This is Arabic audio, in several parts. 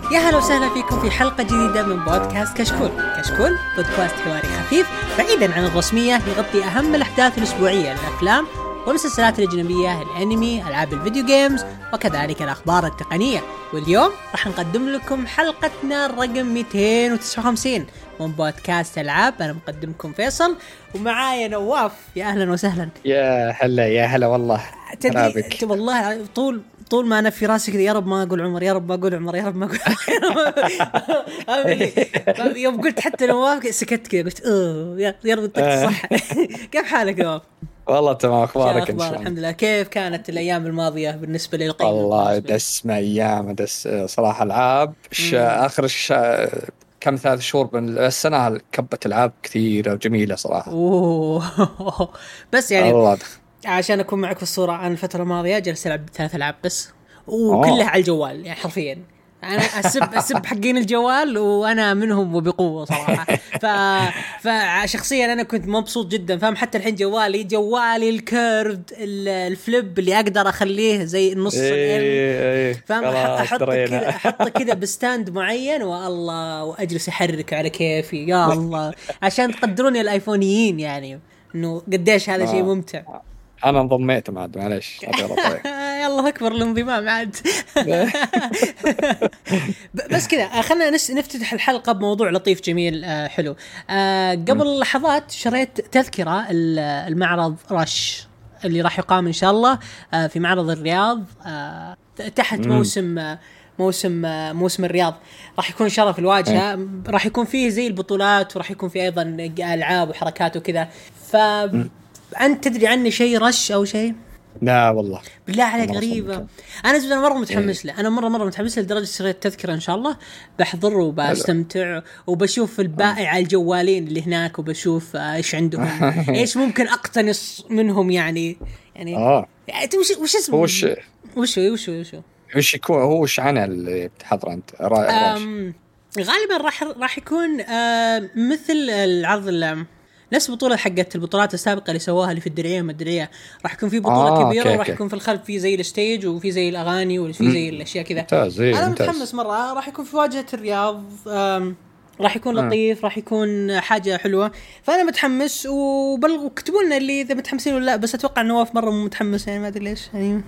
يا هلا وسهلا فيكم في حلقة جديدة من بودكاست كشكول. كشكول بودكاست حواري خفيف بعيدا عن الرسمية، يغطي أهم الأحداث الأسبوعية للأفلام والمسلسلات الأجنبية، الأنمي، ألعاب الفيديو جيمز، وكذلك الأخبار التقنية. واليوم راح نقدم لكم حلقتنا الرقم 259 من بودكاست ألعاب. أنا مقدمكم فيصل ومعايا نواف. يا أهلا وسهلا. يا هلا والله. تدري والله طول ما أنا في راسي كذا، يا رب ما أقول عمر، يا رب ما أقول عمر، يا رب ما أقول يوم قلت حتى نواف سكت كذا، قلت يا رب أنت صح. كيف حالك نواف؟ والله تمام. أخبارك إن شاء الله؟ الحمد لله. كيف كانت الأيام الماضية بالنسبة للقيم؟ والله دس مع أيام صراحة ألعاب آخر كم 3 شهور من السنة كبت ألعاب كثيرة وجميلة صراحة. بس يعني عشان أكون معك في الصورة، أنا الفترة الماضية جلست ألعب 3 ألعاب بس، وكلها على الجوال. يعني حرفيا أنا أسب حقين الجوال وأنا منهم وبقوة صراحة. فشخصيا أنا كنت مبسوط جدا، فاهم؟ حتى الحين جوالي الكيرد الفليب اللي أقدر أخليه زي النص فاهم؟ أحطه كذا بستاند معين والله، وأجلس أحرك على كيفي. يا الله عشان تقدروني الآيفونيين يعني إنه قديش هذا شيء ممتع. أنا انضميت معد، معليش. يلا أكبر الانضمام عاد. بس كذا خلنا نفتتح الحلقة بموضوع لطيف جميل حلو. قبل لحظات شريت تذكرة المعرض رش اللي راح يقام إن شاء الله في معرض الرياض تحت موسم الرياض. راح يكون شرف الواجهة، راح يكون فيه زي البطولات، وراح يكون فيه أيضا ألعاب وحركات وكذا. أنت تدري عني شيء رش أو شيء؟ لا والله بالله عليك غريبة. أنا مرة متحمس له. أنا مرة متحمس له لدرجة شريت تذكرة إن شاء الله بحضر وبستمتع وبشوف البائع الجوالين اللي هناك، وبشوف إيش عندهم، إيش ممكن أقتنص منهم يعني وش اسمه؟ وش يكون هو؟ وش عنه اللي بتحضر أنت؟ غالبا راح يكون مثل العرض نفس بطولة حقت البطولات السابقة اللي سواها اللي في الدرعية. راح يكون في بطولة كبيرة، وراح يكون في الخلف في زي الستيج وفي زي الأغاني وفي زي الأشياء كذا. أنا متحمس مرة. راح يكون في واجهة الرياض، راح يكون لطيف، راح يكون حاجة حلوة. فأنا متحمس وكتبوا لنا اللي إذا متحمسين ولا لا. بس أتوقع نواف مرة متحمس، يعني ما أدري ليش يعني.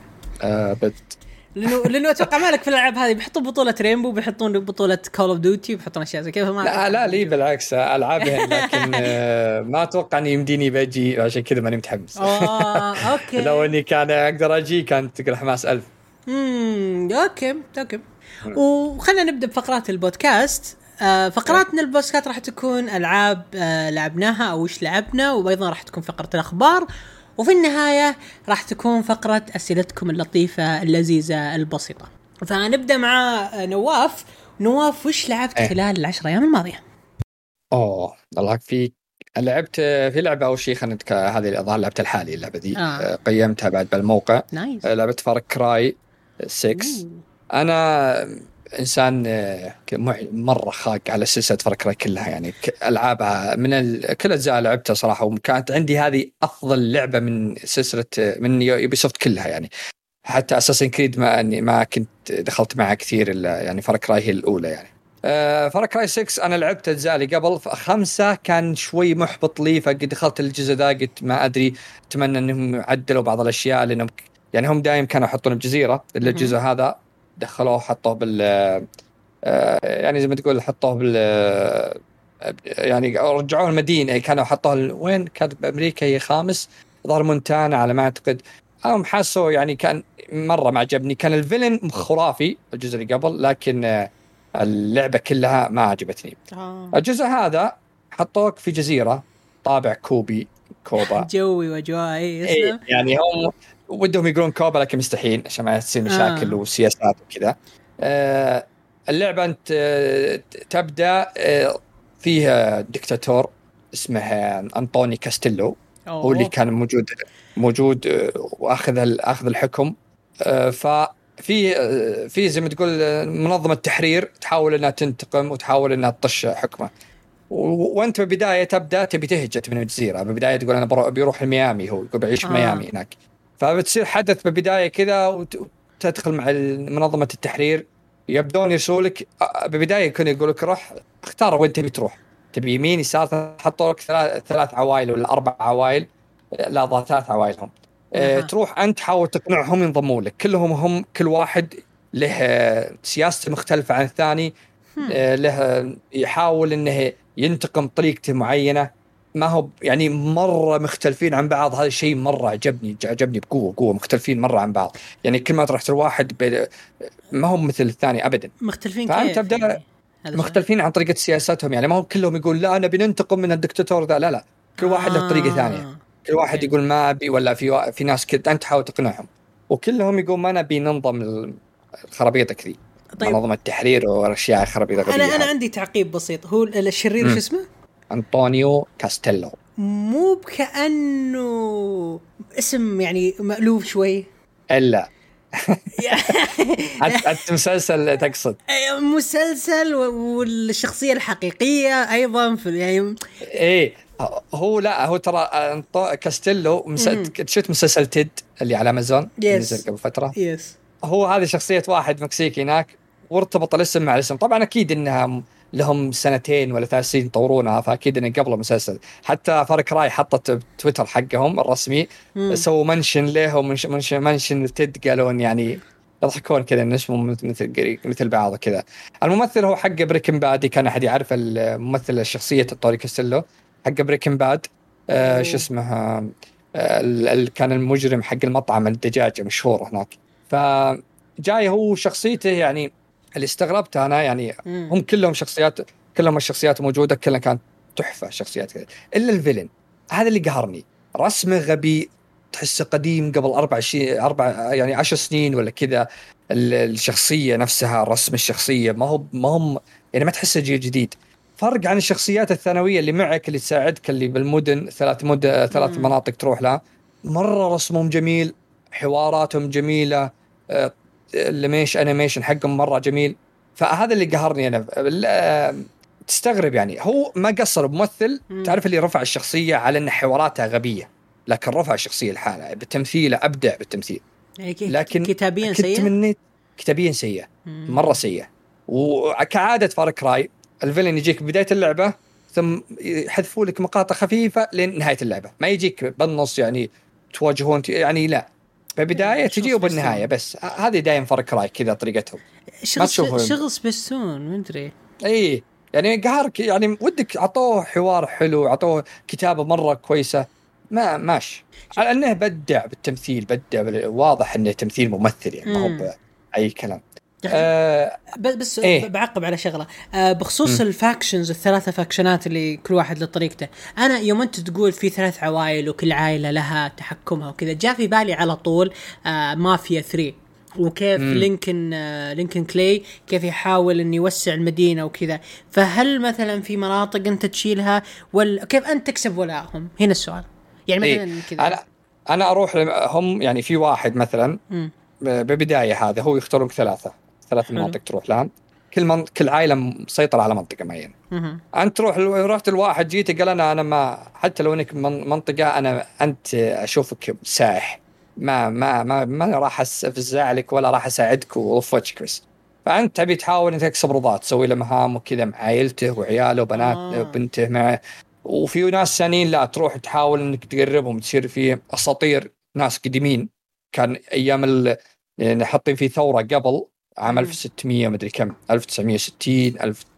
لأنه أتوقع مالك في الألعاب هذه بيحطون بطولة ريمبو، بيحطون بطولة كول اوف ديوتي، بيحطون أشياء زي كذا. لا لي بالعكس ألعابهم، لكن ما أتوقع أني يمديني بأجي، عشان كذا ماني متحمس. أوكي. لو أني كان أقدر أجي كانت تقول حماس 1000. أوكي. وخلنا نبدأ بفقرات البودكاست. فقراتنا البودكاست راح تكون ألعاب لعبناها أو إيش لعبنا، وأيضا راح تكون فقرة الأخبار، وفي النهاية راح تكون فقرة أسئلتكم اللطيفة اللذيذة البسيطة. فنبدأ مع نواف وش لعبت خلال 10 أيام الماضية؟ والله لعبت في لعبة أول شيء. هذه الظاهر لعبة الحالي اللعبة دي. قيمتها بعد بالموقع. لعبة فار كراي 6. أنا إنسان مرة خاق على سلسلة فار كراي كلها، يعني ألعابها من كل أجزاء لعبتها صراحة، وكانت عندي هذه أفضل لعبة من سلسلة من يوبيسوفت كلها يعني. حتى أساسين كريد ما كنت دخلت معها كثير، يعني فار كراي هي الأولى يعني. فار كراي 6 أنا لعبت أجزاء اللي قبل 5 كان شوي محبط لي، فقد دخلت الجزء ذا قلت ما أدري، أتمنى أنهم عدلوا بعض الأشياء، لأنهم يعني هم دائما كانوا يحطون بجزيرة، إلا الجزء هذا دخلوه حطوه يعني زي ما تقول حطوه يعني رجعوه المدينة. كانوا حطوه وين كانت بأمريكا، هي خامس ظهر مونتانا على ما أعتقد. هم حاسوا يعني كان مرة ما عجبني. كان الفيلن خرافي الجزء اللي قبل، لكن اللعبة كلها ما عجبتني. الجزء هذا حطوك في جزيرة طابع كوبا جوي وجوائي يعني هم ودهم يقولون كوبا، لكن مستحيل عشان ما تصير مشاكل وسياسات وكذا. اللعبة أنت تبدأ فيها دكتاتور اسمه أنطوني كاستيلو. هو اللي كان موجود وأخذ الحكم. في زي ما تقول منظمة تحرير تحاول أنها تنتقم وتحاول أنها تطش حكمه. وأنت ببداية تبدأ تبي تهجت من الجزيرة. ببداية تقول أنا بيروح الميامي، هو يقول بعيش في ميامي هناك. فبتصير حدث ببداية كذا وتدخل مع منظمة التحرير يبدون يرسلوا لك ببدايه يكون يقول لك روح اختار وين تبي تروح، تبي يمين يسار، حطوا لك ثلاث عوائل ولا 4 عوائل، لا ضا 3 عوائل هم. تروح انت تحاول تقنعهم ينضموا لك، هم كل واحد له سياسته مختلفه عن الثاني، له يحاول انه ينتقم بطريقته معينه، ما هو يعني مره مختلفين عن بعض. هذا الشيء مره عجبني بقوه مختلفين مره عن بعض. يعني كل ما رحت الواحد ما هم مثل الثاني ابدا. مختلفين فانت كيف تبدا يعني؟ مختلفين عن طريقه سياستهم. يعني ما هم كلهم يقول لا انا بننتقم من الدكتاتور ذا، لا كل واحد له طريقه ثانيه. كل واحد يقول ما ابي، ولا في ناس كذا انت تحاول تقنعهم، وكلهم يقول ما نبي ننظم الخرابيط ذي. طيب. منظمة التحرير واشياء خرابيط غبيه. انا عندي تعقيب بسيط. هو الشرير شو اسمه؟ أنطونيو كاستيلو. مو بكأنه اسم يعني مألوف شوي؟ إلا المسلسل تقصد؟ مسلسل والشخصية الحقيقية أيضا في يعني إيه هو لا هو ترى كاستيلو شفت مسلسل تيد اللي على أمازون نزل قبل فترة؟ هو هذه شخصية واحد مكسيكي هناك، وارتبط الاسم مع الاسم. طبعا أكيد إنها لهم 2 ولا 3 سنين يطورونها، فأكيد إنه قبل المسلسل. حتى فار كراي حطت تويتر حقهم الرسمي سووا منشن له ومنشن تيد، قالون يعني يضحكون كذا إن اسمه مثل بعض كذا. الممثل هو حق بريكن باد، كان أحد يعرف الممثل الشخصية الطوري كاستيلو حق بريكن باد. شو اسمه كان المجرم حق المطعم الدجاج مشهور هناك. فجاي هو شخصيته يعني اللي استغربت أنا يعني هم كلهم الشخصيات موجودة، كلها كانت تحفة شخصيات كده. إلا الفيلن هذا اللي قهرني، رسمه غبي، تحسه قديم قبل 10 سنين ولا كذا. الشخصية نفسها، رسم الشخصية ما هم يعني ما تحسه جيل جديد. فرق عن الشخصيات الثانوية اللي معك اللي تساعدك اللي بالمدن، 3 مناطق تروح لها. مرة رسمهم جميل، حواراتهم جميلة، الانيميشن حقهم مرة جميل. فهذا اللي قهرني أنا. تستغرب يعني هو ما قصر بممثل، تعرف اللي رفع الشخصية على أن حواراتها غبية، لكن رفع الشخصية الحالة بالتمثيل، أبدع بالتمثيل. لكن كتابيا سيء، كتابيا سيء مرة سيء. وكعادة فار كراي الفيلن يجيك بداية اللعبة ثم يحذفوا لك مقاطع خفيفة لنهاية اللعبة، ما يجيك بالنص يعني تواجهون يعني لا، بالبداية تجي وبالنهاية بس. هذه دايم فار كراي كذا طريقتهم. شغل سبيستون مدري اي يعني قهرك يعني ودك عطوه حوار حلو، عطوه كتابة مرة كويسة، ما ماشي على انه بدع بالتمثيل، بدع واضح انه تمثيل ممثل يعني ما هو اي كلام. بس بعقب على شغله بخصوص الفاكشنز، ال3 فاكشنات اللي كل واحد لطريقته. انا يوم انت تقول في 3 عوائل وكل عائله لها تحكمها وكذا، جاء في بالي على طول مافيا 3 وكيف لينكن كلاي كيف يحاول ان يوسع المدينه وكذا. فهل مثلا في مناطق انت تشيلها ولا كيف انت تكسب ولاءهم؟ هنا السؤال يعني مثلا كذا. انا اروح هم يعني في واحد مثلا ببدايه هذا هو يختارون 3 مناطق تروح لها، كل عائله مسيطره على منطقه معينه. انت رحت الواحد جيت قال انا ما حتى لو انك منطقه انت اشوفك سائح، ما راح افزع لك ولا راح اساعدك ووفوتك بس. فانت تبي تحاول انك تكسب رضات، تسوي له مهام وكذا مع عائلته وعياله وبنات وبنته معه. وفي ناس ثانيين لا، تروح تحاول انك تقربهم، تصير في اساطير ناس قديمين كان ايام يعني حاطين في ثوره قبل عام 1600 مدري كم 1960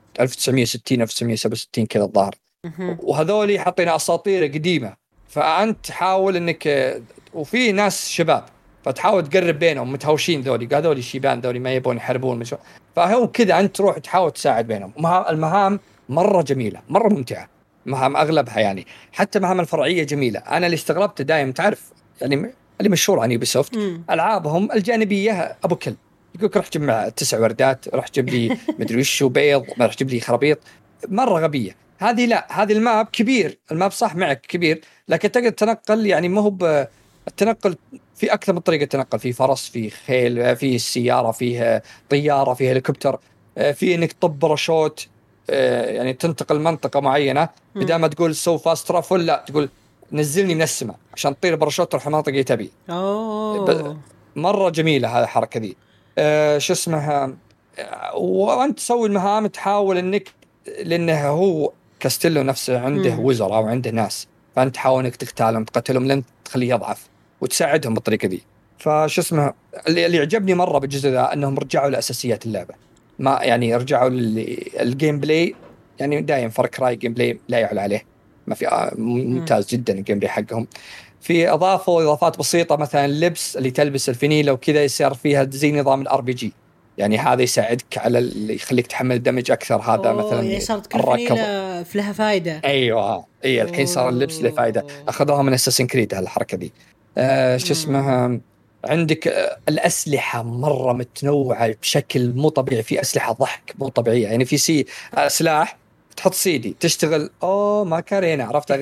1967 كذا الظاهر. وهذولي حاطين اساطير قديمه، فانت تحاول انك وفي ناس شباب فتحاول تقرب بينهم، متهاوشين هذولي شيبان، ذولي ما يبون يحاربون فهو كذا انت تروح تحاول تساعد بينهم. المهام مره جميله مره ممتعه، مهام اغلبها يعني حتى مهام الفرعيه جميله. انا اللي استغربت دايم تعرف يعني اللي مشهور عن يوبيسوفت العابهم الجانبيه ابو كل يقولك روح جمع 9 وردات، روح جيب لي مدري وش بيض، روح جيب لي خرابيط مره غبيه. هذه لا، هذه الماب كبير، الماب صح معك كبير لكن تقدر تنقل يعني ما هو التنقل في اكثر من طريقه تنقل، في فرس، في خيل، في السياره، فيها طياره، فيها هليكوبتر، في انك تطب باراشوت يعني تنتقل منطقه معينه بدل ما تقول سو فاست ترافل لا تقول نزلني من السماء عشان تطير باراشوت تروح منطقه تبي. مره جميله هذه الحركه دي. شو اسمها وانت تسوي المهام، تحاول انك، لانه هو كاستيلو نفسه عنده وزراء وعنده ناس، فانت تحاول انك تقتلهم تقتلهم لين تخليه يضعف وتساعدهم بالطريقه دي. فش اسمه اللي عجبني مره بالجزء ذا انهم رجعوا لاساسيات اللعبه، ما يعني رجعوا الجيم بلاي. يعني دايم فار كراي جيم بلاي لا يعلى عليه، ما في ممتاز جدا الجيم بلاي حقهم. في اضافوا اضافات بسيطه، مثلا اللبس اللي تلبس الفنيله وكذا يصير فيها زي نظام الار بي جي، يعني هذا يساعدك على اللي يخليك تحمل الدمج اكثر. هذا مثلا يعني صارت كل فنيله في لها فائده. ايوه اي الحين صار اللبس له فائده، اخذوها من اساسن كريد هالحركه دي. شو اسمها، عندك الاسلحه مره متنوعه بشكل مو طبيعي، في اسلحه ضحك مو طبيعيه، يعني في سلاح تحط سيدي تشتغل ما كارينا، عرفت؟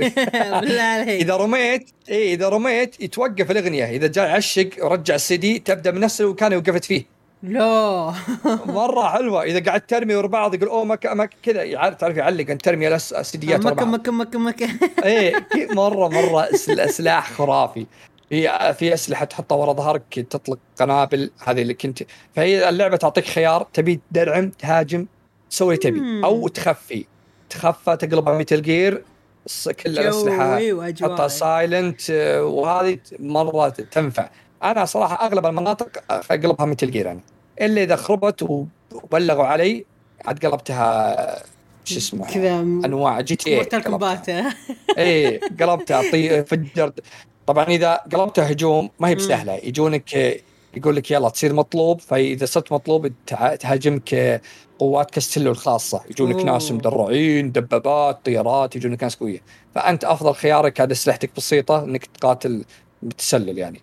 اذا رميت يتوقف الاغنيه، اذا جاء عشق ورجع السيدي تبدا من نفس المكان وقفت فيه. لا مره حلوه. اذا قاعد ترمي ورا بعض يقول ما كذا، تعرف يعلق انت ترمي السيديات ورا بعض. مكة ايه مره السلاح خرافي. في اسلحه تحطها ورا ظهرك تطلق قنابل، هذه اللي كنت. فهي اللعبه تعطيك خيار، تبي تدرعم تهاجم تسوي تبي، او تخفي تقلبها ميتل جير. كل الاسلحه تحطها سايلنت، وهذه مره تنفع. انا صراحه اغلب المناطق اقلبها ميتل جير يعني، الا اذا خربت وبلغوا علي عاد قلبتها شو اسمه كذا انواع جي تي مورتال كومبات. ايه قلبتها فجرت. طبعا اذا قلبتها هجوم ما هي بسهله، يجونك يقول لك يلا تصير مطلوب، فاذا صرت مطلوب تهاجمك قوات كاستيلو الخاصه، يجونك ناس مدرعين دبابات طيارات، يجونك ناس قويه. فانت افضل خيارك هذا اسلحتك بسيطه انك تقاتل بالتسلل يعني.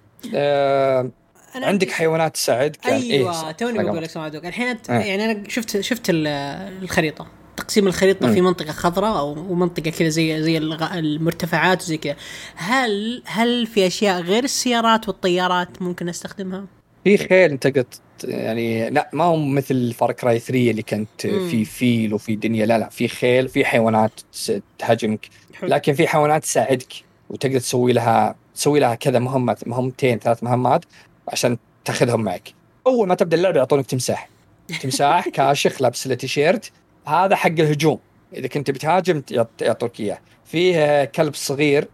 عندك حيوانات تساعدك يعني. ايوه توني بقول لك سمعتك الحين يعني انا شفت الخريطه، تقسيم الخريطه في منطقه خضراء او منطقه كذا زي المرتفعات وزي كذا. هل في اشياء غير السيارات والطيارات ممكن استخدمها؟ في خيل انت قلت يعني، لا ما هو مثل فار كراي 3 اللي كانت في فيل وفي دنيا، لا في خيل، في حيوانات تهاجمك، لكن في حيوانات تساعدك وتقدر تسوي لها كذا مهمتين 3 مهمات عشان تاخذهم معك. اول ما تبدا اللعبه يعطونك تمساح كاشخ لابس له تيشيرت، هذا حق الهجوم، اذا كنت بتهاجم يعطوك اياه. فيه كلب صغير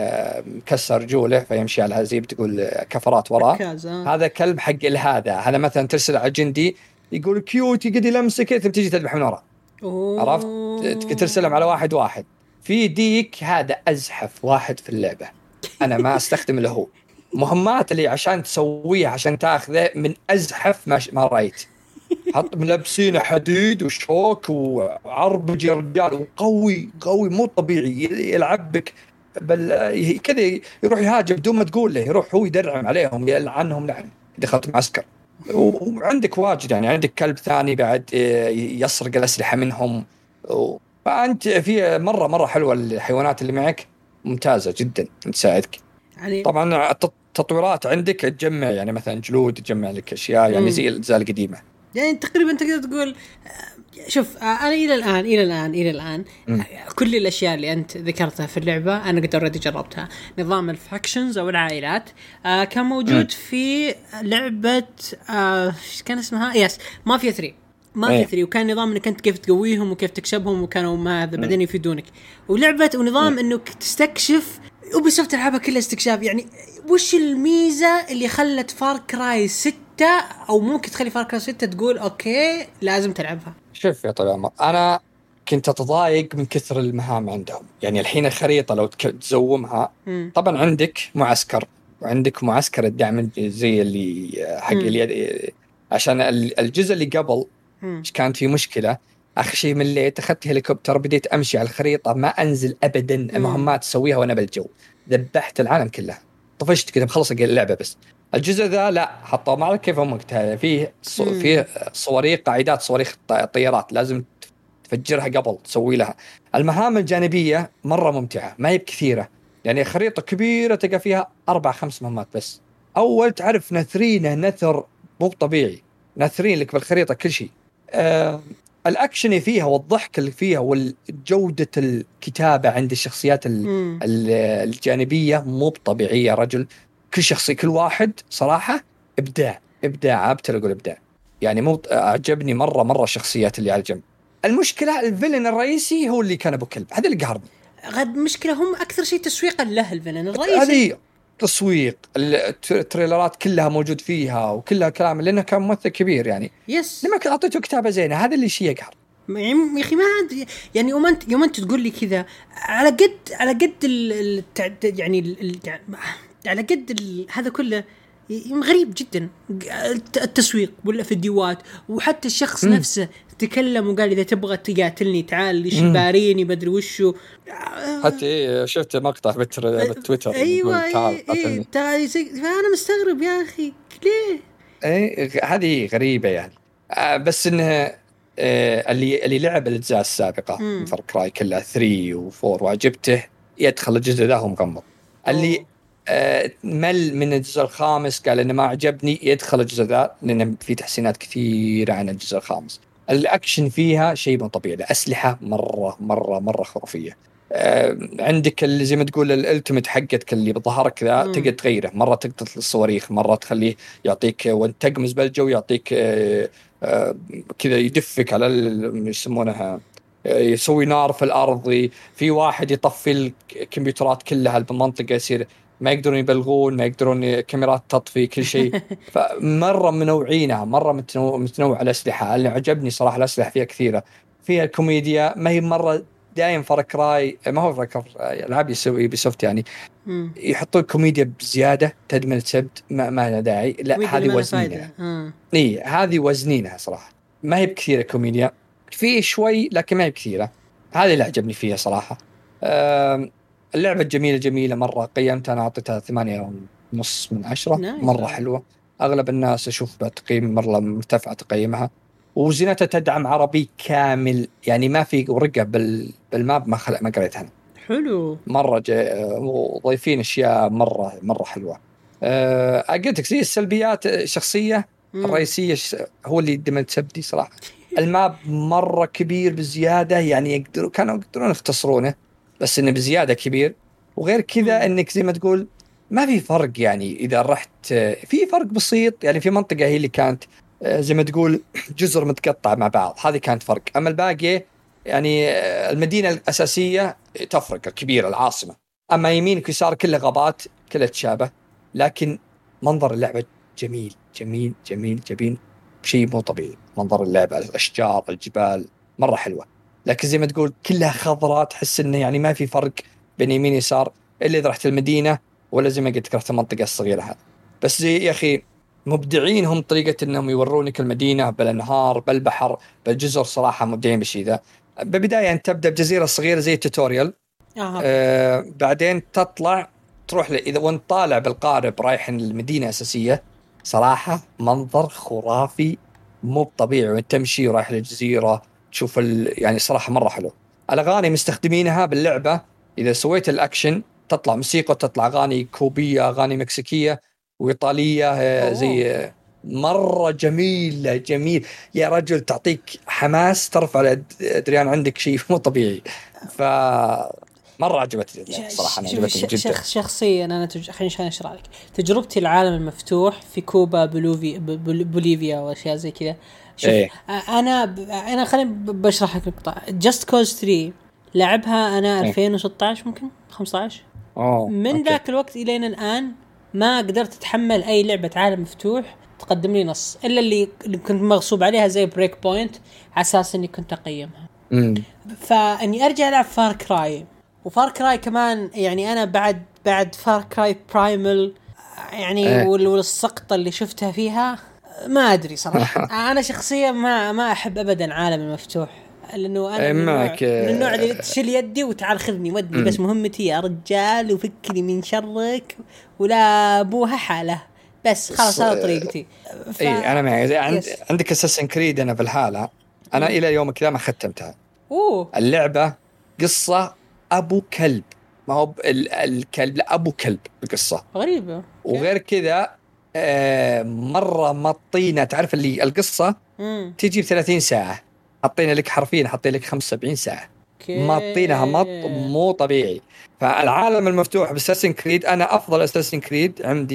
مكسر رجوله فيمشي على زي بتقول كفرات وراه، هذا كلب حق هذا مثلا ترسل على جندي يقول كيوت يقدر يلمسك، تجي تذبح من وراه. عرفت؟ ترسلهم على واحد. في ديك، هذا أزحف واحد في اللعبة، أنا ما أستخدم له هو. مهمات اللي عشان تسويها عشان تاخذه من أزحف ما رأيت. حط ملبسين حديد وشوك وعربجي رجال، وقوي مو طبيعي، يلعب بك بل كذا يروح يهاجم بدون ما تقول له، يروح هو يدرعم عليهم يلعنهم لعن. دخلت معسكر وعندك واجد يعني، عندك كلب ثاني بعد يسرق الأسلحة منهم. فأنت في مرة حلوة الحيوانات اللي معك، ممتازة جدا تساعدك يعني. طبعا التطويرات عندك تجمع يعني مثلا جلود، تجمع لك أشياء يعني زي الأجزاء القديمة يعني تقريبا تقدر تقول. شوف أنا إلى الآن كل الأشياء اللي أنت ذكرتها في اللعبة أنا قد أوريدي جربتها. نظام الفاكشنز أو العائلات كان موجود في لعبة كان اسمها مافيا 3 وكان نظام انك انت كيف تقويهم وكيف تكسبهم، وكانوا ما هذا بعدين يفيدونك، ولعبة ونظام انك تستكشف. وبسوفت العابها كلها استكشاف يعني. وش الميزة اللي خلت فار كراي 6 او ممكن تخلي فار كراي 6 تقول اوكي لازم تلعبها؟ شوف يا طويل العمر، انا كنت اتضايق من كثر المهام عندهم. يعني الحين الخريطة لو تزومها طبعا عندك معسكر، وعندك معسكر الدعم زي اللي حق اللي عشان الجزء اللي قبل كانت في مشكلة. آخر شيء مليت، أخذت هليكوبتر بديت أمشي على الخريطة، ما أنزل أبدا المهمات أسويها وأنا بالجو، ذبحت العالم كله، طفشت كده مخلص اللعبة. بس الجزء ذا لا، حطوا معك كيف هم فيه صواريخ، قاعدات صواريخ طيارات لازم تفجرها قبل تسوي لها. المهام الجانبية مرة ممتعة، ما هي بكثيرة يعني، خريطة كبيرة تلقى فيها 4-5 مهمات بس. أول تعرف نثر مو طبيعي، ناثرين لك بالخريطة كل شيء. الأكشن فيها والضحك اللي فيها والجودة الكتابة عند الشخصيات الجانبية مو طبيعية رجل. كل شخصي كل واحد صراحة إبداع أبتر أقول إبداع. يعني مو عجبني مرة الشخصيات اللي على الجنب. المشكلة الفيلن الرئيسي هو اللي كان أبو كلب، هذا اللي قهرني. غد مشكلة هم أكثر شيء تسويقا له الفيلن الرئيسي. هذه تسويق، التريلرات كلها موجود فيها وكلها كلام، لأنه كان ممثل كبير يعني. يس. لما أعطيته كتابة زينة، هذا اللي شيء يقهر يا أخي ما عاد يعني يوم أنت تقول لي كذا على قد يعني على قد هذا كله غريب جدا. التسويق ولا فيديوهات، وحتى الشخص نفسه تكلم وقال إذا تبغى تقاتلني تعال ليش باريني بدري وشو. حتى شفت مقطع بالتويتر أيوة تعال فأنا مستغرب يا أخي ليه. هذه غريبة يعني. بس إنه اللي لعب الأجزاء السابقة فار كراي كلها 3 و4 وعجبته يدخل الجزء ذا مغمض. اللي مل من الجزء الخامس قال إنه ما عجبني يدخل الجزء ذا، لأنه في تحسينات كثيرة عن الجزء الخامس. الأكشن فيها شيء مو طبيعي، الأسلحة مرة خرافية. عندك اللي زي ما تقول الالتيميت حقتك اللي بظهرك ذا تقدر تغيره، مرة تقتل الصواريخ، مرة تخليه يعطيك وانت تقمز بالجو يعطيك كذا يدفك على يسمونها يسوي نار في الأرض. في واحد يطفي الكمبيوترات كلها بالمنطقة، يصير ما يقدرون يبلغون، ما يقدرون كاميرات تطفي كل شيء. فمرة منوعينها، مرة متنوع الأسلحة. اللي عجبني صراحة الأسلحة فيها كثيرة، فيها الكوميديا، ما هي مرة دايم فار كراي، ما هو فار كراي العاب يسوي بسوفت يعني يحطون كوميديا بزيادة تدمن السبت ما له داعي. لا هذه وزنينها. هذه وزنينها صراحة، ما هي بكثيرة كوميديا، في شوي لكن ما هي بكثيرة. هذا اللي عجبني فيها صراحة. اللعبة جميلة مرة، قيمتها أنا أعطيتها 8.5/10. مرة حلوة. أغلب الناس أشوف بتقييم مرة مرتفعة تقييمها، وزينتها تدعم عربي كامل يعني ما في ورقة بالماب ما قريتها. حلو مرة وضيفين أشياء مرة حلوة. قلتك زي السلبيات شخصية الرئيسية هو اللي دمت سبدي صراحة. الماب مرة كبير بزيادة يعني كانوا يقدرون يختصرونه، بس إنه بزيادة كبير. وغير كذا إنك زي ما تقول ما في فرق يعني. إذا رحت في فرق بسيط يعني، في منطقة هي اللي كانت زي ما تقول جزر متقطع مع بعض، هذه كانت فرق. أما الباقي يعني المدينة الأساسية تفرق الكبيرة العاصمة، أما يمينك ويسار كله غابات كله تشابه. لكن منظر اللعبة جميل شيء مو طبيعي. منظر اللعبة، الأشجار، الجبال مرة حلوة، لكن زي ما تقول كلها خضراء، تحس إنه يعني ما في فرق بين يمين يسار إلا إذا رحت المدينة ولا زي ما قلت رحت المنطقة الصغيرة هذه. بس زي يا أخي مبدعين هم طريقة إنهم يورونك المدينة بالأنهار بالبحر بالجزر، صراحة مبدعين بالشيء ذا. ببداية أنت تبدأ بجزيرة صغيرة زي التوتوريال. بعدين تطلع تروح إذا وانت طالع بالقارب رايح المدينة الأساسية، صراحة منظر خرافي مو طبيعي. وانت تمشي ورايح للجزيرة تشوف يعني صراحة مرة حلو. الأغاني مستخدمينها باللعبة، إذا سويت الأكشن تطلع موسيقى، تطلع أغاني كوبية، أغاني مكسيكية وإيطالية زي مرة جميل يا رجل، تعطيك حماس، ترفع أدريان عندك شيء مو طبيعي. مرة عجبتني صراحة. أنا عجبتني جدا شخصيا. أنا خليني أشرح لك تجربتي العالم المفتوح في كوبا بوليفيا وأشياء زي كذا. شوف أنا خليني بشرح لك نقطة. Just Cause 3 لعبها أنا 2016 ممكن 15. من ذاك الوقت إلين الآن ما قدرت أتحمل أي لعبة عالم مفتوح تقدم لي نص إلا اللي كنت مغصوب عليها زي بريك بوينت على أساس إني كنت أقيمها. فإني أرجع ألعب فار كراي، وفار كراي كمان يعني أنا بعد فار كراي برايمل يعني والسقطة اللي شفتها فيها ما أدري صراحة. أنا شخصيا ما أحب أبدا عالم المفتوح، لأنه أنا من النوع اللي تشيل يدي وتعال خذني ودني بس مهمتي يا رجال وفكني من شرك ولا أبوها حالة بس خلاص هذا طريقتي. أنا معي عندك أساسن كريد. أنا في الحالة أنا إلى يوم كذا ما ختمتها. اللعبة قصة أبو كلب، ما هو الكلب، لا أبو كلب القصة غريبة. وغير كذا مرة مطينة. تعرف اللي القصة تجي 30 ساعة، حطينا لك حرفيا حطينا لك 75 ساعة. مطينها مو طبيعي. فالعالم المفتوح بأساسن كريد، أنا أفضل أساسن كريد عندي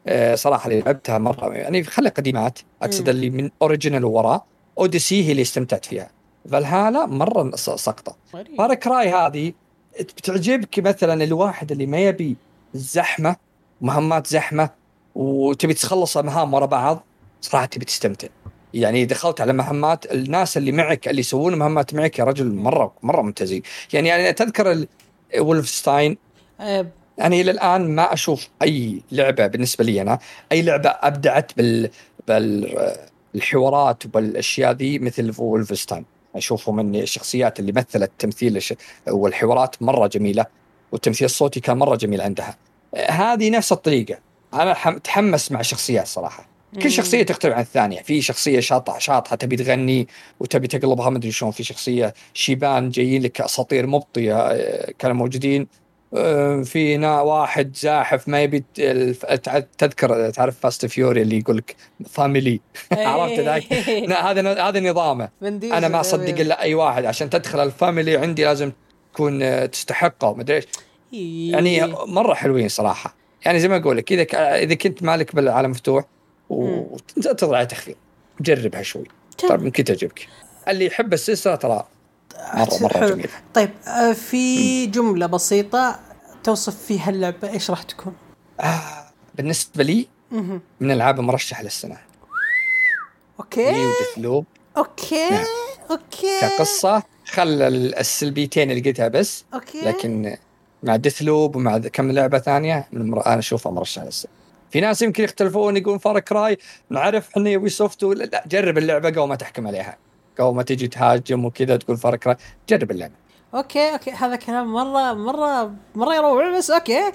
صراحه اللي لعبتها مره يعني خلي قديمات اقصد اللي من اوريجينال ووراه. اوديسي هي اللي استمتعت فيها. فالهالا مره سقطه. فار كراي هذه بتعجبك مثلا الواحد اللي ما يبي الزحمه، مهمات زحمه وتبي تخلص مهام ورا بعض، صراحه تبي تستمتع. يعني دخلت على مهمات الناس اللي معك اللي يسوون مهمات معك يا رجل مره ممتازين. يعني تذكر وولفستاين. يعني إلى الآن ما أشوف أي لعبة بالنسبة لي أنا أي لعبة أبدعت بالحوارات وبالأشياء ذي مثل وولفستاين. أشوفه من الشخصيات اللي مثلت تمثيل والحوارات مرة جميلة، والتمثيل الصوتي كان مرة جميل عندها. هذه نفس الطريقة. أنا تحمس مع الشخصيات صراحة. كل شخصية تختلف عن الثانية. في شخصية شاطحة تبي تغني وتبي تقلبها ما أدري شلون. في شخصية شيبان جايين لك أساطير مبطية كانوا موجودين. في واحد زاحف ما يبي تذكر تعرف فاست فيوري اللي يقولك فاميلي عرفت ذاك؟ هذا نظامه. أنا ما أصدق إلا أي واحد عشان تدخل الفاميلي عندي لازم تكون تستحقه مدري إيش. يعني مرة حلوين صراحة. يعني زي ما أقولك إذا كنت مالك بالعالم مفتوح وتنتظر على تخفيض جربها شوي طيب ممكن تعجبك. اللي يحب السلسلة ترى مرة جميل. طيب في جملة بسيطة توصف فيها اللعبة إيش راح تكون؟ بالنسبة لي من الألعاب مرشح للسنة. أوكي وديثلوب. أوكي نعم. أوكي كقصة خل السلبيتين اللي قلتها بس. أوكي. لكن مع ديثلوب ومع كم لعبة ثانية أنا أشوفها مرشح للسنة. في ناس يمكن يختلفون يقولون فار كراي نعرف إحنا يوبي سوفت لا جرب اللعبة قبل ما تحكم عليها قبل ما تيجي تهاجم وكذا تقول فار كراي جرب اللعبة. اوكي هذا كلام مره يروع بس اوكي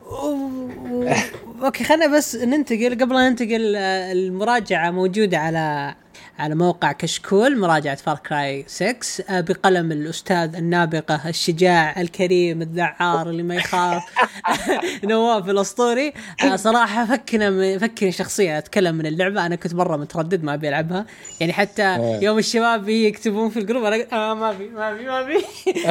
اوكي خلنا بس ننتقل. قبل أن ننتقل المراجعة موجودة على موقع كشكول مراجعة فار كراي 6 بقلم الأستاذ النابغة الشجاع الكريم الذعار اللي ما يخاف نواف الأسطوري. صراحة فكني شخصيا أتكلم من اللعبة. أنا كنت مرة متردد ما بيلعبها يعني حتى يوم الشباب يكتبون في الجروب أنا ما بي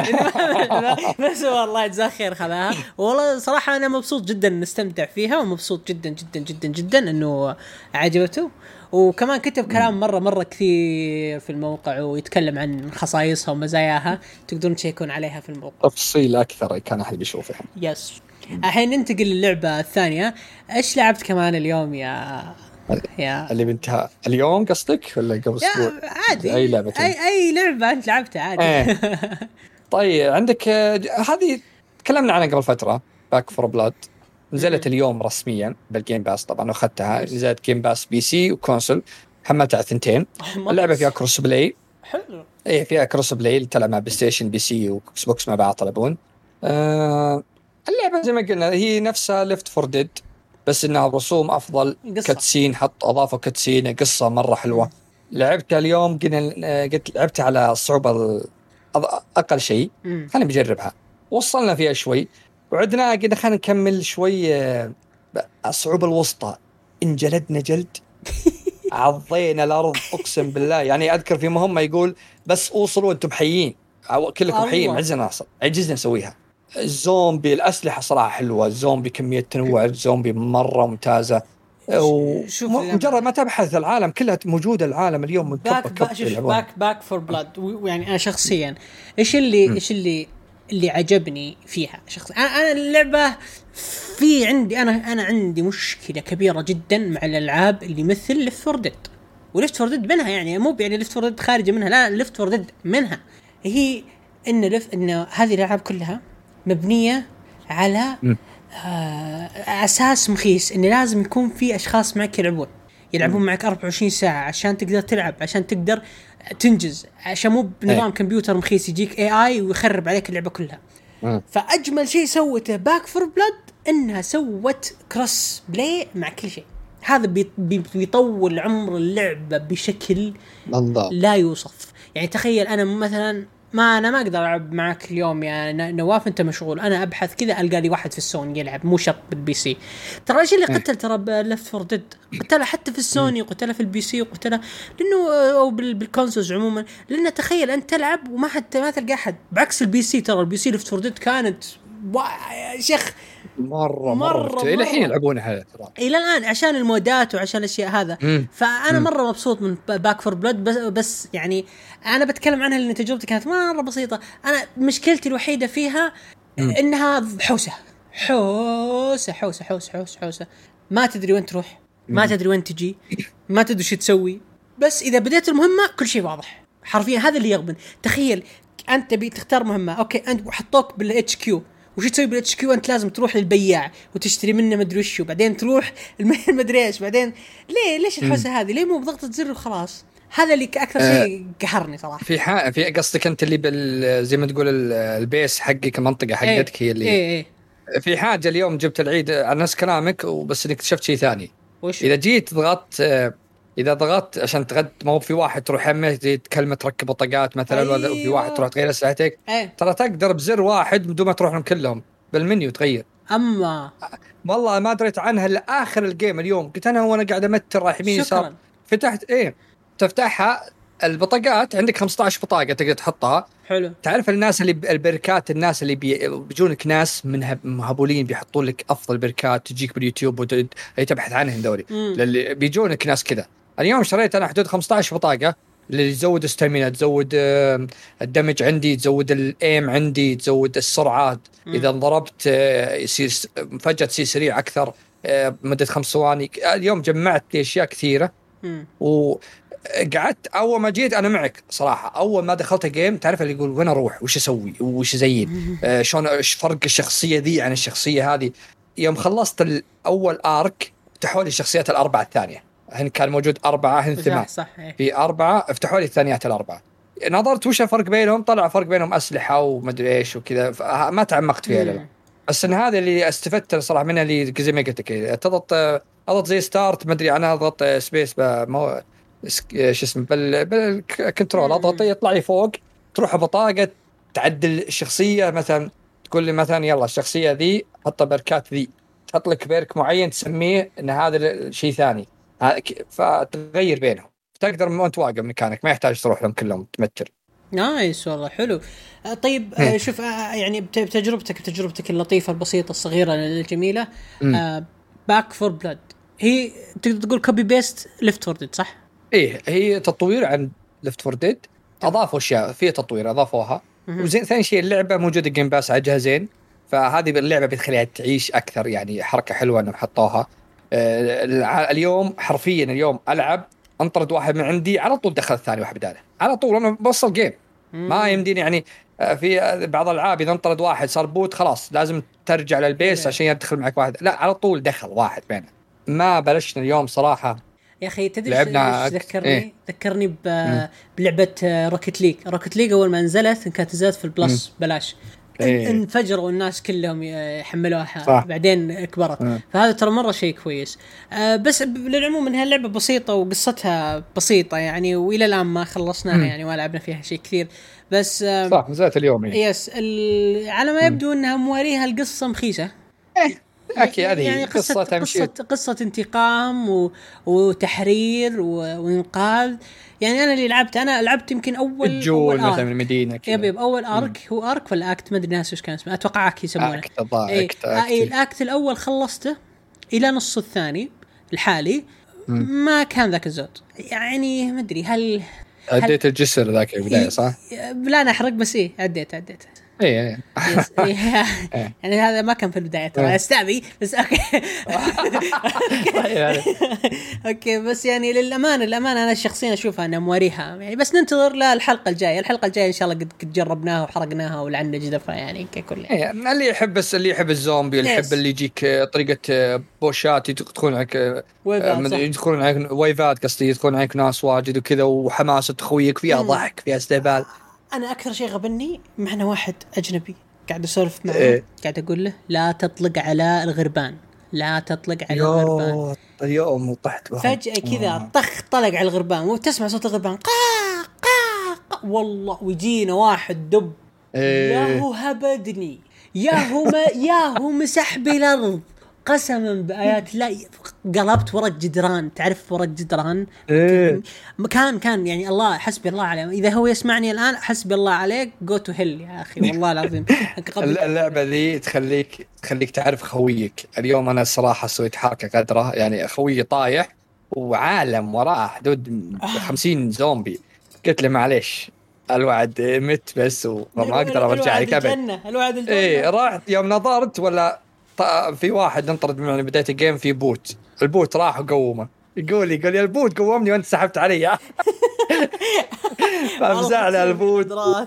بس والله جزاه خير خذاها. والله صراحة أنا مبسوط جدا نستمتع فيها ومبسوط جدا جدا جدا جدا إنه عجبته. وكمان كتب كلام مرة كثير في الموقع ويتكلم عن خصائصها ومزاياها تقدرون تشيكون عليها في الموقع تفصيل أكثر كان أحد بيشوفها. يس. الحين ننتقل للعبة الثانية. إيش لعبت كمان اليوم يا اللي بنتها اليوم قصدك ولا قبل أسبوع؟ عادي أي لعبة أنت لعبتها عادي. طيب عندك هذه تكلمنا عنها قبل فترة باك فور بلاد. نزلت اليوم رسميا بالجيم باس طبعا واخذتها. نزلت جيم باس بي سي وكونسول حملتها على الثنتين. اللعبة فيها كروس بلاي. حلو. فيها كروس بلاي تلعب مع بلاي ستيشن بي سي وكس بوكس مع بعض طلبون. اللعبة زي ما قلنا هي نفسها ليفت فور ديد بس انها برسوم افضل. كاتسين اضافوا كاتسين قصة مرة حلوة. لعبتها اليوم قلت لعبتها على الصعوبة اقل شيء خلينا نجربها. وصلنا فيها شوي وعدنا قلنا خلينا نكمل شوي الصعوبة الوسطى. انجلدنا جلد عضينا الأرض أقسم بالله. يعني أذكر في مهمة يقول بس أوصلوا أنتم حيين كلكم حيين عجزنا نصل عجزنا نسويها. الزومبي الأسلحة صراحة حلوة. الزومبي كمية تنوع الزومبي مرة ممتازة. مجرد ما تبحث العالم كلها موجودة. العالم اليوم من باك فور بلاد. يعني أنا شخصيا إيش اللي عجبني فيها شخصيا أنا اللعبة في عندي أنا عندي مشكلة كبيرة جدا مع الألعاب اللي مثل ليفت فور ديد. وليفت فور ديد منها يعني مو يعني ليفت فور ديد خارجة منها لا ليفت فور ديد منها. هي إن هذه الألعاب كلها مبنية على أساس مخيس إن لازم يكون في أشخاص معك يلعبون معك 24 ساعة عشان تقدر تلعب عشان تقدر تنجز عشان مو بنظام كمبيوتر مخيس يجيك AI ويخرب عليك اللعبة كلها. فأجمل شيء سوته باك فور بلاد إنها سوت كروس بلاي مع كل شيء. هذا بيطول عمر اللعبة بشكل لا يوصف. يعني تخيل أنا مثلا أنا ما أقدر ألعب معك اليوم يا نواف أنت مشغول أنا أبحث كذا ألقى لي واحد في السوني يلعب مو شرط بالبي سي. ترى إيش اللي قتل ترى بلفت فور ديد قتلها حتى في السوني وقتلها في البي سي وقتلها لأنه أو بالكونسولز عموما. لأن تخيل أنت تلعب وما حتى ما تلقى أحد بعكس البي سي. ترى البي سي لفت فور ديد كانت شيخ مرة الى الحين يلعبونها الى الان عشان المودات وعشان الاشياء هذا. فانا مره مبسوط من باك فور بلود. بس يعني انا بتكلم عنها لان تجربتي كانت مره بسيطه. انا مشكلتي الوحيده فيها انها حوسه حوسه حوسه حوسه حوسه حوسه. ما تدري وين تروح، ما تدري وين تجي، ما تدري شو تسوي. بس اذا بديت المهمه كل شيء واضح حرفيا. هذا اللي يغبن. تخيل انت تبي تختار مهمه، اوكي انت حطوك بالاتش كيو، وش تسوي بالاتش كيو؟ انت لازم تروح للبياع وتشتري منه مدري وش، وبعدين تروح المدري ايش، بعدين ليش الحوسه هذه؟ ليه مو بضغطه زر وخلاص؟ هذا اللي اكثر شيء قهرني صراحه. في قصدك انت اللي زي ما تقول البيس حقك، المنطقه حقتك هي اللي في حاجه. اليوم جبت العيد على نفس كلامك، وبس انك اكتشفت شيء ثاني. وش؟ اذا جيت اذا ضغطت عشان ما هو في واحد تروح همه كلمه ركب بطاقات مثلا، ولا في واحد تروح تغير اسلحتك، ترى تقدر بزر واحد بدون ما تروح لهم كلهم بالمنيو تغير. اما والله ما دريت عنها لاخر الجيم اليوم. قلت انا وانا قاعد امتر رايح يمين يسار، فتحت تفتحها البطاقات عندك 15 بطاقه تقدر تحطها. حلو. تعرف الناس اللي البركات، الناس اللي بيجونك ناس من مهبولين بيحطون لك افضل بركات تجيك باليوتيوب وتبحث عنهم دوري اللي بيجونك ناس كذا. اليوم شريت انا حدود 15 بطاقه اللي يزود استامينا، تزود الدمج عندي، تزود الايم عندي، تزود السرعات. اذا ضربت يصير فجأة تصير سريع اكثر مدة 5 ثواني. اليوم جمعت اشياء كثيره. وقعدت اول ما جيت انا معك صراحه، اول ما دخلت الجيم تعرف اللي يقول وين اروح، وش اسوي، وش زين، شلون، ايش فرق الشخصيه ذي عن الشخصيه هذه. يوم خلصت الاول ارك فتحوا لي الشخصيات الاربعه الثانيه. هن كان موجود 4، هن 8 في 4، افتحوا لي الثانيات الاربعه. نظرت وش الفرق بينهم، طلع فرق بينهم اسلحه ومدري ايش وكذا، ما تعمقت فيها لا. بس ان هذا اللي استفدت صراحه منها، اللي زي ما قلت لك اضغط زي ستارت مدري انا، اضغط سبيس شو اسمه بالكنترول، اضغط يطلع لي فوق، تروح بطاقه تعدل الشخصيه. مثلا تقول لي مثلا يلا الشخصيه ذي حط بركات ذي، تحط لك بيرك معين تسميه ان هذا الشيء ثاني، فتغير بينهم. تقدر وانت واقف مكانك، ما يحتاج تروح لهم كلهم تمتر. نايس والله حلو. طيب شوف يعني بتجربتك اللطيفه البسيطه الصغيره الجميله، باك فور بلود هي تقدر تقول كوبي بيست ليفت فور ديد صح؟ ايه هي تطوير عن ليفت فور ديد، اضافوا اشياء فيها تطوير اضافوها. وزين ثاني شيء اللعبه موجوده جيم باس على جهازين، فهذه اللعبه بتخليها تعيش اكثر. يعني حركه حلوه انهم حطوها. اليوم حرفيا اليوم العب انطرد واحد من عندي على طول دخل الثاني واحد بداله على طول. انا بوصل جيم ما يمديني يعني. في بعض الالعاب اذا انطرد واحد صار بوت خلاص لازم ترجع للبيس عشان يدخل معك واحد، لا على طول دخل واحد بينه. ما بلشنا اليوم صراحه يا اخي. تدري ذكرني بلعبه روكيت ليج اول ما نزلت كانت نزلت في البلس بلاش. انفجروا الناس كلهم يحملوها بعدين كبرت. فهذا ترى مره شيء كويس. بس للعموم انها لعبه بسيطه وقصتها بسيطه يعني، والى الان ما خلصناها يعني ما لعبنا فيها شيء كثير. بس صح نزلت اليوم يس على ما يبدو انها مواريها القصه مخيسه. أكيد هذه يعني قصة انتقام وتحرير وإنقاذ. يعني أنا اللي لعبت يمكن أول مثلا من المدينة يبي أول أرك. هو أرك ولا أكت ما أدري ناس إيش كان اسمه، أتوقع أكت يسمونه. الأكت الأول خلصته إلى نص الثاني الحالي ما كان ذاك الزود يعني. ما أدري هل عديت الجسر ذاك البداية صح؟ لا أنا أحرق بس عديت ايه يعني هذا ما كان في البداية ترى استعبي بس اوكي. اوكي بس يعني للأمانة انا شخصيا اشوفها انها مواريها يعني. بس ننتظر للحلقة الجاية ان شاء الله قد جربناها وحرقناها ولعنا جدفة يعني ككل يعني. اللي يحب الزومبي، اللي يحب اللي يجيك طريقة بوشات يدخلون عليك يدخلون عليك ويفات قصدي يدخلون عليك ناس واجد وكذا، وحماسة تخويك فيها ضحك فيها استهبال. أنا أكثر شيء غبني معنا واحد أجنبي قاعد أسولف معه قاعد أقول له لا تطلق على الغربان، لا تطلق على الغربان. اليوم طحت فجأة كذا طلق على الغربان وتسمع صوت الغربان قا والله ويجينا واحد دب ياهو هبدني ياهو مسح بالأرض قسما بآيات لا قلبت ورق جدران. تعرف ورق جدران؟ كان يعني الله حسبي الله عليه. إذا هو يسمعني الآن حسبي الله عليك go to hell يا أخي والله العظيم. اللعبة ذي تخليك تعرف خويك. اليوم أنا الصراحة سويت حركة قدرة، يعني خويي طايح وعالم وراه حدود 50 زومبي. قلت له معليش الوعد مت بس وما أقدر أرجع لك أبد. الوعد الجنة. إيه رحت يوم نظرت ولا في واحد انطرد من بداية الجيم في بوت. البوت راح وقومه يقول يا البوت قومني وانت سحبت علي. فمزعل البوت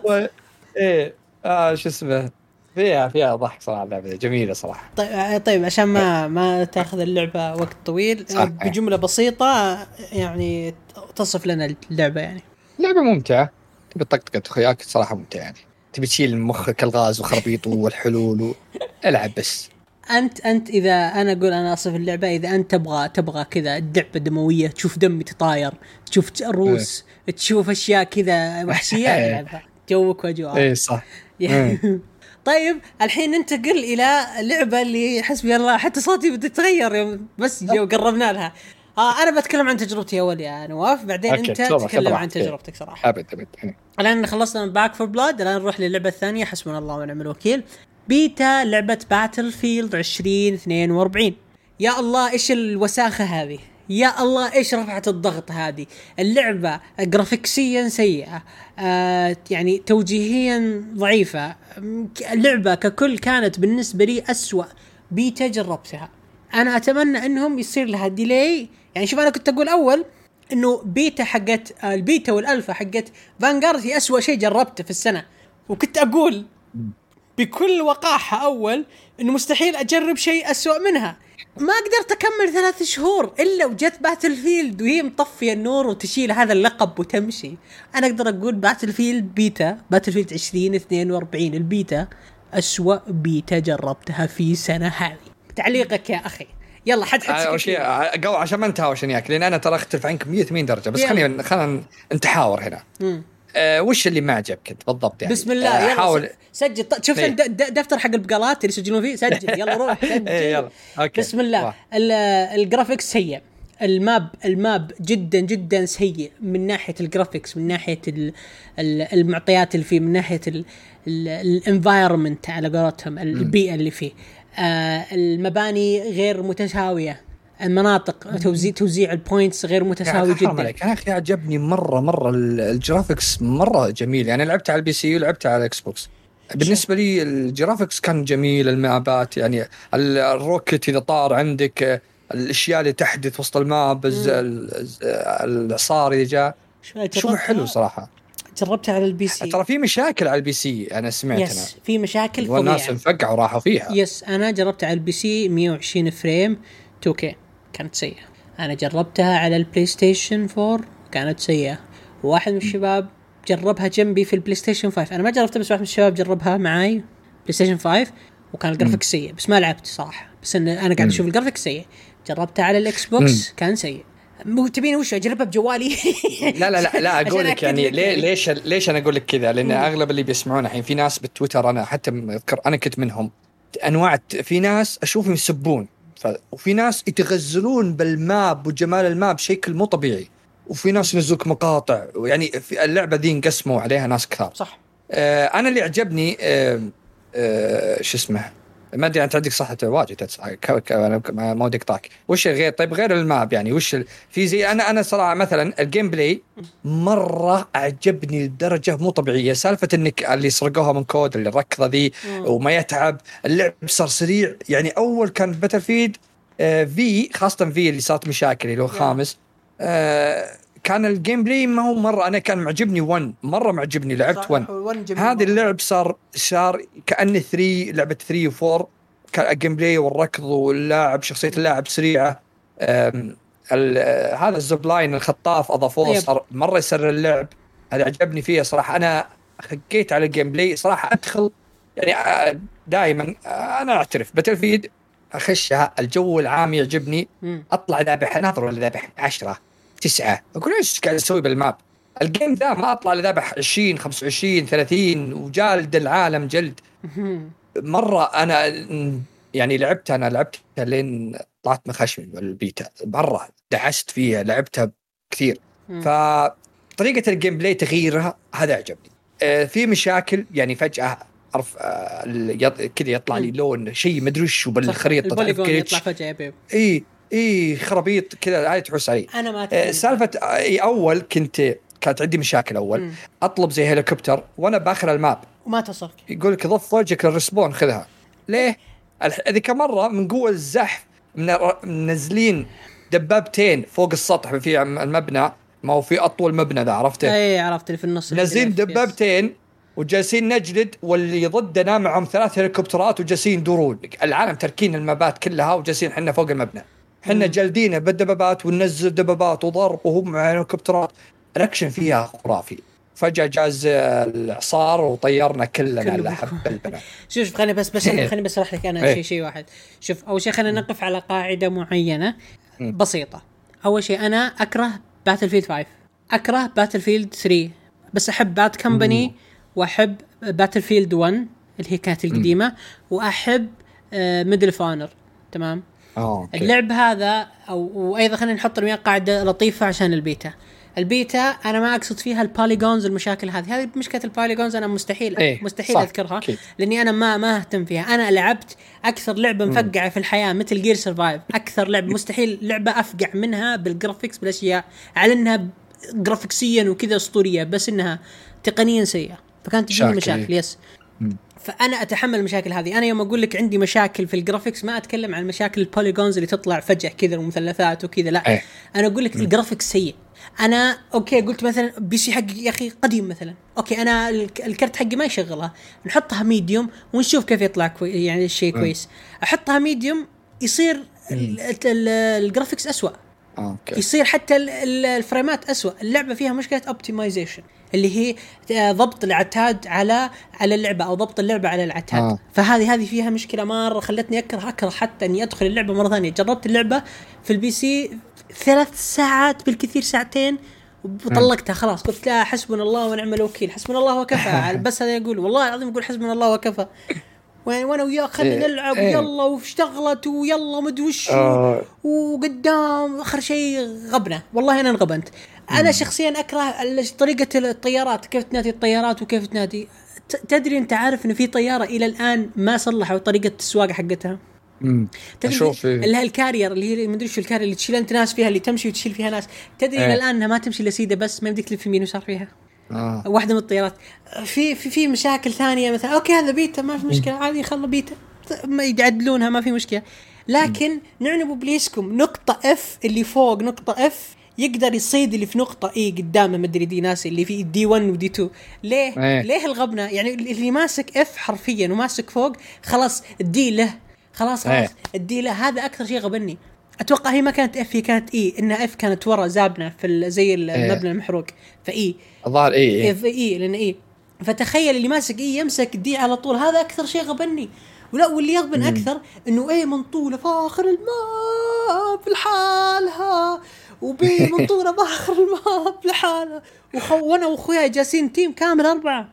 ايه شو اسمه. فيها ضحك صراحة. اللعبة جميلة صراحة. طيب عشان ما تاخذ اللعبة وقت طويل بجملة بسيطة يعني تصف لنا اللعبة. يعني لعبة ممتعة، تبي تطقطق خياك صراحة ممتعة. يعني تبي تشيل مخك الغاز وخربيط والحلول العب بس. انت اذا انا اقول انا اصف اللعبه، اذا انت تبغى كذا لعبه دمويه، تشوف دم تطاير، تشوف روس، تشوف اشياء كذا وحشيه، العبها جوك وجوك. اي صح. طيب الحين ننتقل الى لعبه اللي حسبي الله حتى صوتي بده يتغير بس قربنا لها. انا بتكلم عن تجربتي اول يا نواف، بعدين انت تتكلم عن تجربتك صراحه. ابد الان خلصنا من باك فور بلاد، الان نروح للعبه الثانيه حسبنا الله ونعم الوكيل. بيتا لعبة باتل فيلد 2042. يا الله إيش الوساخة هذه، يا الله إيش رفعة الضغط هذه. اللعبة جرافيكسيا سيئة، يعني توجيهيا ضعيفة. اللعبة ككل كانت بالنسبة لي أسوأ بيتا جربتها. أنا أتمنى أنهم يصير لها ديلي. يعني شوف أنا كنت أقول أول إنه بيتا حقت البيتا والألفا حقت فانغارد هي أسوأ شيء جربته في السنة، وكنت أقول بكل وقاحة أول إنه مستحيل أجرب شيء أسوأ منها. ما قدرت أكمل 3 شهور إلا وجت باتل فيلد وهي مطفية النور وتشيل هذا اللقب وتمشي. أنا أقدر أقول باتل فيلد بيتا، باتل فيلد 2042 البيتا أسوأ بيتا جربتها في سنة هذه. تعليقك يا أخي يلا حد شيء قو عشان ما نتهاوش وياك، لأن أنا ترى اختلف عنك 180 درجة. بس خلينا نتحاور هنا. وش اللي ما عجبك بالضبط يعني؟ بسم الله يلا حاول سجل. شوف دفتر حق البقالات اللي يسجلون فيه، سجل يلا روح سجل. يلا أوكي. بسم الله. الجرافيكس سيء، الماب جدا جدا سيء من ناحية الجرافيكس، من ناحية المعطيات اللي فيه، من ناحية الانفايرمنت على قولتهم، البيئة اللي فيه. المباني غير متساوية، المناطق توزيع البوينتس غير متساوي جدا. انا اخي عجبني مره الجرافيكس مره جميل. يعني لعبت على البي سي ولعبت على الاكس بوكس. بالنسبه لي الجرافيكس كان جميل. المابات يعني الروكت اذا طار عندك، الاشياء اللي تحدث وسط الماب، الإعصار اللي جاء شوف حلو صراحه. جربتها على البي سي، ترى في مشاكل على البي سي انا سمعت. أنا في مشاكل فظيعه والناس انفقعوا وراحوا فيها. انا جربت على البي سي 120 فريم 2K كانت سيئة. أنا جربتها على البلاي ستيشن 4 كانت سيئة. وواحد من الشباب جربها جنبي في البلاي ستيشن 5. أنا ما جربتها بس واحد من الشباب جربها معاي بلاي ستيشن 5 وكان الجرافيك سيء، بس ما لعبت صراحة. بس أنا قاعد أشوف الجرافيك سيء. جربتها على الإكس بوكس كان سيء. تبين وش أجربها بجوالي؟ لا أقول لك يعني ليش أنا أقول لك كذا، لأن أغلب اللي بيسمعون الحين في ناس بالتويتر، أنا حتى أذكر أنا كنت منهم، أنواع في ناس أشوفهم يسبون، وفي ناس يتغزلون بالماب وجمال الماب بشكل مو طبيعي، وفي ناس ينزلوك مقاطع. يعني في اللعبة دي انقسموا عليها ناس كثار. صح. أنا اللي عجبني شو اسمه، ما أدري أنت عندك صحة واجد ما ودي أقطعك. وش غير طيب غير الماب يعني وش في زي أنا صراحة مثلا الجيم بلاي مرة أعجبني لدرجة مو طبيعية. سالفة إنك اللي سرقوها من كود اللي الركضة ذي وما يتعب، اللعب صار سريع. يعني أول كان باتل فيلد في خاصة في اللي صارت مشاكل اللي هو خامس، كان الجيم بلاي ما هو مرة. أنا كان معجبني 1 مرة معجبني، لعبت 1 هذه اللعب صار كأنه 3 لعبة 3 و4 الجيم بلاي والركض واللاعب شخصية اللاعب سريعة. هذا الزبلاين الخطاف أضافوه صار مرة يسر اللعب. هذا عجبني فيها صراحة. أنا خقيت على الجيم بلاي صراحة. أدخل يعني دائما أنا أعترف باتلفيلد أخشها الجو العام يعجبني، أطلع ذابح ناظر ولا ذابح 10 9 أقول إيش قاعد أسوي بالماب. الجيم ذا ما أطلع لذابح 20 25 30 وجالد العالم جلد. مرة أنا يعني لعبتها لين طلعت مخشمي بالبيتا برا، دعست فيها لعبتها كثير. فطريقة الجيم بلاي تغييرها هذا عجبني. في مشاكل يعني فجأة أعرف كذا يطلع لي لون شيء ما أدري وش بالخريطة البوليجون يطلع فجأة يا بيب. إيه خرابيط كذا عادي تحس علي. أنا ما سالفة أول كانت عندي مشاكل أول. أطلب زي هليكوبتر وأنا بآخر الماب وما تصلك، يقولك ضف وجهك للرسبون خذها. ليه؟ ذيك مرة من قوة الزحف منزلين دبابتين فوق السطح في المبنى، ما هو في أطول مبنى ذا عرفته؟ أي عرفت اللي في النص. نزلين دبابتين وجالسين نجلد، واللي ضدنا معهم 3 هليكوبترات وجالسين يدورون. العالم تركين المبات كلها وجالسين حنا فوق المبنى، حنا جالدينه بالدبابات وننزل دبابات وضرب وهم مع هليكوبترات. الأكشن فيها خرافي. فجأة جاز الإعصار وطيرنا كلنا على حب البنات. شوف خليني بس أشرح لك أنا شيء واحد. شوف أول شيء خلينا نقف على قاعدة معينة بسيطة. أول شيء أنا أكره باتلفيلد 5، أكره باتلفيلد 3، بس أحب باد كمباني وأحب باتلفيلد 1 اللي هي كانت القديمة، وأحب ميدل فانر. تمام. اللعب هذا وأيضا خلينا نحط وياه قاعدة لطيفة عشان البيتا أنا ما أقصد فيها البوليجونز المشاكل هذه مشكلة البوليجونز أنا مستحيل أذكرها، لأني أنا ما أهتم فيها. أنا لعبت أكثر لعبة مفقعة في الحياة مثل جير سرفايف، أكثر لعبة مستحيل لعبة أفقع منها بالجرافيكس بالأشياء، على أنها جرافيكسيا وكذا أسطورية بس إنها تقنيا سيئة، فكانت تجيني مشاكل. يس فأنا أتحمل المشاكل هذه. أنا يوم أقول لك عندي مشاكل في الجرافيكس ما أتكلم عن مشاكل البوليجونز اللي تطلع فجأة كذا ومثلثات وكذا، لا أنا أقول لك الجرافيكس سيء. أنا أوكي قلت مثلا بي سي حقي يا أخي قديم مثلا، أوكي أنا الكرت حقي ما يشغلها، نحطها ميديوم ونشوف كيف يطلع يعني الشيء كويس. أحطها ميديوم يصير الجرافيكس أسوأ، يصير حتى الفريمات أسوأ. اللعبة فيها مشكلة اوبتمايزيشن اللي هي ضبط العتاد على اللعبة أو ضبط اللعبة على العتاد. فهذه فيها مشكلة مرة خلتني أكره حتى أني أدخل اللعبة مرة ثانية. جربت اللعبة في البي سي 3 ساعات بالكثير 2 ساعات وطلقتها خلاص. قلت لا حسبنا الله ونعم الوكيل، حسبنا الله وكفى. بس هذا يقول والله العظيم يقول حسبنا الله وكفى، وانا وياه خلينا نلعب يلا واشتغلت ويلا مدوش وقدام اخر شيء غبنا. والله انا انغبنت. انا شخصيا اكره طريقه الطيارات، كيف تنادي الطيارات وكيف تنادي. تدري انت عارف انه في طياره الى الان ما صلحوا طريقه السواقه حقتها. اللي الكارير اللي هي ما ادري شو الكارير اللي تشيل انت ناس فيها، اللي تمشي وتشيل فيها ناس. تدري الى الان انها ما تمشي لسيده بس ما يمديك تلف يمين ويسار فيها. واحدة من الطيارات. في مشاكل ثانية مثلا أوكي هذا بيتا ما في مشكلة عادي خلوا بيتا ما يعدلونها ما في مشكلة، لكن نعنبوا بليسكم نقطة اف اللي فوق نقطة اف يقدر يصيد اللي في نقطة اي قدامه مدري دي ناس اللي في دي 1 ودي 2. ليه الغبنة يعني اللي ماسك اف حرفيا وماسك فوق خلاص الدي له خلاص الدي له. هذا أكثر شيء غبني. أتوقع هي ما كانت اف، هي كانت اي، إنها اف كانت ورا زابنة في زي المبنى المحروق فاي الظاهر اي لأن اي. فتخيل اللي ماسك اي يمسك دي على طول. هذا أكثر شيء غبني. ولا واللي يغبن أكثر إنه ايه منطولة فاخر الماء بالحالها وبي منطولة باخر الماء بالحالها وانا واخويا جالسين تيم كامل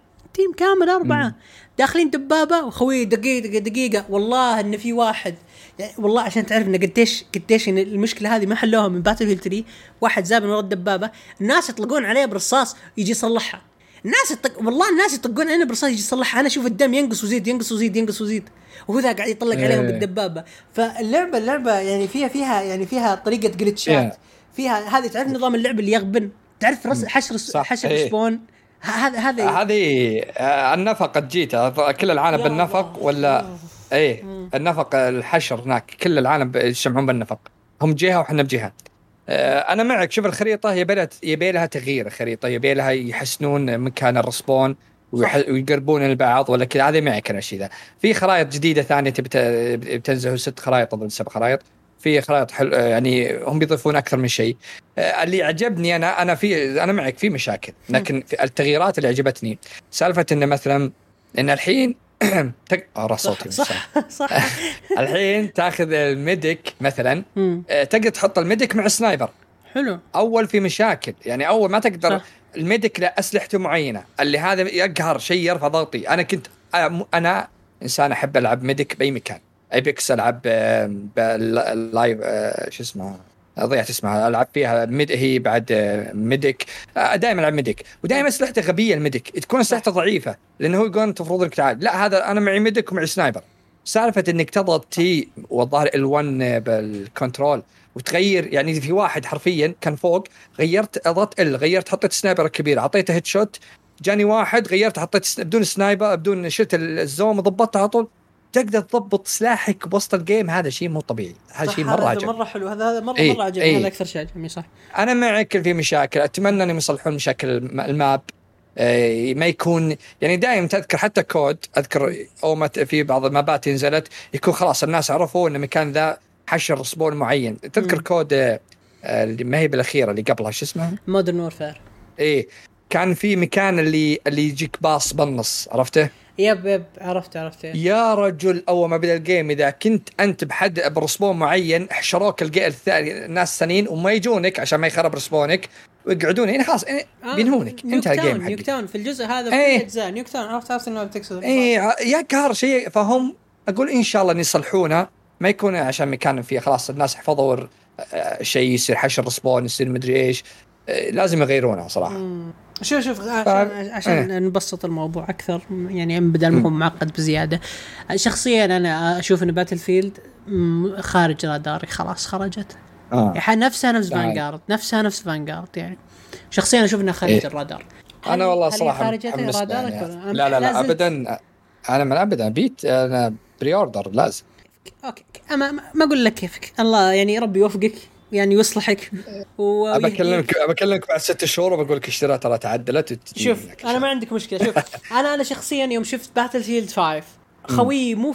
4 داخلين دبابة وخوي دقيقة والله إن في واحد يعني والله عشان تعرف إن قديش إن المشكلة هذه ما حلوها من باتل 3. واحد زاب من ورا الدبابة، الناس يطلقون عليه بالرصاص يجي يصلحها. والله الناس يطلقون عليه بالرصاص يجي يصلحها. أنا أشوف الدم ينقص وزيد وهو ذا قاعد يطلق عليهم بالدبابة. فاللعبة يعني فيها طريقة جلتشات فيها. هذه تعرف نظام اللعب اللي يغبن، تعرف حشر سبون. هذه النفق جيتها كل العالم بالنفق ولا النفق الحشر هناك كل العالم يجمعون بالنفق. هم جهة وحنا بجهة. أنا معك. شوف الخريطة يبي لها تغيير. الخريطة يبي لها يحسنون مكان الرسبون ويقربون البعض ولا كذا. هذا معك أنا الشيء ذا. في خرائط جديدة ثانية بتنزل 6 خرائط أظن 7 خرائط. في خرائط حلو يعني هم بيضيفون أكثر من شيء. اللي عجبني أنا معك في مشاكل، لكن في التغييرات اللي عجبتني سالفة إن مثلا إن الحين صح الحين تأخذ الميديك مثلا تقدر تحط الميديك مع السنايبر. حلو. أول في مشاكل يعني أول ما تقدر الميديك له أسلحته معينة اللي هذا يقهر شيء يرفع ضغطي. أنا إنسان أحب ألعب ميديك بأي مكان. ايبكس العب باللايف شو اسمه ضيعت اسمها، العب فيها هي بعد ميديك. دائما العب ميديك، ودائما اسلحته غبيه. الميديك تكون اسلحته ضعيفه لانه هو يقول انت المفروض انك تعال، لا هذا انا معي ميديك ومعي سنايبر. سالفه انك تضغط تي والظاهر ال1 بالكنترول وتغير، يعني في واحد حرفيا كان فوق غيرت اضغط غيرت حطيت سنايبر كبير اعطيته هيد شوت، جاني واحد غيرت حطيت بدون سنايبر بدون شلت الزوم وضبطته على طول. تقدر تضبط سلاحك بوسط الجيم، هذا شيء مو طبيعي، هذا شيء مره عجب، مره حلو، هذا مره عجبني. هذا اكثر شيء عجبني صح. انا معك في مشاكل، اتمنى انهم يصلحون مشاكل الماب. ما يكون يعني دائما تذكر حتى كود، اذكر او ما في بعض المابات نزلت يكون خلاص الناس عرفوا ان المكان ذا حشر سبون معين. تذكر كود اللي ما هي بالاخيره اللي قبلها شو اسمها مودرن وورفير. كان في مكان اللي يجيك باص بالنص، عرفته؟ يب عرفت يا رجل اول ما بدا الجيم اذا كنت انت بحد برسبون معين حشروك الثاني الناس الثانيين وما يجونك عشان ما يخرب رسبونك ويقعدون يعني خلاص بينهونك. انت الجيم حقك نيوكتاون في الجزء هذا في اجزاء نيوكتاون عرفت انه بتكسر يا قهر شيء. فهم اقول ان شاء الله يصلحونه، ما يكون عشان مكان فيه خلاص الناس حفظوا شيء يصير حشر رسبون يصير مدري ايش، لازم يغيرونها صراحه. شوف عشان نبسط الموضوع أكثر، يعني بدل ما هو معقد بزيادة. شخصيا أنا أشوف إن باتل فيلد خارج راداري، خلاص خرجت. يعني نفسها نفس فانغارد، نفس فانغارد. يعني شخصيا أشوف إنها خارج الرادار. أنا والله صراحة خارجت الرادار يعني. لا أبدا، أنا من أبدا بيت أنا بري أوردر لازم. أوكي ما أقول لك كيفك، الله يعني ربي يوفقك يعني يصلحك. بكلمك بعد 6 شهور وبقول لك اشتريها ترى تعدلت. شوف انا ما عندك مشكله. شوف انا شخصيا يوم شفت باتل فيلد 5 خوي مو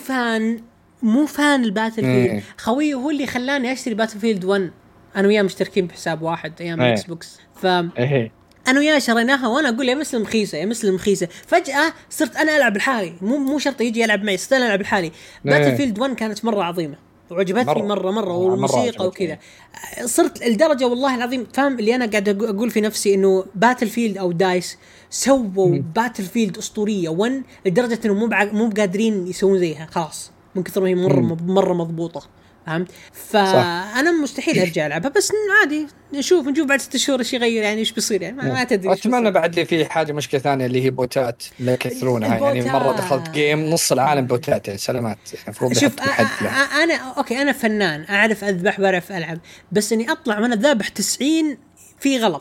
فان الباتل فيلد. خوي هو اللي خلاني اشتري باتل فيلد 1. انا وياه مشتركين بحساب واحد ايام الاكس بوكس. انا وياه شريناها وانا اقول يا مسلم خيسه فجاه صرت انا العب لحالي، مو شرط يجي يلعب معي، صرت انا العب لحالي. باتل فيلد 1 كانت مره عظيمه وعجبتني مرة والموسيقى وكذا. صرت الدرجة والله العظيم فاهم اللي أنا قاعد أقول في نفسي إنه باتل فيلد أو دايس سووا باتل فيلد أسطورية 1 لدرجة إنه مو قادرين يسوون زيها خلاص من كثر ما هي مرة مضبوطة. فهمت؟ فأنا مستحيل أرجع ألعبها، بس عادي نشوف بعد 6 شهور إيش يغير، يعني إيش بيصير، يعني ما تدري. أتمنى بعد لي في حاجة مشكلة ثانية اللي هي بوتات لا يكثرونها. يعني مرة دخلت جيم نص العالم بوتات، يعني سلامات. شوف أنا أوكي أنا فنان أعرف أذبح بعرف ألعب، بس إني أطلع من الذابح 90 في غلط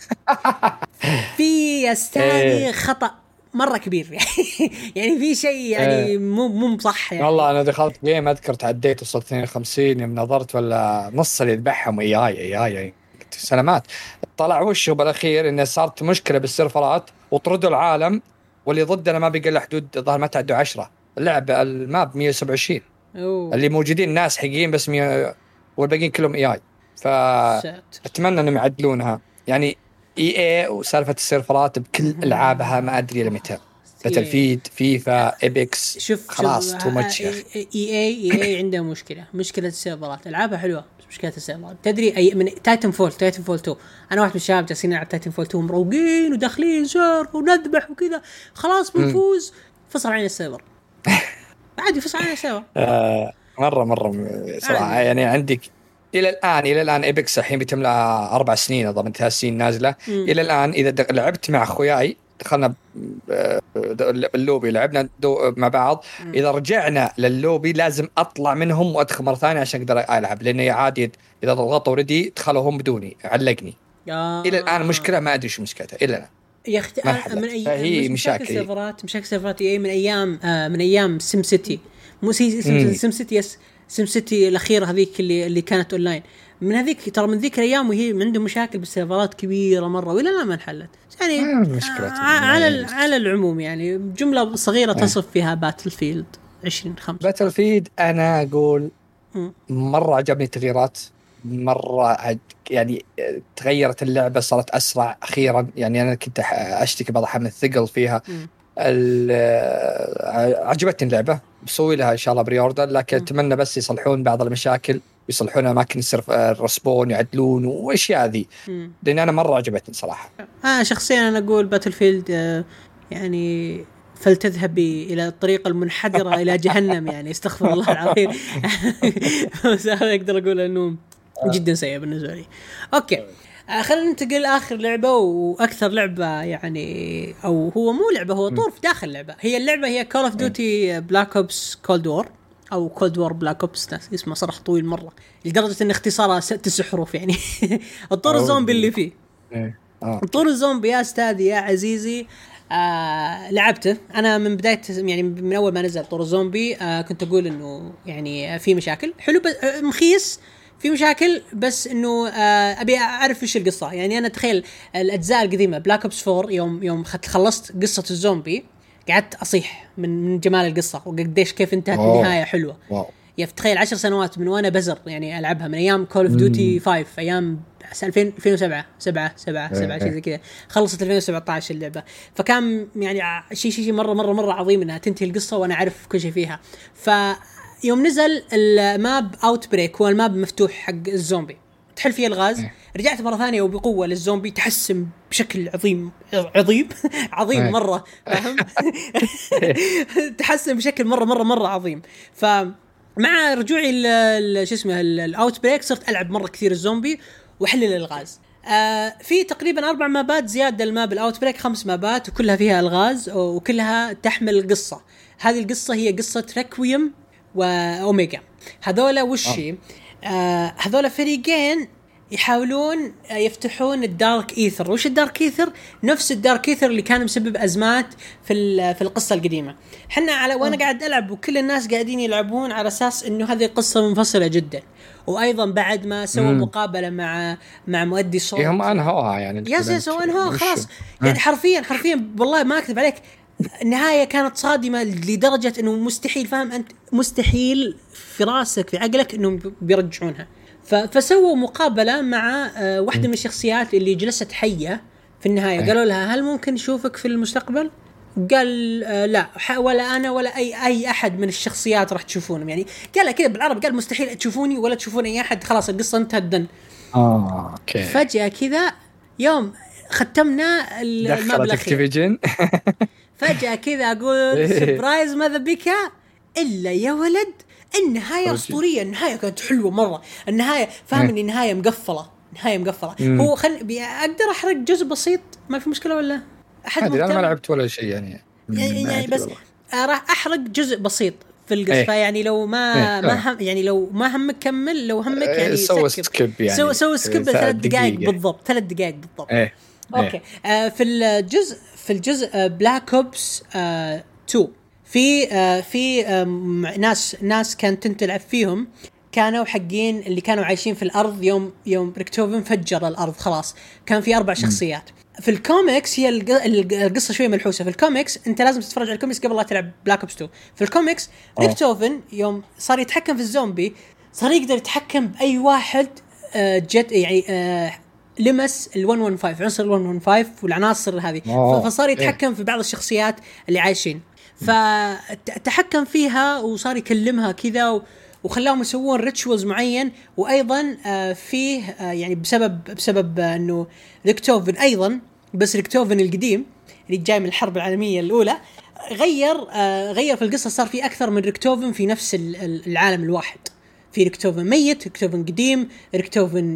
في استاني خطأ مرة كبير يعني في شيء يعني مو صح يعني. والله أنا دخلت جيم أذكر تعديت وصلت 52 يوم نظرت ولا نص اللي يذبحهم AI سلامات. طلع وشه بالأخير إنه صارت مشكلة بالسيرفرات وطردوا العالم، واللي ضدنا ما بقى له حدود ظهر ما تعدوا 10. اللعب الماب 127 اللي موجودين ناس حقيقيين بس والباقيين كلهم AI. فأتمنى أنهم يعدلونها يعني. EA وسالفة السيرفرات بكل ألعابها ما أدري لمتى. باتلفيلد فيفا إبكس خلاص تو ماتش. EA عندها مشكلة السيرفرات. ألعابها حلوة بس مشكلة السيرفرات. تدري من تايتن فول 2 أنا واحد من الشباب جالسين نلعب تايتن فول 2 مروقين وداخلين سيرف وندبح وكذا خلاص بنفوز فصل عين السيرفر عادي فصل عين السيرفر. مرة صراحة يعني عندك إلى الآن إبكس الحين بتملأ 4 سنين أظن 3 سنين نازلة. إلى الآن إذا لعبت مع أخوياي دخلنا اللوبي لعبنا مع بعض، إذا رجعنا لللوبي لازم أطلع منهم وأدخل مرة ثانية عشان أقدر ألعب، لأنه عادي إذا ضغطوا ردي دخلوا هم بدوني علقني. إلى الآن مشكلة ما أدري شو مشكلتها إلا أنا. يا أختي من مشاكل سيرفرات من أيام سيم سيتي سيم سيتي سيم سيتي الأخيرة هذيك اللي كانت أونلاين. من هذيك ترى من ذيك الأيام وهي عنده مشاكل بالسيرفرات كبيرة مرة وإلا لا ما انحلت يعني. على العموم يعني جملة صغيرة تصف فيها باتل فيلد 2005. باتل فيلد أنا أقول مرة عجبني التغييرات مرة يعني تغيرت اللعبة صارت أسرع أخيرا. يعني أنا كنت أشتكي بعضها من الثقل فيها. عجبتني اللعبة بسوي لها إن شاء الله بري أوردر، لكن أتمنى بس يصلحون بعض المشاكل ويصلحون أماكن الرسبون يعدلون وأشياء ذي، لأن أنا مرة عجبتني صراحة. شخصيا أنا أقول باتل فيلد يعني فلتذهبي الى الطريق المنحدره الى جهنم، يعني استغفر الله العظيم. بس هذا اقدر اقول انه جدا سيء بالنسبه لي. اوكي خلينا ننتقل اخر لعبه واكثر لعبه، يعني او هو مو لعبه، هو طور في داخل لعبه. هي اللعبه هي كول اوف ديوتي بلاك اوبس كولد وور، او كولد وور بلاك اوبس، اسمه صراحه طويل مره لدرجه ان اختصارها 6 حروف يعني. الطور الزومبي اللي فيه طور الزومبي يا استاذي يا عزيزي. لعبته انا من بدايه، يعني من اول ما نزل طور الزومبي. كنت اقول انه يعني في مشاكل، حلو مخيس، في مشاكل، بس انه ابي اعرف ايش القصه. يعني انا تخيل الاجزاء القديمه بلاك اوبس 4 يوم خلصت قصه الزومبي قعدت اصيح من جمال القصه وقديش كيف انتهت بنهايه حلوه. يا تخيل 10 سنوات من وانا بزر يعني العبها، من ايام كول اوف ديوتي 5 ايام 2007 7 شيء زي كذا، خلصت 2017 اللعبه. فكان يعني شيء مره عظيم انها تنتهي القصه وانا اعرف كل شيء فيها. يوم نزل الماب اوت بريك، هو الماب مفتوح حق الزومبي تحل فيه الغاز، رجعت مره ثانيه وبقوه للزومبي، تحسن بشكل عظيم مره، فاهم؟ تحسن بشكل مره عظيم. فمع رجوعي شو اسمه الاوت بريك صرت العب مره كثير الزومبي واحلل الغاز. في تقريبا 4 مابات زياده الماب الاوت بريك، 5 مابات وكلها فيها الغاز وكلها تحمل قصه. هذه القصه هي قصه ريكويم وأوميجا. هذولا وشي هذولا فريقين يحاولون يفتحون الدارك إيثر. وش الدارك إيثر؟ نفس الدارك إيثر اللي كان مسبب أزمات في القصة القديمة. حنا وأنا قاعد ألعب وكل الناس قاعدين يلعبون على أساس إنه هذه القصة منفصلة جدا. وأيضا بعد ما سووا مقابلة مع مؤدي صوت، هم أنهوها يعني يس أنهوها خلاص. يعني حرفيا والله ما أكذب عليك، النهاية كانت صادمة لدرجة إنه مستحيل، فاهم أنت؟ مستحيل في راسك في عقلك إنهم بيرجعونها. فسووا مقابلة مع واحدة من الشخصيات اللي جلست حية في النهاية. قالوا لها هل ممكن نشوفك في المستقبل؟ قال لا، ولا أنا ولا أي أحد من الشخصيات راح تشوفونهم. يعني قال كذا بالعربي، قال مستحيل تشوفوني ولا تشوفون أي أحد، خلاص القصة انتهت دن. أوكي. فجأة كذا يوم ختمنا الماب الأخير، فجأة كذا أقول سبرايز ماذا بك إلا يا ولد، النهاية أسطورية، النهاية كانت حلوة مرة، النهاية فاهم إن النهاية مقفلة. هو أقدر أحرق جزء بسيط ما في مشكلة ولا أحد مهتم؟ أنا ما لعبت ولا شيء يعني بس راح أحرق جزء جزء في القصة. يعني لو ما هم، يعني لو ما همك كمل، لو همك يعني سوي سكيب، يعني سوي سكيب 3 دقائق بالضبط، 3 دقائق بالضبط. اوكي. في الجزء بلاك اوبس 2 في ناس كانت تلعب فيهم، كانوا حقين اللي كانوا عايشين في الارض يوم ريكتوفن فجر الارض خلاص. كان في 4 شخصيات. في الكوميكس هي القصه شويه ملحوسه. في الكوميكس انت لازم تتفرج على الكوميكس قبل لا تلعب بلاك اوبس 2. في الكوميكس ريكتوفن يوم صار يتحكم في الزومبي صار يقدر يتحكم باي واحد جت يعني لمس ال115 عنصر ال115 والعناصر هذه. فصار يتحكم في بعض الشخصيات اللي عايشين، فتحكم فيها وصار يكلمها كذا وخلاهم يسوون ريتشوالز معين. وايضا فيه يعني بسبب انه ريكتوفن ايضا، بس ريكتوفن القديم اللي جاي من الحرب العالميه الاولى غير في القصه. صار في اكثر من ريكتوفن في نفس العالم الواحد. في ريكتوفن ميت، ريكتوفن قديم، ريكتوفن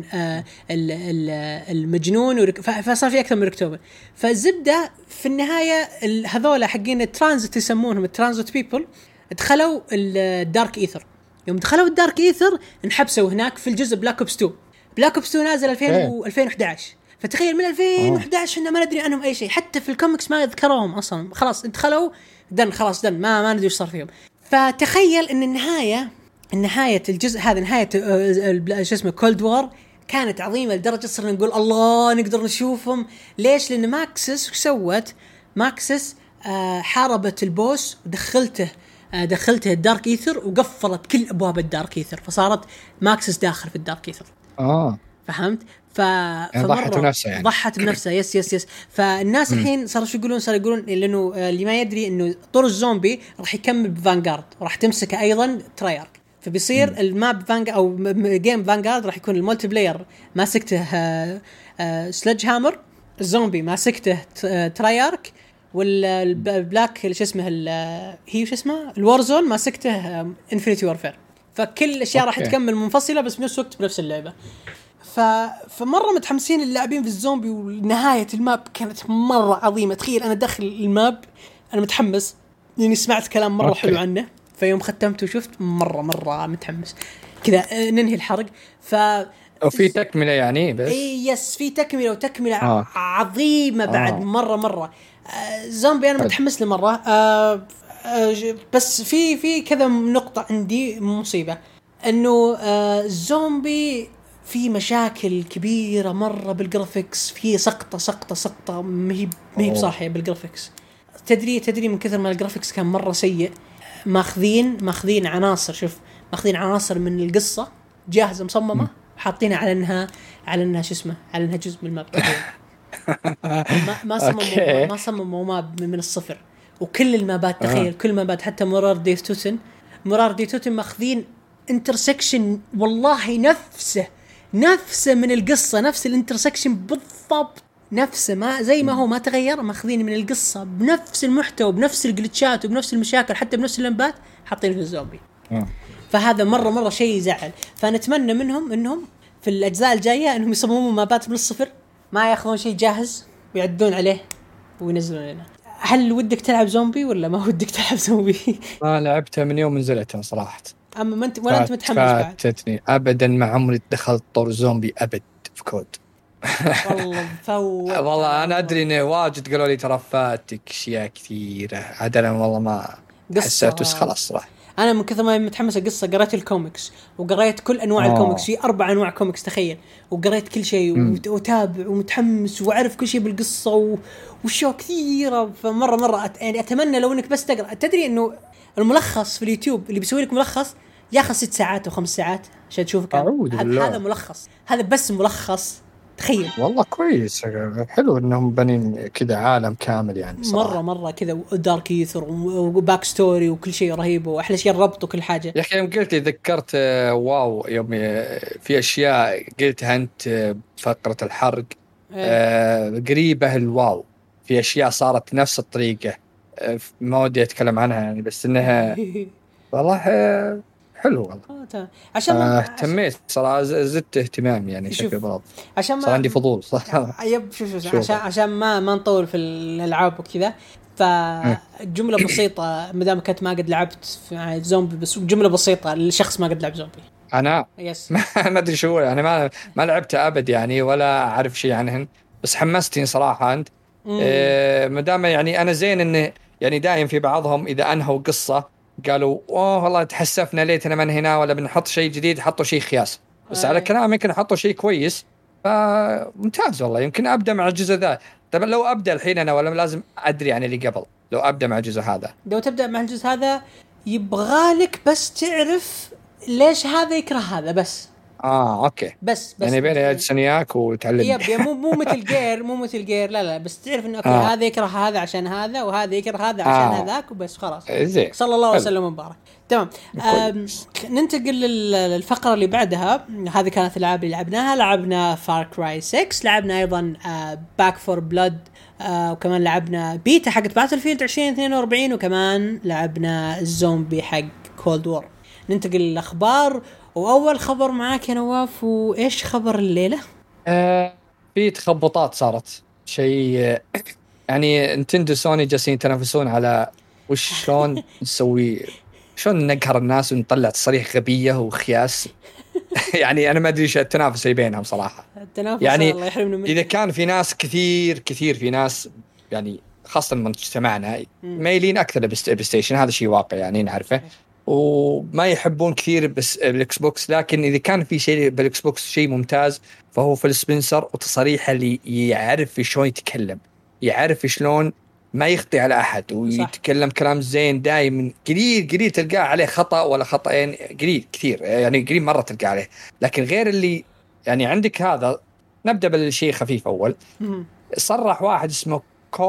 المجنون، فصار في أكثر من ريكتوفن. فالزبدة في النهاية هذولا حقين الترانزيت يسمونهم الترانزيت بيبل دخلوا الدارك إيثر. يوم دخلوا الدارك إيثر انحبسوا هناك في الجزء بلاك أوبس 2. بلاك أوبس 2 نازل 2011. فتخيل من 2011 إحنا ما ندري عنهم أي شيء، حتى في الكوميكس ما يذكروهم أصلا. خلاص دخلوا خلاص ما ندري إيش صار فيهم. فتخيل إن النهاية الجزء هذا، نهاية شو اسمه كولد وور، كانت عظيمة لدرجة صرنا نقول الله نقدر نشوفهم. ليش؟ لأن ماكسس وش سوت؟ ماكسس حاربت البوس ودخلته الدارك إيثر وقفلت كل أبواب الدارك إيثر، فصارت ماكسس داخل في الدارك إيثر. فهمت؟ ضحت بنفسها يعني. ضحت بنفسها. يس. فالناس الحين صاروا يقولون لأنه اللي ما يدري إنه طور الزومبي راح يكمل بفانغارد وراح تمسكه أيضا ترايارك. فبيصير الماب او جيم فانغارد راح يكون المولتي بلاير ماسكته سلج هامر، الزومبي ماسكته ترايارك، والبلاك شو اسمه هي شو اسمه الوارزون ماسكته انفينيتي وورفير. فكل الاشياء راح تكمل منفصله بس بنفس الوقت بنفس اللعبه. فمره متحمسين اللاعبين في الزومبي. ونهايه الماب كانت مره عظيمه. تخيل انا داخل الماب انا متحمس لاني سمعت كلام مره حلو عنه. فيوم ختمت وشفت مره متحمس كذا ننهي الحرق. وفي تكمله يعني بس يس في تكمله وتكمله عظيمه بعد مره زومبي انا متحمس له مره. بس في كذا نقطه عندي مصيبه انه زومبي في مشاكل كبيره مره بالجرافيكس. في سقطه ما هي بصاحيه بالجرافيكس. تدري من كثر ما الجرافيكس كان مره سيء ماخذين عناصر. شوف ماخذين عناصر من القصه جاهزه مصممه حاطينها على انها شو اسمه على انها جزء من الماب. ما صمموا ماب من الصفر. وكل المابات تخيل كل مابات حتى مرار دي توتن ماخذين انترسكشن والله نفسه من القصه. نفس الانترسكشن بالضبط نفسه ما زي ما هو ما تغير. ماخذين من القصه بنفس المحتوى بنفس الجلتشات وبنفس المشاكل حتى بنفس اللمبات حاطين في الزومبي. فهذا مرة شيء يزعل. فنتمنى منهم انهم في الاجزاء الجايه انهم يصممون مابات من الصفر ما ياخذون شيء جاهز ويعدون عليه وينزلون لنا. هل ودك تلعب زومبي ولا ما ودك تلعب زومبي؟ ما لعبتها من يوم نزلتها صراحه. اما ما انت ولا انت متحمس بعد؟ فاتتني ابدا ما عمري دخلت طور زومبي ابد في كود. والله انا ادري انه واجد قالوا لي ترى فاتك اشياء كثيره عاد انا والله ما حسيت بس خلاص راح. انا من كثر ما متحمس القصه قرأت الكوميكس وقرأت كل انواع الكوميكس. في 4 انواع كوميكس تخيل. وقرأت كل شيء وتابع ومتحمس وعارف كل شيء بالقصه وشو كثيره. فمره يعني اتمنى لو انك بس تقرأ. تدري انه الملخص في اليوتيوب اللي بيسوي لك ملخص ياخذ 6 ساعات و5 ساعات عشان تشوفه كامل. هذا ملخص. هذا بس ملخص تخيل. والله كويس حلو انهم بنين كذا عالم كامل يعني صراحة. مرة كذا دارك يثر وباك ستوري وكل شيء رهيب واحلى شيء الربط وكل حاجة. يا اخي يوم قلت لي ذكرت واو يوم في اشياء قلتها انت فقرة الحرق قريبة الواو. في اشياء صارت نفس الطريقة ما ودي اتكلم عنها يعني بس انها والله حلو والله. عشان اهتميت صراحة زدت اهتمام يعني بشكل بعض. عشان صار عندي فضول صح. يب شوف عشان ما نطول في الالعاب وكذا. فجملة بسيطة مدام كنت ما قد لعبت في زومبي بس جملة بسيطة للشخص ما قد لعب زومبي. انا ما ادري شو يعني ما لعبت ابد يعني ولا اعرف شيء عنهن بس حمستني صراحة انت. مدام يعني انا زين انه يعني دائم في بعضهم اذا انهوا قصة قالوا والله تحسفنا ليتنا من هنا ولا بنحط شيء جديد حطوا شيء خياس. بس على كلام يمكن حطوا شيء كويس فممتاز والله. يمكن ابدا مع الجزء ذا. طب لو ابدا الحين انا ولا لازم ادري عن اللي قبل؟ لو ابدا مع الجزء هذا لو تبدا مع الجزء هذا يبغالك بس تعرف ليش هذا يكره هذا بس. اوكي بس يعني بين اجسنياك وتعلم. يب مو مثل جير لا بس تعرف انه اوكي هذا يكره هذا عشان هذا وهذا يكره هذا عشان هذاك وبس خلاص. صلى الله وسلم وبارك. تمام. ننتقل للفقره اللي بعدها. هذه كانت الالعاب اللي لعبنا فار كراي 6 لعبنا ايضا باك فور بلود وكمان لعبنا بيتا حقت باتلفيلد 2042 وكمان لعبنا الزومبي حق كولد وور. ننتقل للاخبار واول خبر معاك يا نواف. وايش خبر الليله؟ في تخبطات صارت شيء يعني نينتندو سوني جالسين يتنافسون على وش شلون نسوي شلون نقهر الناس ونطلع تصريح غبيه وخياس. يعني انا ما ادري ايش التنافس اللي بينهم صراحه. التنافس يعني الله يحرمنا منه. اذا كان في ناس كثير في ناس يعني خاصه من مجتمعنا مايلين اكثر للبلاي ستيشن هذا شيء واقع يعني نعرفه وما يحبون كثير بس بالاكس بوكس. لكن اذا كان في شيء بالاكس بوكس شيء ممتاز فهو فيل سبنسر وتصريحه اللي يعرف شلون يتكلم يعرف شلون ما يخطي على احد ويتكلم كلام زين دائما. قليل تلقاه عليه خطا ولا خطأين قليل كثير يعني قليل مره تلقاه عليه. لكن غير اللي يعني عندك هذا نبدا بالشيء خفيف اول. صرح واحد اسمه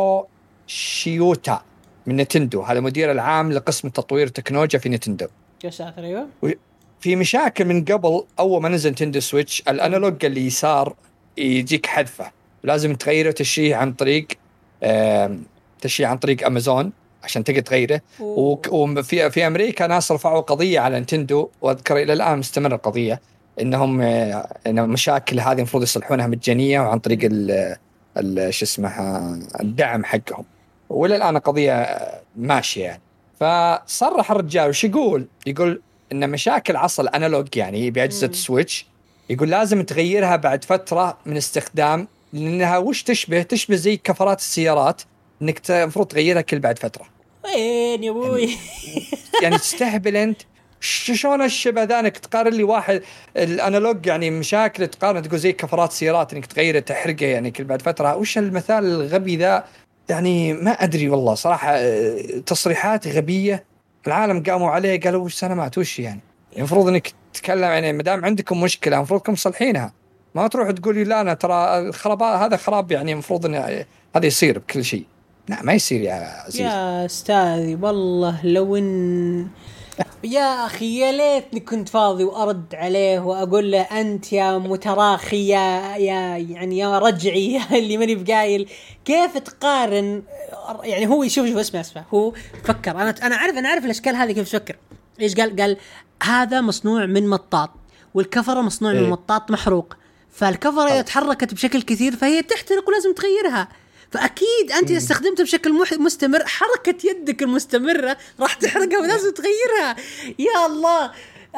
شيوتا من نينتندو هذا مدير العام لقسم تطوير التكنولوجيا في نينتندو. جسات ايوه. في مشاكل من قبل اول ما نزل نينتندو سويتش الانالوج اللي يسار يجيك حذفه لازم تغيره تشريح عن طريق تشيء عن طريق امازون عشان تقدر تغيره. وفي امريكا ناس رفعوا قضيه على نينتندو، واذكر الى الان مستمره القضيه انهم ان مشاكل هذه المفروض يصلحونها مجانيه وعن طريق شو اسمها الدعم حقهم، والى الان قضيه ماشيه يعني. فصرح الرجال وش يقول ان مشاكل عصا الانالوج يعني باجهزه السويتش، يقول لازم تغيرها بعد فتره من استخدام، لانها وش تشبه زي كفرات السيارات، انك المفروض تغيرها كل بعد فتره. وين يا ابوي؟ يعني تستهبل انت. شلون الشبه ذا انك تقارن لي واحد الانالوج يعني مشاكل تقارن تقول زي كفرات سيارات انك تغيره تحرقه يعني كل بعد فتره؟ وش المثال الغبي ذا يعني؟ ما ادري والله صراحه، تصريحات غبيه. العالم قاموا عليه قالوا وش سنوات وش يعني المفروض انك تتكلم يعني ما دام عندكم مشكله المفروض انكم تصلحينها، ما تروح تقولي لا انا ترى الخراب هذا خراب يعني المفروض ان هذا يصير بكل شيء. لا ما يصير يا عزيز. يا استاذي والله لو ان يا اخي يا ليتني كنت فاضي وارد عليه واقول له انت يا متراخي يا يعني يا رجعي اللي ماني بقايل كيف تقارن. يعني هو يشوف اسمه هو فكر. انا عارف الاشكال هذه كيف تفكر. ايش قال هذا مصنوع من مطاط والكفره مصنوع من مطاط محروق، فالكفره اذا تحركت بشكل كثير فهي تحترق ولازم تغيرها. فأكيد أنت إذا استخدمتها بشكل مستمر حركة يدك المستمرة راح تحرقها ولازم تغيرها. يا الله،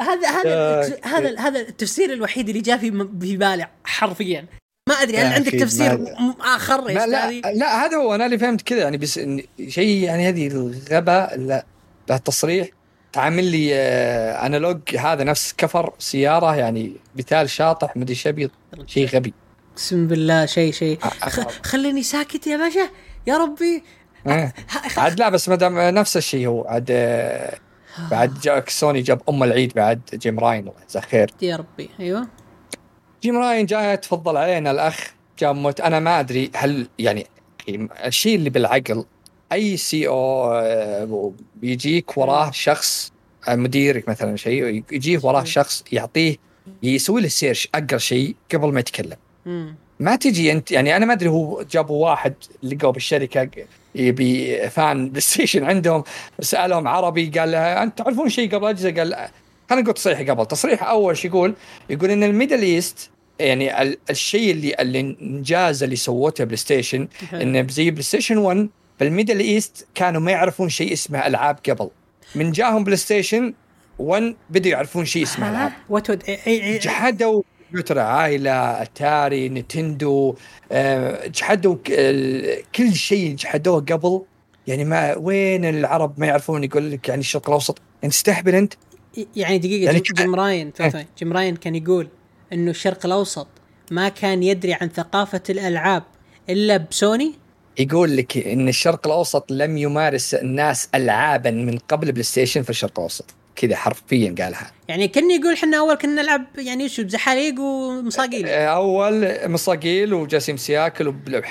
هذا التفسير الوحيد اللي جاء في بالي حرفيا. ما أدري هل عندك تفسير آخر؟ لا هذا هو أنا اللي فهمت كذا يعني، بس شيء يعني هذه الغباء لا التصريح تعمل لي أنالوج هذا نفس كفر سيارة يعني مثال شاطح مدري شبي شيء غبي. بسم بالله شيء خليني ساكت يا باشا يا ربي. عاد لا بس مدام نفس الشيء هو عاد بعد جاك سوني جاب العيد بعد جيم راين الله يجزاه خير يا ربي. ايوه جيم راين جاي تفضل علينا الاخ جاب انا ما ادري هل يعني الشيء اللي بالعقل اي سي او بيجيك وراه شخص مديرك مثلا شيء يجيه وراه شخص يعطيه يسوي له سيرش اقرا شيء قبل ما يتكلم. ما تجي انت يعني انا ما ادري هو جابوا واحد لقوا بالشركه يبي فان بلاي ستيشن عندهم سالهم عربي قال له انت تعرفون شيء قبل اجهزه؟ قال خلينا نقول تصريح قبل تصريح اول شيء يقول ان الميدل ايست يعني الشيء اللي الانجاز اللي سوته بلاي ستيشن انه زي بلاي ستيشن 1 بالميدل ايست كانوا ما يعرفون شيء اسمه العاب قبل، من جاهم بلاي ستيشن 1 بدوا يعرفون شيء اسمه العاب. جحدوا كمبيوتر عائلة أتاري نينتندو جحدوا كل شيء جحدوه قبل يعني. ما وين العرب ما يعرفون يقول لك يعني الشرق الأوسط يعني تستهبل أنت يعني دقيقة يعني جيم راين كان يقول إنه الشرق الأوسط ما كان يدري عن ثقافة الألعاب إلا بسوني. يقول لك إن الشرق الأوسط لم يمارس الناس ألعابا من قبل بلاي ستيشن في الشرق الأوسط كذا حرفيا قالها. يعني كان يقول حنا أول كنا نلعب يعني شو بزحاليق ومصاقيل أول مصاقيل وجاسم سياكل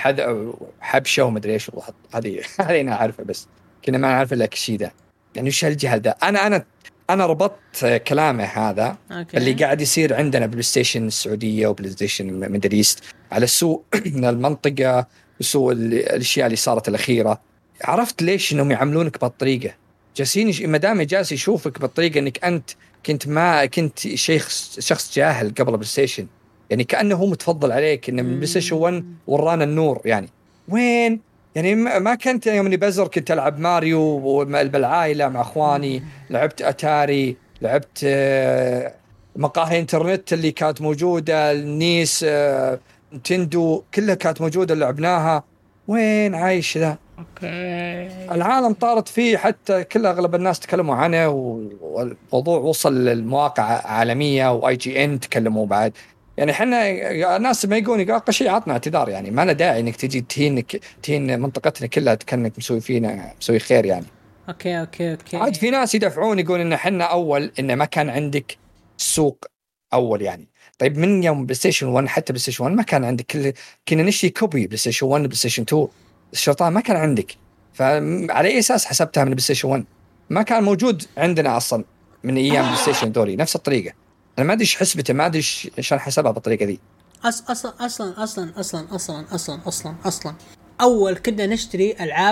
وحبشة ومدري إيش هذه أنا عارفة بس كنا ما نعرف إلا الشيء ده يعني وش هالجهل ده. أنا ربطت كلامه هذا اللي قاعد يصير عندنا بلاي ستيشن السعودية وبلاي ستيشن ميدل إيست على سوء المنطقة وسوء الأشياء اللي صارت الأخيرة. عرفت ليش إنهم يعاملونك بهالطريقة؟ جالسين مدام جالس يشوفك بالطريقة انك انت كنت شخص جاهل قبل بلاي ستيشن يعني كأنه هو متفضل عليك انه من بلاي ستيشن 1 ورانا النور يعني. وين يعني ما كنت يوم اني بزر كنت العب ماريو بالعائلة مع اخواني، لعبت اتاري، لعبت مقاهي انترنت اللي كانت موجودة النيس نينتندو كلها كانت موجودة لعبناها. وين عايش ذا؟ العالم طارت فيه حتى كل أغلب الناس تكلموا عنه والموضوع وصل للمواقع عالمية واي جي ان تكلموا بعد يعني. حنا الناس ما يقولون أقل شيء عطنا اعتذار يعني ما له داعي إنك تجي تهين منطقتنا كلها كأنك مسوي خير يعني. أوكي عاد في ناس يدفعون يقول إن حنا أول إن ما كان عندك سوق أول يعني. طيب من يوم بلاي ستيشن 1 حتى بلاي ستيشن 1 ما كان عندك كنا نشتري كوبي بلاي ستيشن 1 بلاي ستيشن 2 الشرطان ما كان عندك، فعلى أي أساس حسبتها من بلاي ستيشن 1؟ ما كان موجود عندنا أصلا من أيام بلاي ستيشن دوري نفس الطريقة. أنا ما أدري حسبته ما أدري عشان حسبها بالطريقة دي. أصلا أول كنا نشتري ألعاب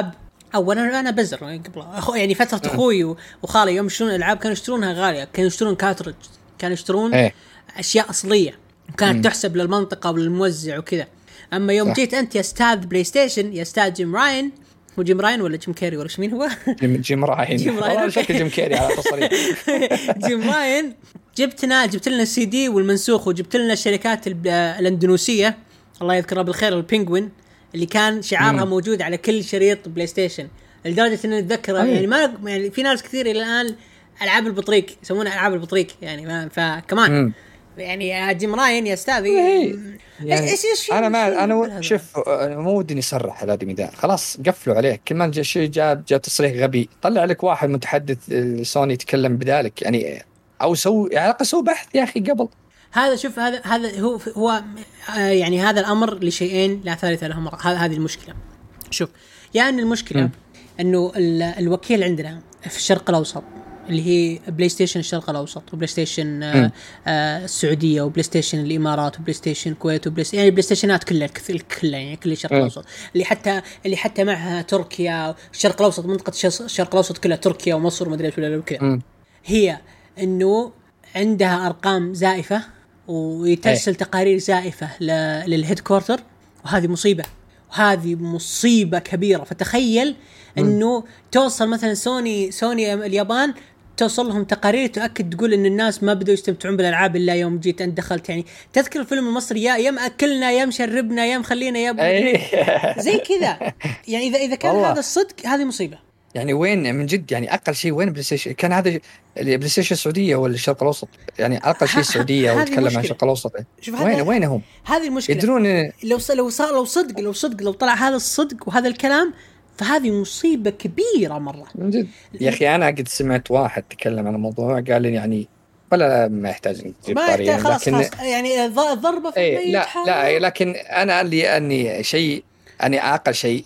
اولا انا بزر قبل يعني فتره اخوي وخالي يوم يشترون العاب كانوا يشترونها غاليه، كانوا يشترون كاترج، كانوا يشترون اشياء اصليه وكانت تحسب للمنطقه وللموزع وكذا. اما يوم جيت انت يا استاذ بلاي ستيشن، يا استاذ جيم راين، هو جيم راين ولا جيم كيري ولا مين هو؟ جيم راين والله شكل جيم كيري على تصريح. جيم راين جبت لنا السي دي والمنسوخ، وجبت لنا الشركات الاندونيسيه الله يذكرها بالخير البينغوين اللي كان شعارها موجود على كل شريط بلاي ستيشن، لدرجه ان نتذكر يعني ما يعني في ناس كثير الى الان العاب البطريق يسمونها العاب البطريق يعني فكمان يعني جيم راين يا استاذي يعني ايش انا شوف مو ودي نسرح هذا ميدان، خلاص قفلوا عليه. كل ما جاء تصريح غبي طلع لك واحد متحدث سوني يتكلم بذلك يعني، او على الاقل سووا بحث يا اخي قبل. هذا شوف هذا هو يعني هذا الامر لشيئين لا ثالث لهم، هذه المشكله. شوف يعني المشكله انه الوكيل عندنا في الشرق الاوسط اللي هي بلاي ستيشن الشرق الاوسط وبلاي ستيشن السعوديه وبلاي ستيشن الامارات وبلاي ستيشن الكويت يعني بلاي ستيشنات كلها يعني كل الشرق الاوسط اللي حتى معها تركيا الشرق الاوسط، منطقه الشرق الاوسط كلها تركيا ومصر وما ادري ايش ولا كذا، هي انه عندها ارقام زائفه ويترسل تقارير زائفه للهيد كوارتر، وهذه مصيبه كبيره. فتخيل انه توصل مثلا سوني اليابان توصل لهم تقارير تؤكد تقول ان الناس ما بدوا يستمتعون بالالعاب الا يوم جيت انت دخلت. يعني تذكر الفيلم المصري يا مأكلنا يا مشربنا يا مخلينا يا زي كذا. يعني اذا كان هذا الصدق هذه مصيبه. يعني وين من جد يعني اقل شيء وين بلاي ستيشن كان هذا البلاي ستيشن السعوديه ولا الشرق الاوسط؟ يعني اقل شيء السعوديه وتكلم عن الشرق الاوسط. وينهم هذه المشكله يدرون لو طلع هذا الصدق وهذا الكلام فهذه مصيبه كبيره مره من جد. يا اخي انا قد سمعت واحد تكلم عن الموضوع قال لي يعني ولا ما يحتاج نجيب طريقه خلاص يعني الضربه في الميت لا لكن انا اني شيء يعني اقل شيء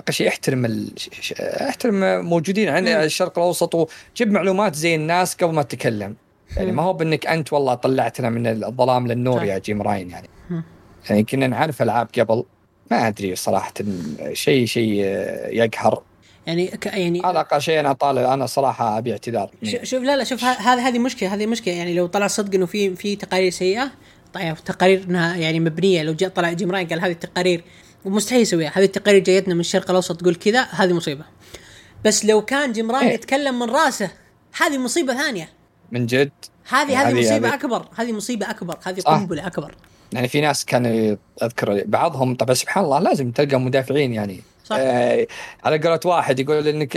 احترم موجودين عن الشرق الاوسط وجيب معلومات زي الناس قبل ما تتكلم. يعني ما هو بانك انت والله طلعتنا من الظلام للنور يا جيم راين. يعني كنا نعرف العاب قبل ما ادري صراحه شيء يقهر. يعني على اقل شيء انا صراحه ابي اعتذار. شوف لا شوف هذه مشكله يعني لو طلع صدق انه في تقارير سيئه، طيب تقارير انها يعني مبنيه، لو جاء طلع جيم راين قال هذه التقارير ومستحيل يسويها، هذه التقارير جايتنا من الشرق الاوسط تقول كذا، هذه مصيبه. بس لو كان جيم راين يتكلم من راسه هذه مصيبه ثانيه من جد. هذه مصيبه اكبر، هذه مصيبه اكبر، هذه قنبله اكبر. يعني في ناس كانوا اذكر بعضهم طبعا سبحان الله لازم تلقى مدافعين يعني على قولة واحد يقول انك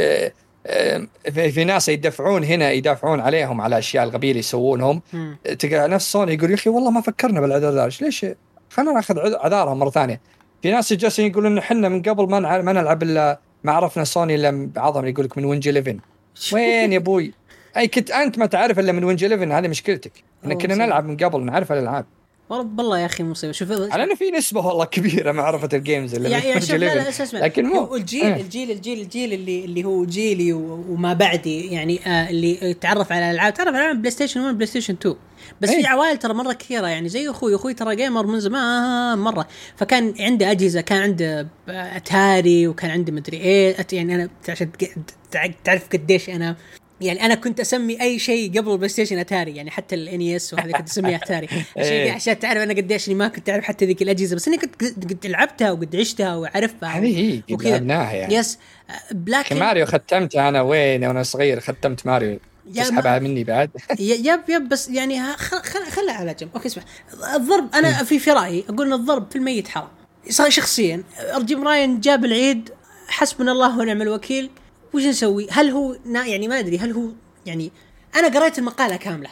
في ناس يدافعون عليهم على اشياء الغبيه اللي يسوونهم. تلقى نفس سوني يقول يا اخي والله ما فكرنا بالعذر ليش خلينا ناخذ عذارهم مره ثانيه. في ناس جالسين يقولون ان احنا من قبل ما نلعب الا ما عرفنا سوني الا بعضهم يقول لك من وينج 11. وين يا ابوي كنت انت ما تعرف الا من وينج 11، هذه مشكلتك. احنا كنا نلعب من قبل نعرف الالعاب. ورب الله يا اخي مصيبه. شوف على انه في نسبه والله كبيره معرفه الجيمز اللي لكن مو الجيل اللي هو جيلي وما بعدي يعني اللي تعرف على الالعاب بلاي ستيشن 1 بلاي ستيشن 2 بس في عوائل ترى مره كثيره يعني زي اخوي ترى جيمر من زمان مره، فكان عنده اجهزه، كان عنده اتاري وكان عنده مدري ايه. يعني انا عشان تعرف قديش انا كنت اسمي اي شيء قبل البلاي ستيشن اتاري، يعني حتى الانيس وهذه كنت اسميها اتاري عشان تعرف انا قديش اني ما كنت اعرف حتى ذيك الاجهزه، بس اني كنت قد لعبتها وقد عشتها وعرفها. هذه قد لعبناها يعني. يس بلاك ماريو ختمتها انا وانا صغير، ختمت ماريو تسحبها مني بعد. يب بس يعني خلها على جنب. اوكي اسمع، الضرب انا في رايي اقول ان الضرب في الميت حرام شخصيا. جيم راين جاب العيد، حسبنا الله ونعم الوكيل، وش نسوي؟ هل هو يعني ما أدري هل هو يعني أنا قرأت المقالة كاملة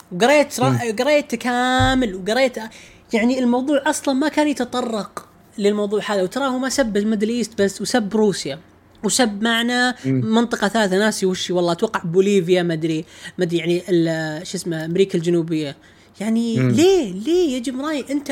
وقرأت كامل وقرأت يعني الموضوع أصلا ما كان يتطرق للموضوع هذا، وتراه ما سب الميدل إيست بس وسب روسيا وسب معنا منطقة ثالثة ناسي وش والله أتوقع بوليفيا ما أدري يعني شو اسمه أمريكا الجنوبية. يعني ليه يا جمراي أنت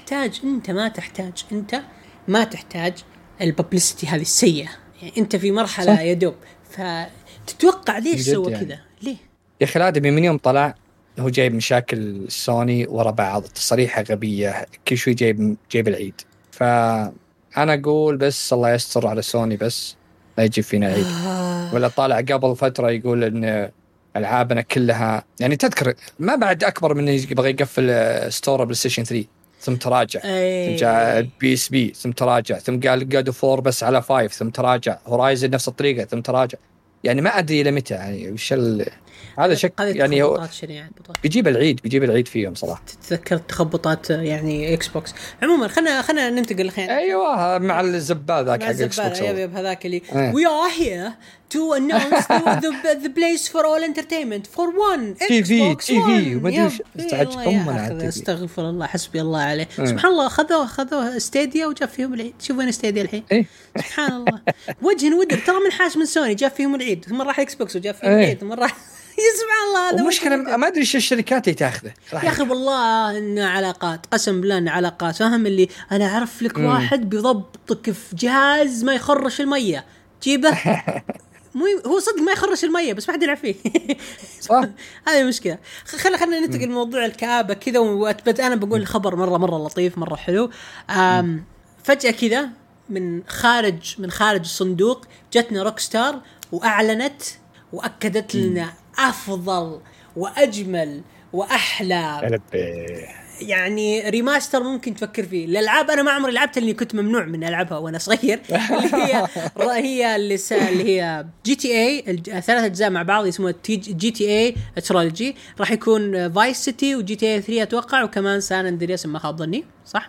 ما تحتاج الببليستي هذه السيئة. يعني أنت في مرحلة يا دوب، فتتوقع ليش سوى يعني. كذا ليه؟ يا أخي الآدمي من يوم طلع هو جايب مشاكل سوني ورا بعض، تصريحة غبية، كل شوي جايب العيد. فأنا أقول بس الله يستر على سوني بس، لا يجيب فينا العيد. ولا طالع قبل فترة يقول إن ألعابنا كلها يعني تذكر ما بعد أكبر من يبغى يقفل ستور بلاي ستيشن 3 ثم تراجع ثم جاء PSP ثم تراجع ثم قال God of War بس على 5 ثم تراجع هورايزن نفس الطريقة ثم تراجع يعني ما أدري إلى متى يعني وش هذا شك يعني هو بيجيب العيد فيهم صراحة. تتذكر تخبطات يعني اكس بوكس. عموما خلنا ننتقل الحين. ايوه مع الزبال ذاك حق اكس بوكس هذاك اللي we are here to announce the place for all entertainment for one Xbox TV وما ادري استعجبهم انا استغفر الله حسبي الله عليه. سبحان الله خذوا ستيديا وجاب فيهم العيد. شوف وين ستيديا الحين. سبحان الله وجه ودر ترى من حاش من سوني جاب فيهم العيد ثم راح اكس بوكس وجاب فيهم العيد ثم راح سبحان الله. هذا مشكلة ما أدري إيش الشركات اللي تأخذه يا أخي والله إن علاقات قسم بالله إن علاقات. فاهم اللي أنا أعرف لك واحد بيضبطك في جهاز ما يخرش المية جيبه هو صدق ما يخرش المية بس ما حد يلعب فيه صح. هذه مشكلة. خلنا ننتقل موضوع الكآبة كذا وأثبت. أنا بقول الخبر مرة لطيف مرة حلو. فجأة كذا من خارج الصندوق جتنا روكستار وأعلنت وأكدت لنا أفضل وأجمل وأحلى يعني ريماستر ممكن تفكر فيه الألعاب. أنا ما عمري لعبت اللي كنت ممنوع من ألعبها وأنا صغير هي اللي هي GTA 3 أجزاء مع بعض يسموها GTA ترولوجي. راح يكون فايس سيتي وجي تي اي 3 أتوقع وكمان سان أندرياس ما خاب ظني صح.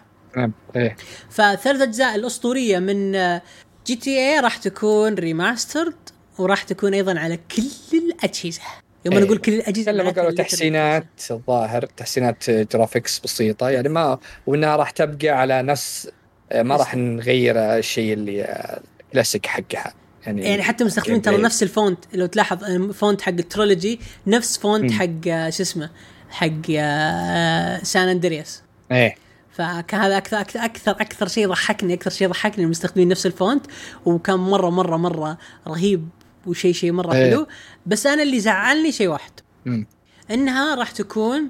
فثلاث أجزاء الأسطورية من جي تي اي راح تكون ريماسترد وراح تكون أيضا على كل الأجهزة. يوم نقول كل الأجهزة لما قالوا تحسينات الظاهر تحسينات جرافيكس بسيطة يعني ما وإنها راح تبقى على نفس ما راح نغير الشيء اللي كلاسيك حقها يعني حتى مستخدمين ترى نفس الفونت. لو تلاحظ الفونت حق الترولوجي نفس فونت حق شو اسمه حق سان أندرياس. فكان هذا أكثر شيء ضحكني مستخدمين نفس الفونت وكان مرة رهيب وشيء مرة حلو. بس أنا اللي زعلني شيء واحد إنها راح تكون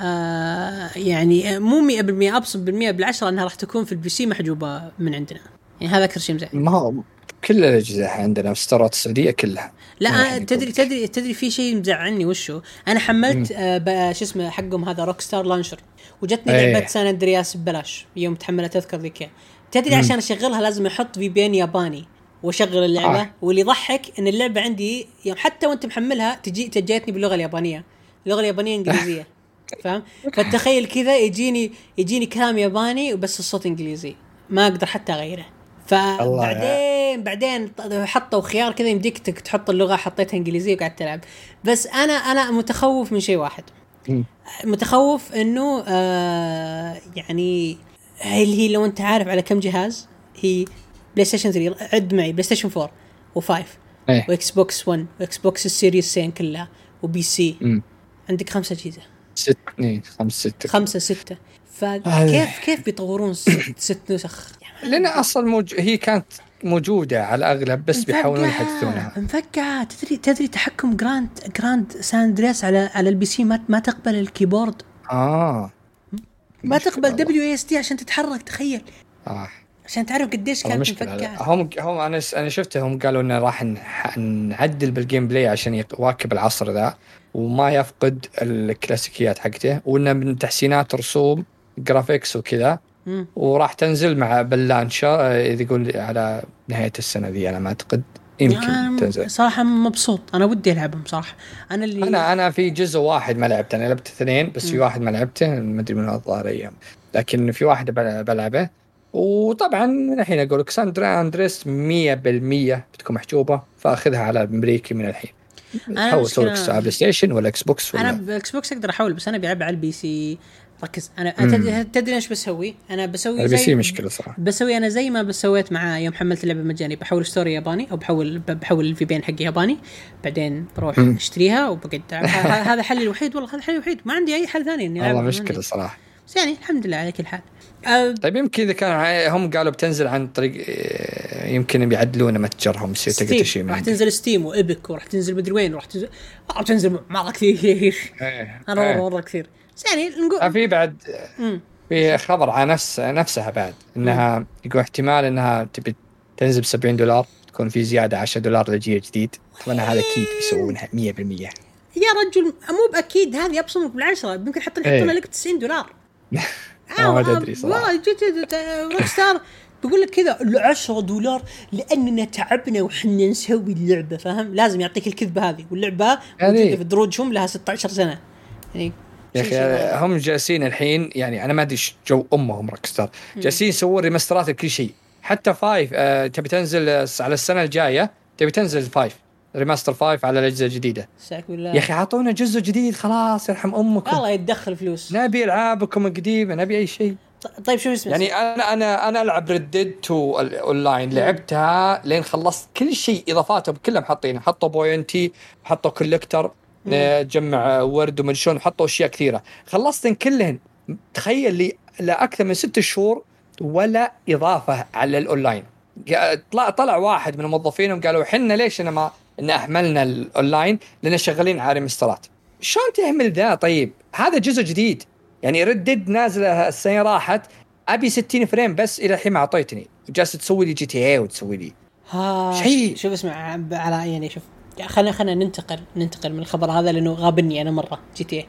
يعني مو 100% أبسط بالعشرة إنها راح تكون في البي سي محجوبة من عندنا. يعني هذا أكثر شيء مزعج. ما هو كل الأجهزة عندنا في ستارات السعودية كلها. لا تدري في شيء مزعلني وشو. أنا حملت شو اسمه حقهم هذا روكستار لانشر وجتني لعبة سان أندرياس ببلاش يوم تحملت تذكر ذيك. تدري عشان أشغلها لازم أحط في بي ان ياباني وشغل اللعبة. واللي يضحك إن اللعبة عندي يوم حتى وأنت محملها تجيتني باللغة اليابانية. اللغة اليابانية إنجليزية فاهم. فتخيل كذا يجيني كلام ياباني وبس الصوت إنجليزي ما أقدر حتى أغيره. بعدين حطوا خيار كذا يمديك تحط اللغة حطيتها إنجليزية وقعدت تلعب. بس أنا متخوف من شيء واحد. متخوف إنه يعني هي لو أنت عارف على كم جهاز هي بلاي ستيشن 3 عد معي بلاي ستيشن 4 و5 واكس بوكس 1 واكس بوكس السيريس سين كلها وبي سي. عندك 5 أجهزة 6 فكيف بيطورون 6 نسخ لأن أصلا هي كانت موجودة على الأغلب بس بيحاولون يحدثونها مفكعة. تدري تحكم جراند سان أندرياس على البي سي ما تقبل الكيبورد. ما تقبل WASD عشان تتحرك. تخيل عشان تعرف قديش كانت مفكعة. هم أنا شفتهم قالوا إنه راح نعدل بالجيم بلاي عشان يواكب العصر ذا وما يفقد الكلاسيكيات حقته وإنه من تحسينات رسوم جرافيكس وكذا. وراح تنزل مع بلانشا إذا يقول على نهاية السنة ذي. أنا ما أعتقد يمكن تنزل. صراحة مبسوط أنا ودي ألعبهم صراحة. أنا في جزء واحد ما لعبته. أنا لعبت 2 بس في واحد ما لعبته ما أدري من الظاهر أيام لكن في واحد بلعبه. وطبعا من الحين أقول لك ساندرا أندريس 100% بتكون محجوبة فأخذها على أمريكي من الحين. حاول سويك على بلاي ستيشن ولا إكس بوكس أنا بإكس بوكس أقدر أحاول بس أنا بلعب على البي سي. ركز أنا تدري إيش بسوي. أنا بسوي زي مشكلة صراحة. بسوي أنا زي ما بسويت مع يوم حملت اللعبة مجاني بحول ستوري ياباني أو بحول الفي بي ان حقي ياباني بعدين بروح أشتريها وبقعد هذا حلي الوحيد. والله هذا حلي الوحيد ما عندي أي حل ثاني إني والله مشكلة صراحة. بس يعني الحمد لله على كل حال. طيب يمكن إذا كان هم قالوا بتنزل عن طريق يمكن بيعدلون متجرهم يصير تقدر شيء. راح تنزل ستيم وإبك وراح تنزل مدري وين وراح تنزل مرة كثير. أنا مرة كثير. يعني نقول في بعد في خبر عن نفسها بعد إنها يقول احتمال إنها تبي تنزل $70 يكون في زيادة $10 للجيل الجديد. طبعا هذا أكيد بيسوونها 100%. يا رجل مو بأكيد، هذه أبصمك ب10 يمكن يحطون لك $90. ما أدري صراحة. روكستار بيقول لك كذا $10 لأننا تعبنا وحنا نسوي اللعبة، فاهم؟ لازم يعطيك الكذبة هذه، واللعبة موجودة في دروجهم لها 16 سنة يعني. يا أخي هم جالسين الحين يعني أنا ما أدري جو أمهم روكستار جالسين يسوون ريماسترات لكل شيء. حتى 5 تبي تنزل على السنة الجاية، تبي تنزل 5 ريماستر 5 على الأجهزة الجديدة. يا أخي عطونا جزء جديد خلاص يرحم أمكم. الله يتدخل فلوس. نبي ألعابكم القديمة، نبي أي شيء. طيب شو اسمه؟ يعني أنا ألعب ردد 2 أونلاين، لعبتها لين خلصت كل شيء، إضافاتهم كلهم حاطين، حطوا بوينتي، حطوا كولكتر، جمع ورد ومن شلون، حطوا أشياء كثيرة، خلصتن كلهن. تخيل لي لأكثر من 6 شهور ولا إضافة على الأونلاين. طلع واحد من الموظفين وقالوا حنا ليش ما أحملنا الأونلاين لأننا شغالين على ريمسترات. شلون تهمل ذا؟ طيب هذا جزء جديد يعني، ردد نازلة السنة راحت، أبي 60 فريم بس إلى الحين ما أعطيتني، وجالس تسوي لي GTA وتسوي لي شيء. شوف اسمع على يعني شوف خلينا ننتقل من الخبر هذا لأنه غابني أنا مرة GTA.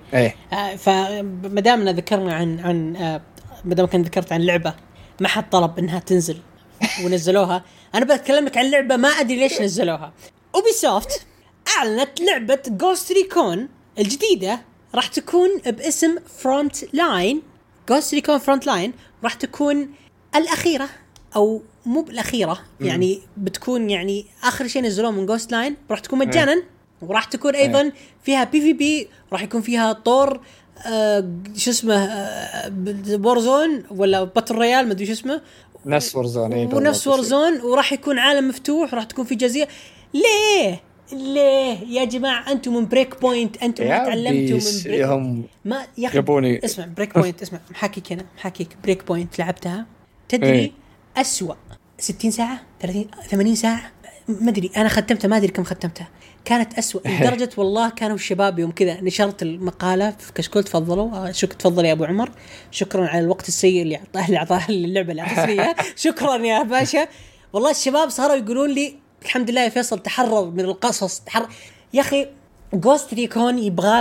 فمدامنا ذكرنا عن مدام كان ذكرت عن لعبة ما حد طلب إنها تنزل ونزلوها، أنا بتكلمك عن لعبة ما أدري ليش نزلوها. Ubisoft أعلنت لعبة Ghost Recon الجديدة راح تكون باسم Frontline. Ghost Recon Frontline راح تكون الأخيرة أو مو بالأخيرة يعني بتكون يعني آخر شيء نزلوه من Ghost Line، راح تكون مجانا، وراح تكون أيضا فيها PvP، راح يكون فيها طور شو اسمه Warzone ولا Battle Royale ما أدري شو اسمه، نفس Warzone ونفس Warzone، وراح يكون عالم مفتوح، راح تكون في جزيرة. ليه يا جماعة أنتم من بريك بوينت، أنتم ما تعلمتوا من بريك ما يخبوني. اسمع بريك بوينت، اسمع محاكيك بريك بوينت لعبتها تدري أسوأ 60 ساعة 80 ساعة ما أدري أنا ختمتها، ما أدري كم ختمتها، كانت أسوأ لدرجة والله كانوا الشباب يوم كذا نشرت المقالة في كشكول تفضلوا تفضل يا أبو عمر، شكرا على الوقت السيء اللي أعطاه اللعبة العصرية شكرا يا باشا. والله الشباب صاروا يقولون لي الحمد لله يا فيصل تحرر من القصص يا أخي Ghost Recon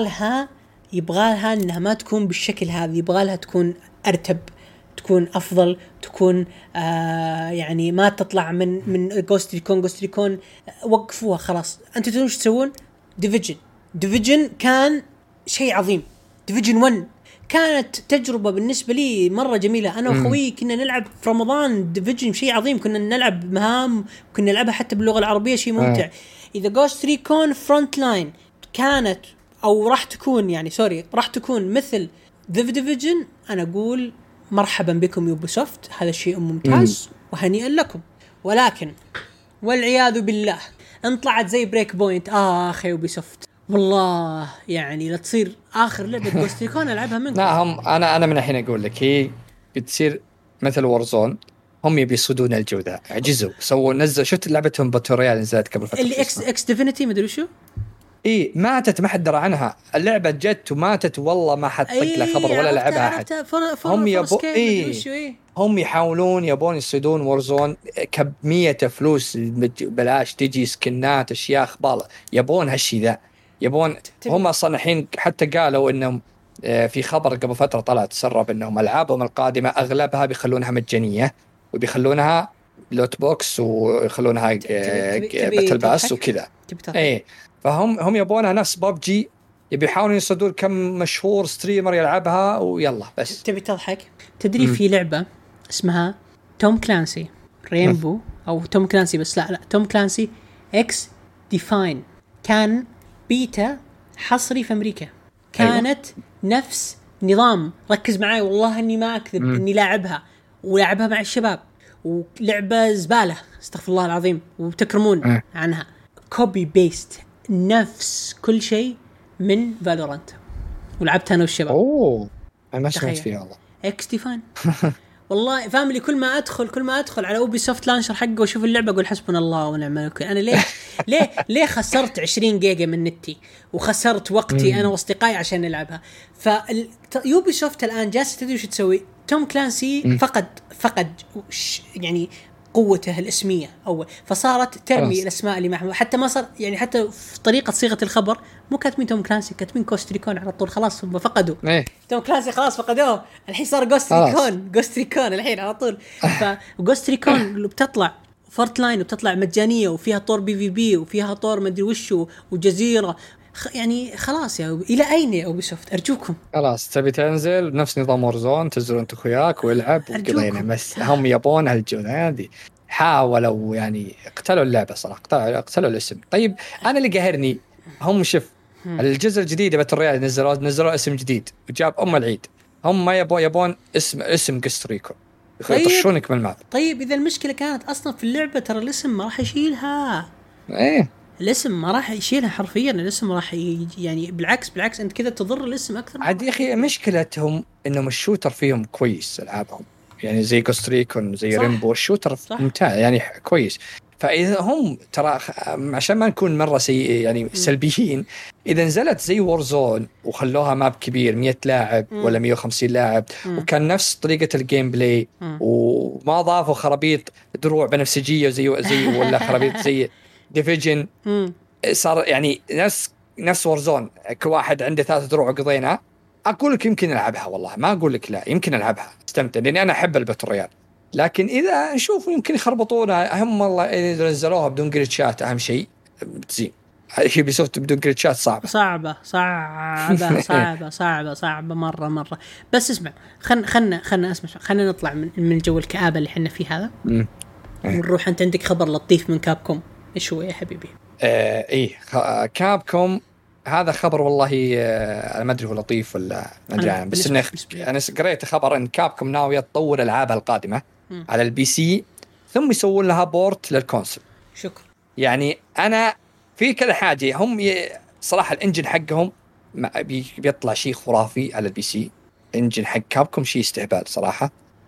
يبغالها إنها ما تكون بالشكل هذا، يبغالها تكون أرتب، تكون أفضل، تكون يعني ما تطلع من Ghost Recon وقفوها خلاص. أنتوا تدرون شو تسوون؟ Division كان شيء عظيم، Division 1 كانت تجربة بالنسبة لي مرة جميلة، أنا وخوي كنا نلعب في رمضان Division شيء عظيم، كنا نلعب مهام، كنا نلعبها حتى باللغة العربية شيء ممتع. إذا Ghost Recon Frontline كانت أو راح تكون مثل Division، أنا أقول مرحبا بكم يوبيسوفت، هذا شيء ممتاز وهنيئا لكم. ولكن والعياذ بالله ان طلعت زي بريك بوينت اخي يوبيسوفت والله يعني لا تصير اخر لعبه Ghost Recon العبها منكم. لا هم انا من الحين اقول لك هي بتصير مثل وورزون، هم يبي يصدون الجوده، عجزوا نزل شفت لعبتهم باتل رويال نزلت قبل فتره اللي اكس ديفينيتي مدري شو ماتت، ما حد درى عنها، اللعبه جت وماتت والله ما حد طق له خبر ولا لعبها احد. هم يحاولون يبون يصيدون وورزون كمية فلوس بلاش، تجي سكنات اشياء خبالة، يبون هالشي ذا، يبون هم اصلا الحين حتى قالوا انهم في خبر قبل فترة طلع تسرب انهم العابهم القادمة اغلبها بيخلونها مجانية وبيخلونها لوت بوكس ويخلونها باتل باس وكذا. فهم يبونها نفس بابجي، يبي يحاولون يصدون كم مشهور ستريمر يلعبها ويلا بس. تبي تضحك؟ تدري في لعبة اسمها توم كلانسي رينبو أو توم كلانسي بس لا توم كلانسي إكس ديفاين، كان بيتا حصري في أمريكا، كانت نفس نظام، ركز معي والله إني ما أكذب إني لاعبها ولعبها مع الشباب، ولعبة زبالة استغفر الله العظيم وتكرمون عنها، كوبي بيست نفس كل شيء من فالورانت، ولعبتها أنا والشباب. أنا ما سمعت فيها والله. إكس ديفاين والله فاميلي، كل ما أدخل على Ubisoft لانشر حقه وأشوف اللعبة أقول حسبنا الله ونعم الوكيل. أنا ليه خسرت 20 جيجا من نتي وخسرت وقتي أنا وأصدقائي عشان نلعبها. فيوبيسوفت الآن جالسة تدري وش تسوي؟ توم كلانسي فقد يعني قوته الاسميه اول، فصارت ترمي الاسماء اللي معهم. حتى ما صار يعني حتى في طريقه صيغه الخبر مو كاتبين توم كلانسي، كاتبين جوست ريكون على طول. خلاص هم فقدوا توم كلانسي، خلاص فقدوه، الحين صار جوست ريكون الحين على طول. فجوست ريكون اللي بتطلع فورت لاين وبتطلع مجانيه وفيها طور PvP وفيها طور ما ادري وش وجزيره، يعني خلاص يا الى اين يا اوبيسوفت ارجوكم؟ خلاص تبي تنزل نفس نظام وورزون، تنزل انت اخوياك والعب وقضينا. بس هم يبون هالجو هذه، حاولوا يعني قتلوا اللعبه صراحه، قتلوا الاسم. طيب انا اللي قاهرني هم شوف الجزء الجديد باتل رويال نزلوا اسم جديد وجاب العيد، هم ما يبون اسم قستريكو يطشونك من الماب. طيب اذا المشكله كانت اصلا في اللعبه، ترى الاسم ما راح يشيلها. الاسم ما راح يشيلها حرفيا، الاسم راح يعني بالعكس انت كذا تضر الاسم اكثر. عاد يا اخي مشكلتهم انهم الشوتر فيهم كويس العابهم، يعني زي جوستريكون زي ريمبو الشوتر ممتاز يعني كويس. فاذا هم ترى عشان ما نكون مره يعني سلبيين، اذا نزلت زي وورزون وخلوها ماب كبير 100 لاعب ولا 150 لاعب وكان نفس طريقه الجيم بلاي وما ضافوا خرابيط دروع بنفسجيه زي ولا خرابيط زي ديفيجن، صار يعني نفس وورزون كل واحد عنده 3 دروع وقضينا، اقول لك يمكن العبها، والله ما اقول لك لا، يمكن العبها استمتع لاني انا احب الباتل رويال. لكن اذا نشوف يمكن يخربطونها هم، والله اذا نزلوها بدون جلتشات اهم شيء بتزين. هي بيسوت بدون جلتشات صعبه مره. بس اسمع، خلنا نطلع من جو الكآبه اللي احنا فيه هذا ونروح. انت عندك خبر لطيف من كابكوم، ايش هو يا حبيبي؟ كابكوم هذا خبر والله انا ما ادري هو لطيف ولا ما ادري، بس انا قريت خبر ان كابكوم ناويه تطور العابها القادمه على البي سي ثم يسوون لها بورت للكونسول. شكرا. يعني انا في كذا حاجه، هم صراحه الانجن حقهم بيطلع شيء خرافي على البي سي. انجن حق كابكوم شيء استهبال صراحه،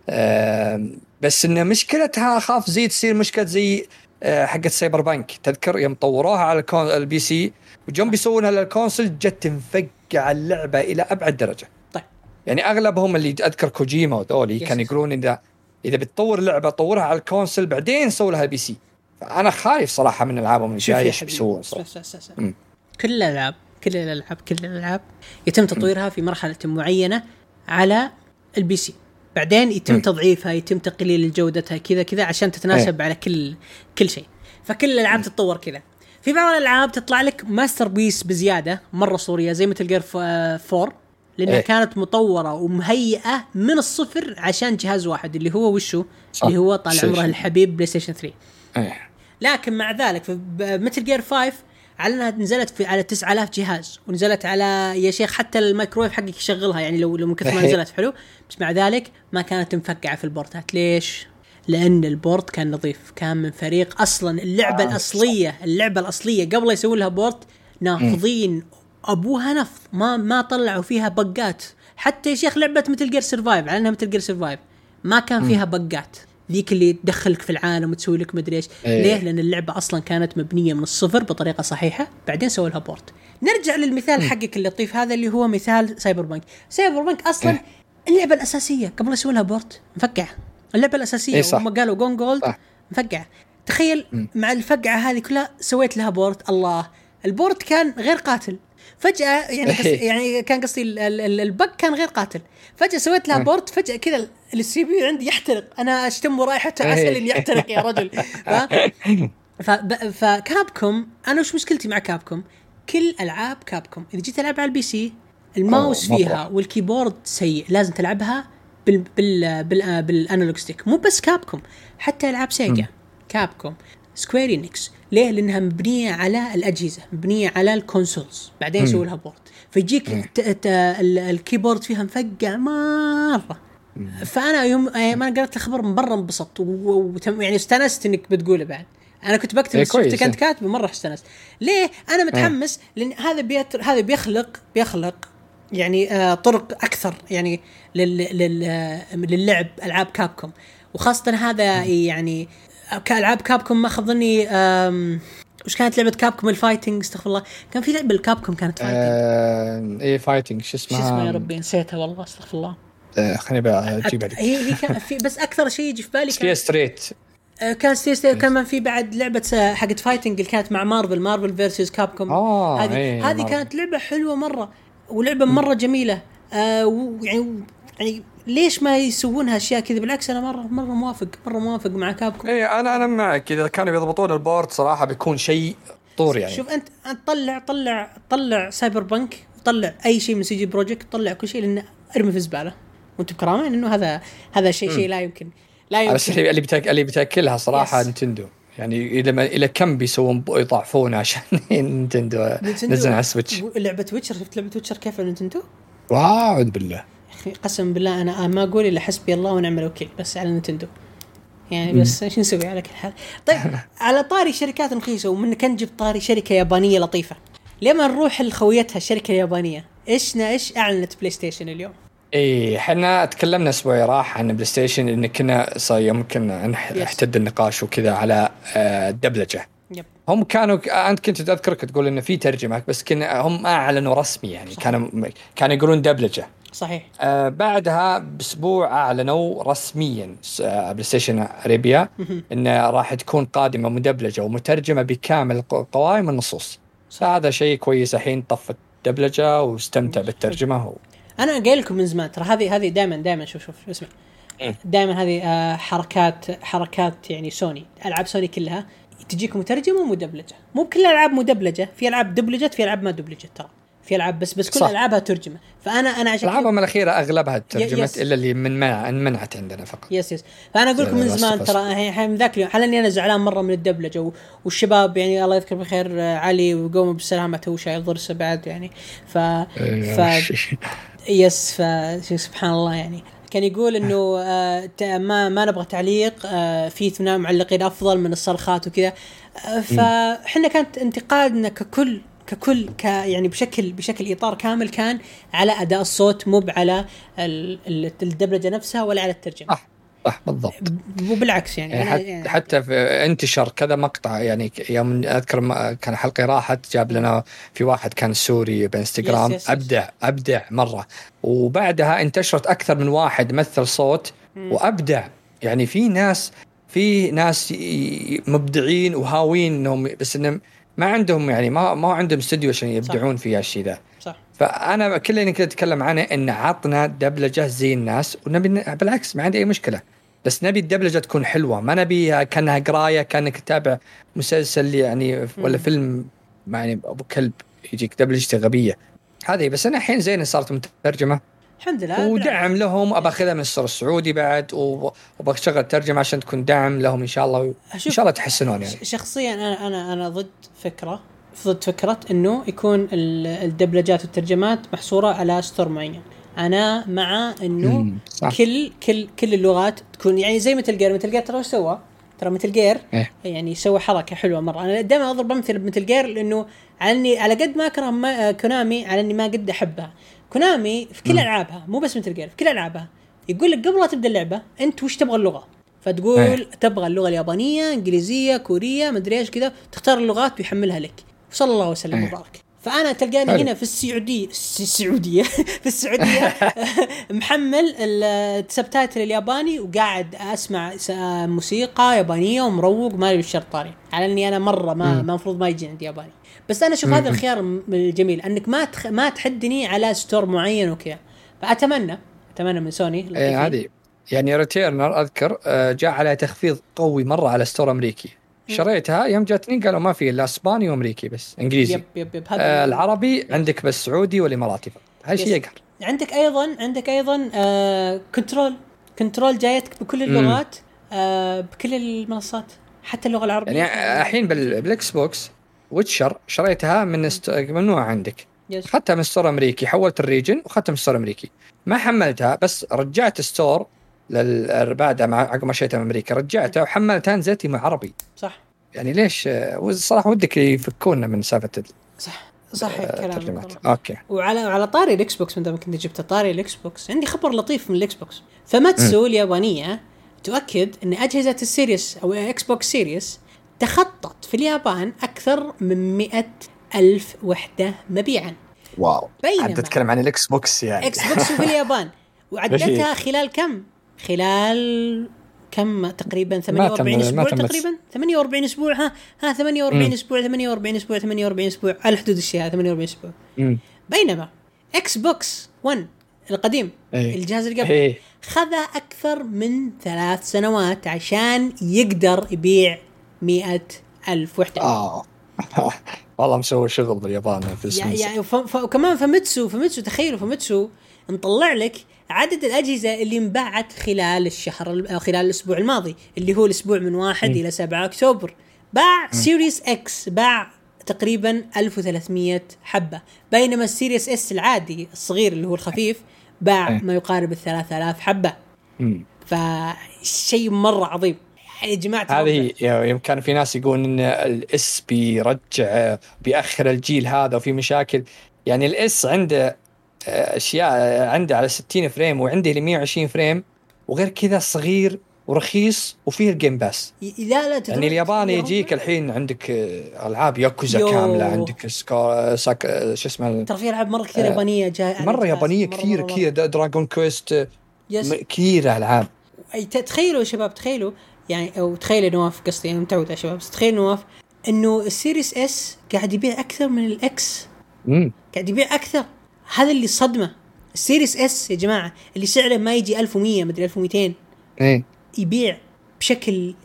بس ان مشكلتها خاف زي تصير مشكله زي حقت سايبر بانك، تذكر يوم طوروها على البي سي وجم بيسوونها للكونسول جت تنفجع اللعبه الى ابعد درجه. طيب يعني اغلبهم اللي اذكر كوجيما وذولي كانوا يقولون اذا بتطور لعبه طورها على الكونسول بعدين سووا لها البي سي. فانا خايف صراحه من العابهم الجايه ايش بيسوون صراحه. كل الالعاب يتم تطويرها في مرحله معينه على البي سي، بعدين يتم تضعيفها، يتم تقليل جودتها كذا عشان تتناسب على كل شيء. فكل الالعاب تتطور كذا. في بعض الالعاب تطلع لك ماستر بيس بزياده مره صوريه زي مثل جير 4 لانها كانت مطوره ومهيئه من الصفر عشان جهاز واحد اللي هو وشو اللي هو طال عمره الحبيب بلاي ستيشن 3. لكن مع ذلك في مثل جير 5 على انها نزلت على 9000 جهاز ونزلت على يا شيخ حتى الميكرويف حقك يشغلها، يعني لو من كثر ما نزلت حلو، بس مع ذلك ما كانت مفقعه في البورتات. ليش؟ لأن البورت كان نظيف، كان من فريق أصلاً اللعبة الأصلية قبل يسوي لها بورت نافضين أبوها نفض، ما طلعوا فيها بقات. حتى يا شيخ لعبة مثل جير سيرفايف على أنها مثل جير سيرفايف ما كان فيها بقات ذيك اللي تدخلك في العالم وتسوي لك مدري إيش. ليه؟ لأن اللعبة أصلاً كانت مبنية من الصفر بطريقة صحيحة، بعدين سووا لها بورت. نرجع للمثال حقك اللطيف هذا اللي هو مثال سايبر بانك أصلاً اللعبة الأساسية قبل يسوي لها بورت مفقعة. اللعبة الأساسية وهم قالوا جون جولد مفقعة. تخيل مع الفقعة هذه كلها سويت لها بورت. الله، البورت كان غير قاتل فجأة، يعني كان قصدي البق كان غير قاتل، فجأة سويت لها بورت، فجأة كذا السي بي عندي يحترق، أنا أشتم رائحته عسل اللي يحترق يا رجل. فكابكوم أنا وش مشكلتي مع كابكوم؟ كل ألعاب كابكوم إذا جيت ألعب على البي سي الماوس فيها والكيبورد سيء، لازم تلعبها بالانالوج ستيك. مو بس كابكوم، حتى العاب سيجا كابكوم سكوير إنكس. ليه؟ لانها مبنيه على الاجهزه، مبنيه على الكونسولز، بعدين يسوي لها بورت فيجيك الكيبورد فيها مفقع مره. فانا يوم ما قرأت الخبر مره انبسطت يعني استانست انك بتقوله. بعد انا كنت بكتب شفتك انت كاتب مره استانست. ليه؟ انا متحمس لان هذا بيخلق يعني طرق أكثر يعني للعب ألعاب كابكوم، وخاصة هذا يعني كألعاب كابكوم ما خذني. وش كانت لعبة كابكوم الفايتنج؟ استغفر الله، كان في لعبة الكابكوم كانت فايتنج. إيه فايتنج شو اسمها يا ربي نسيتها والله، استغفر الله. خليني بقى أجيبها لك. هي كان في بس أكثر شيء يجي في بالي كان ستريت كان ستيس كمان في بعد لعبه حقت فايتنج اللي كانت مع مارفل فيرسز كابكوم. هذه كانت لعبه حلوه مره ولعبه مره جميله. يعني ليش ما يسوونها اشياء كذا؟ بالعكس انا مره موافق مع كابكوم. انا معك، اذا كانوا يضبطون البورد صراحه بيكون شيء طور يعني. شوف انت طلع سايبر بانك، طلع اي شيء من سي جي بروجكت، طلع كل شيء لانه ارمي في الزباله وانت بكرامه انه هذا شيء لا يمكن. بس اللي بتاكلها صراحه نينتندو يعني. الى كم بيسوون يضعفون عشان نينتندو نزل على السويتش. لعبه ويتشر، شفت لعبه ويتشر كيف نينتندو؟ واعوذ بالله قسم بالله انا ما اقول الا حسبي الله ونعم الوكيل بس على نينتندو يعني. بس ايش نسوي على كل حال؟ طيب على طاري شركات رخيصه ومنك نجيب طاري شركه يابانيه لطيفه، لما نروح لخويتها الشركه اليابانيه. ايش اعلنت بلاي ستيشن اليوم؟ احنا تكلمنا اسبوع راح عن بلاي ستيشن ان كنا يمكن نحتد النقاش وكذا على الدبلجه. هم كانوا انت كنت تذكرك تقول انه في ترجمه، بس هم اعلنوا رسمي يعني. كانوا يقولون دبلجه صحيح. بعدها باسبوع اعلنوا رسميا بلاي ستيشن اريبيا انه راح تكون قادمه مدبلجه ومترجمه بكامل قوائم النصوص. هذا شيء كويس. الحين طفت دبلجه واستمتع بالترجمه. انا قايل لكم من زمان ترى هذه دائما شوف اسمع، دائما هذه حركات يعني سوني. العاب سوني كلها تجيك مترجمه ومدبلجه، مو كل الالعاب مدبلجه، في العاب دبلجت، في العاب ما دبلجت، ترى في العاب بس كل العابها ترجمه. فانا عشان العابهم الاخيره اغلبها ترجمت الا اللي منعت عندنا فقط. يس فانا اقول لكم من زمان ترى الحين ذاك اليوم حالني انا زعلان مره من الدبلجه والشباب يعني الله يذكر بخير علي وقوموا بالسلامه تو شايل ضرسه بعد يعني. يس سبحان الله يعني. كان يقول انه ما نبغى تعليق في ثناء معلقين افضل من الصرخات وكذا. فحنا كانت انتقادنا ككل يعني بشكل اطار كامل كان على اداء الصوت، مو على الدبلجه نفسها ولا على الترجمه. صح بالضبط. وبالعكس يعني حتى في انتشر كذا مقطع يعني. يوم اذكر كان حلقه راحت جاب لنا في واحد كان سوري بانستغرام ابدع مره، وبعدها انتشرت اكثر من واحد مثل صوت وابدع يعني. في ناس مبدعين وهاوين انهم بس انهم ما عندهم يعني ما عندهم استوديو عشان يبدعون في هالشيء ذا. صح. فانا كل اللي كنت اتكلم عنه ان عطنا دبلجه زي الناس، ونبي بالعكس ما عندي اي مشكله، بس نبي الدبلجه تكون حلوه، ما نبي كانها قرايه كانك تتابع مسلسل يعني ولا فيلم يعني ابو كلب يجيك دبلجته غبيه هذه. بس انا الحين زين صارت مترجمه الحمد لله، ودعم لهم. ابى اخذها من السور السعودي بعد وبشغل ترجمه عشان تكون دعم لهم ان شاء الله. ان شاء الله تحسنون يعني. شخصيا انا ضد فكره انه يكون الدبلجات والترجمات محصوره على ستور معين. انا مع انه كل اللغات تكون يعني زي مثل جير ترى مثل جير يعني سوى حركه حلوه مره. انا دائما اضرب مثل مثل جير لانه على قد ما اكره كونامي على اني ما قد احبها. كونامي في كل العابها مو بس مثل جير، في كل العابها يقول لك قبل لا تبدا اللعبه انت وش تبغى اللغه، فتقول تبغى اللغه اليابانيه، انجليزيه، كوريه، مدري ايش كذا، تختار اللغات ويحملها لك صلى الله وسلم وبارك. فانا تلقاني هنا في السعوديه في السعوديه محمل السبتايتل الياباني وقاعد اسمع موسيقى يابانيه ومروق مالي بالشرط طاري، على اني انا مره ما المفروض ما يجي عندي ياباني. بس انا اشوف هذا الخيار الجميل انك ما تحدني على ستور معين وكذا. فاتمنى من سوني هذه يعني ريتيرنر اذكر جاء على تخفيض قوي مره على ستور امريكي. شريتها يوم جاتني قالوا ما في الا اسباني وامريكي بس، انجليزي. يب. العربي عندك بس سعودي والاماراتي فقط. هاي شيء يقهر. عندك ايضا كنترول جايتك بكل اللغات بكل المنصات حتى اللغه العربيه. يعني الحين بالاكس بوكس ويتشر شريتها من ممنوع عندك. اخذتها من ستور امريكي، حولت الريجن واخذتها من ستور امريكي، ما حملتها بس رجعت ستور بعد عقب ما شريتها من امريكا رجعتها وحملتها نزلتي مع عربي. صح يعني ليش الصراحه ودك يفكونا من سالفه صح الكلام. اوكي. وعلى طاري الاكس بوكس، من كنت جبت طاري الاكس بوكس، عندي خبر لطيف من الاكس بوكس. فماتسو اليابانيه تؤكد ان اجهزه السيريس او اكس بوكس سيريس تخطت في اليابان اكثر من 100,000 وحده مبيعا. واو. انت تتكلم عن الاكس بوكس يعني اكس بوكس في اليابان وعدتها خلال كم تقريبا 48 اسبوع تقريبا 48 اسبوع ها 48 اسبوع 48 اسبوع 48 اسبوع على حدود الشيء هذا 48 اسبوع. بينما اكس بوكس 1 القديم الجهاز اللي قبل خذ اكثر من 3 سنوات عشان يقدر يبيع 100,000 وحده. والله مسوي شغل باليابان في السنس. يعني وكمان فاميتسو تخيلوا فاميتسو نطلع لك عدد الأجهزة اللي انباعت خلال الشهر أو خلال الأسبوع الماضي اللي هو الأسبوع من 1 إلى 7 أكتوبر. باع سيريس إكس باع تقريبا 1300 حبة، بينما السيريس إس العادي الصغير اللي هو الخفيف باع ما يقارب 3000 حبة. فشيء مرة عظيم يا جماعة. هذه يمكن في ناس يقولون إن الإس بيرجع بيأخر الجيل هذا وفي مشاكل. يعني الإس عنده أشياء، عنده على 60 فريم وعنده ل 120 فريم، وغير كذا صغير ورخيص وفيه الجيم باس. لا يعني الياباني يجيك الحين عندك ألعاب ياكوزا كاملة، عندك شو اسمه، ترى في ألعاب مرة كثير يابانية جاي مرة يابانية كثير دراغون كويست كثير ألعاب. تخيلوا يا شباب، تخيلوا يعني، أو تخيلوا نواف، قصدي يعني متعود يا شباب، تخيلوا نواف إنه السيريس إس قاعد يبيع أكثر من الإكس، قاعد يبيع أكثر. هذا اللي صدمة. السيريس إس يا جماعة اللي سعره ما يجي 1100 مدري 1200 يبيع بشكل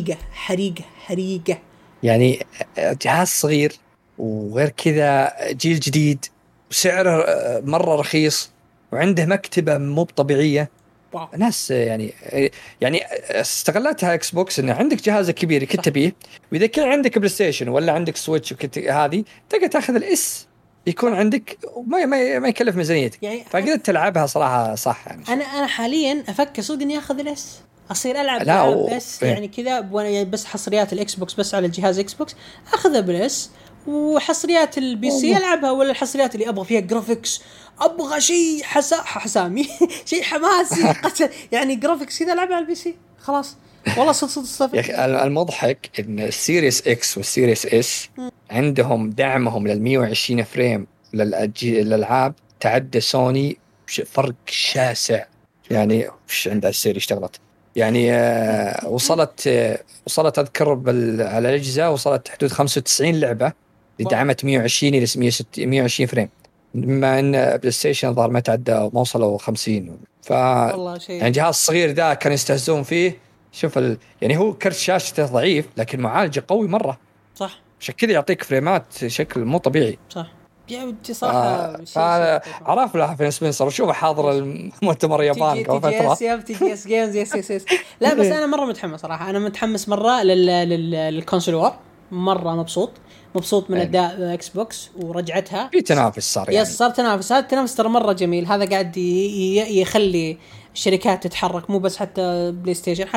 حريقة. يعني جهاز صغير وغير كذا جيل جديد وسعره مرة رخيص وعنده مكتبة مو طبيعية. ناس يعني استغلتها اكس بوكس ان عندك جهاز كبير كنت بيه، واذا كان عندك بلاي ستيشن ولا عندك سويتش هذه تقدر تاخذ الاس يكون عندك ما يكلف ميزانيتك يعني، فقدرت تلعبها صراحه صح. يعني انا حاليا افكر صدق اني اخذ الاس اصير العب بس يعني كذا بس حصريات الاكس بوكس بس على الجهاز اكس بوكس اخذها بالاس، وحصريات البي سي العبها، ولا الحصريات اللي ابغى فيها جرافيكس، ابغى شيء حسامي شيء حماسي قتل يعني جرافيكس كذا العبها على البي سي خلاص. والله صدق يا اخي المضحك ان السيريس اكس والسيريس اس عندهم دعمهم لل 120 فريم للالعاب تعدى سوني فرق شاسع. يعني وش عندها السيري اشتغلت يعني وصلت اذكر على الاجهزه وصلت حدود 95 لعبه اللي دعمت 120 الى 120 فريم، بما ان بلاي ستيشن ظهر ما تعدى ما وصلوا 50. يعني جهاز صغير ذا كان يستهزئون فيه. شوف يعني هو كرت شاشته ضعيف لكن معالجه قوي مره صح، عشان كذا يعطيك فريمات شكل مو طبيعي صح. يعني صراحه عرف له في سبنسر وشوف حاضر المؤتمر الياباني قبل فتره تي اس جيمز يس. لا بس انا مره متحمس صراحه، انا متحمس مره للكونسول وار، مره مبسوط من اداء اكس بوكس ورجعتها. في تنافس صار يعني صار تنافس. هذا التنافس ترى مره جميل، هذا قاعد يخلي الشركات تتحرك، مو بس حتى بلاي ستيشن،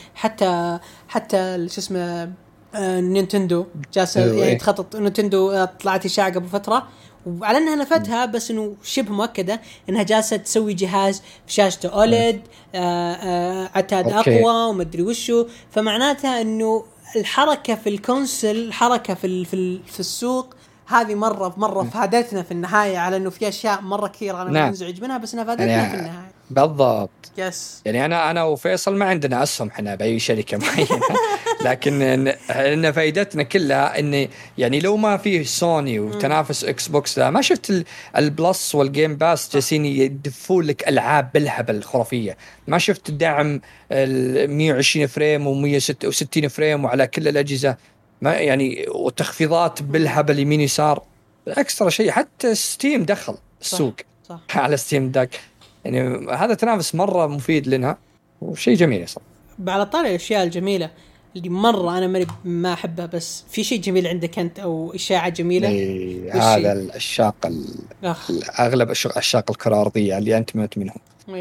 حتى شو اسمه نينتندو جالسه يعني تخطط. نينتندو طلعت اشاعه قبل فتره وعلى انها نفتها، بس انه شبه مؤكده انها جالسه تسوي جهاز بشاشته اوليد عتاد اقوى ومدري وشو، فمعناتها انه الحركه في الكونسل، الحركه في السوق هذه مره فادتنا في النهايه، على انه في اشياء مره كثيره انا منزعج منها بس انها فادتنا يعني في النهايه. بالضبط يس. يعني انا وفيصل ما عندنا اسهم احنا باي شركه معينه لكن ان فائدتنا كلها ان يعني لو ما فيه سوني وتنافس اكس بوكس لا ما شفت البلس والجيم باس جالسين يدفون لك العاب بالهبل خرافيه. ما شفت دعم ال 120 فريم و166 فريم وعلى كل الاجهزه، ما يعني وتخفيضات بالهبل يمين يسار. اكسترا شيء حتى ستيم دخل السوق صح. على ستيم داك. يعني هذا تنافس مرة مفيد لنا وشيء جميل يصير. على طاري الأشياء الجميلة اللي مرة أنا ما أحبها، بس في شيء جميل عندك أنت أو إشاعة جميلة. هذا العشاق أغلب عشاق الكرة الأرضية اللي أنت منهم.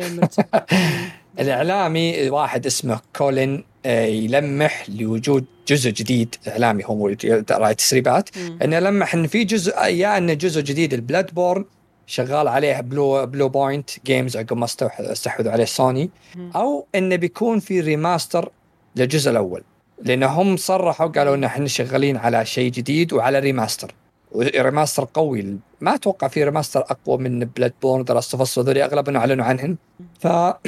الإعلامي واحد اسمه كولين يلمح لوجود جزء جديد. إعلامي هو رأي تسريبات إنه يلمح إن في جزء إن جزء جديد البلاد بورن شغال عليه بلو بوينت جيمز عقب ما استحوذوا عليه سوني، أو إنه بيكون في ريماستر للجزء الأول، لأنهم صرحوا قالوا إن إحنا شغالين على شيء جديد وعلى ريماستر قوي. ما أتوقع في ريماستر أقوى من بلاد بورن، دراسة فصل ذولي أغلبنا أعلنوا عنهن.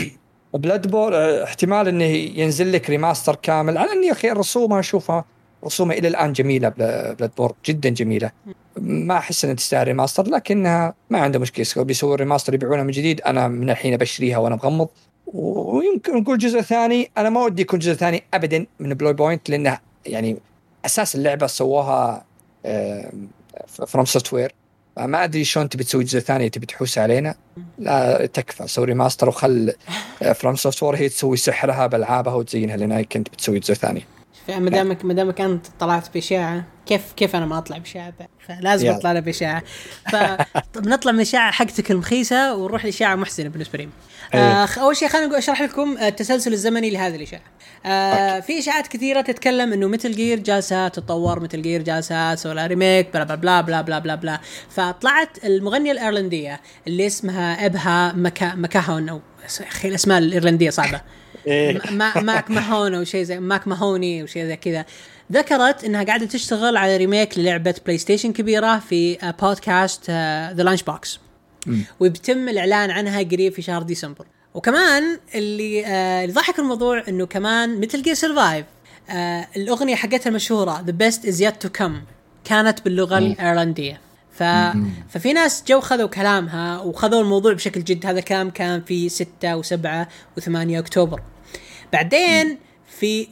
بلاد بور احتمال انه ينزل لك ريماستر كامل، على اني اخي رسومها اشوفها رسومها الى الان جميله، بلاد بور جدا جميله، ما احس انها تستاهل ريماستر، لكنها ما عنده مشكله بيسوي ريماستر يبيعونها من جديد، انا من الحين بشتريها وانا مغمض. ويمكن نقول جزء ثاني، انا ما ودي يكون جزء ثاني ابدا من بلو بوينت، لانه يعني اساس اللعبه سووها فروم سوفت وير، ما ادري شلون تبي تسوي جزء ثاني، تبي تحوس علينا؟ لا تكفى سوي ريماستر وخل فروم سوفت وير هي تسوي سحرها بالعابها وتزينها، لان كنت بتسوي جزء ثاني. ما دامك انت طلعت باشاعه، كيف انا ما اطلع باشاعه؟ فلازم اطلع له باشاعه. فبنطلع من الاشاعه حقتك المخيسه ونروح لاشاعه محسنه بالنسبه لي. اول شيء خلينا اشرح لكم التسلسل الزمني لهذه الاشاعه. في اشاعات كثيره تتكلم انه مثل جير جالسه تتطور، مثل جير جالسه سوى ريميك بلا بلا بلا بلا بلا بلا. فطلعت المغنيه الايرلنديه اللي اسمها ابها مكاهون، او اخي الاسماء الايرلنديه صعبه، ماك ماهون او شيء زي ماك ماهوني او شيء زي كذا، ذكرت انها قاعده تشتغل على ريميك للعبه بلاي ستيشن كبيره في بودكاست ذا لانش بوكس، ويتم الاعلان عنها قريب في شهر ديسمبر. وكمان اللي ضحك الموضوع انه كمان مثل جير سرفايف الاغنيه حقتها المشهوره The Best Is Yet To Come كانت باللغه الايرلنديه. ففي ناس جو خذوا كلامها وخذوا الموضوع بشكل جد. هذا الكلام كان في 6 و7 و8 أكتوبر. بعدين في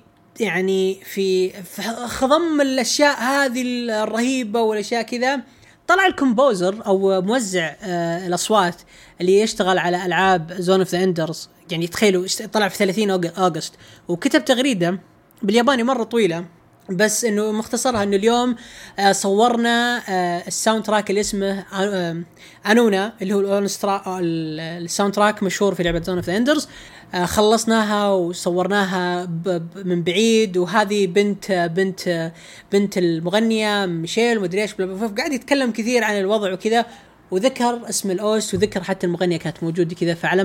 خضم الأشياء هذه الرهيبة والأشياء كذا، طلع الكومبوزر أو موزع الأصوات اللي يشتغل على ألعاب زون اوف ذا اندرز، يعني تخيلوا طلع في 30 أغسطس وكتب تغريدة بالياباني مرة طويلة، بس انه مختصرها انه اليوم صورنا الساوند تراك اللي اسمه انونا، اللي هو الساوند تراك مشهور في لعبه زون اوف ذا اندرز، خلصناها وصورناها من بعيد، وهذه بنت المغنيه ميشيل ومدري ايش. قاعد يتكلم كثير عن الوضع وكذا، وذكر اسم الاوست وذكر حتى المغنيه كانت موجوده كذا. فعلى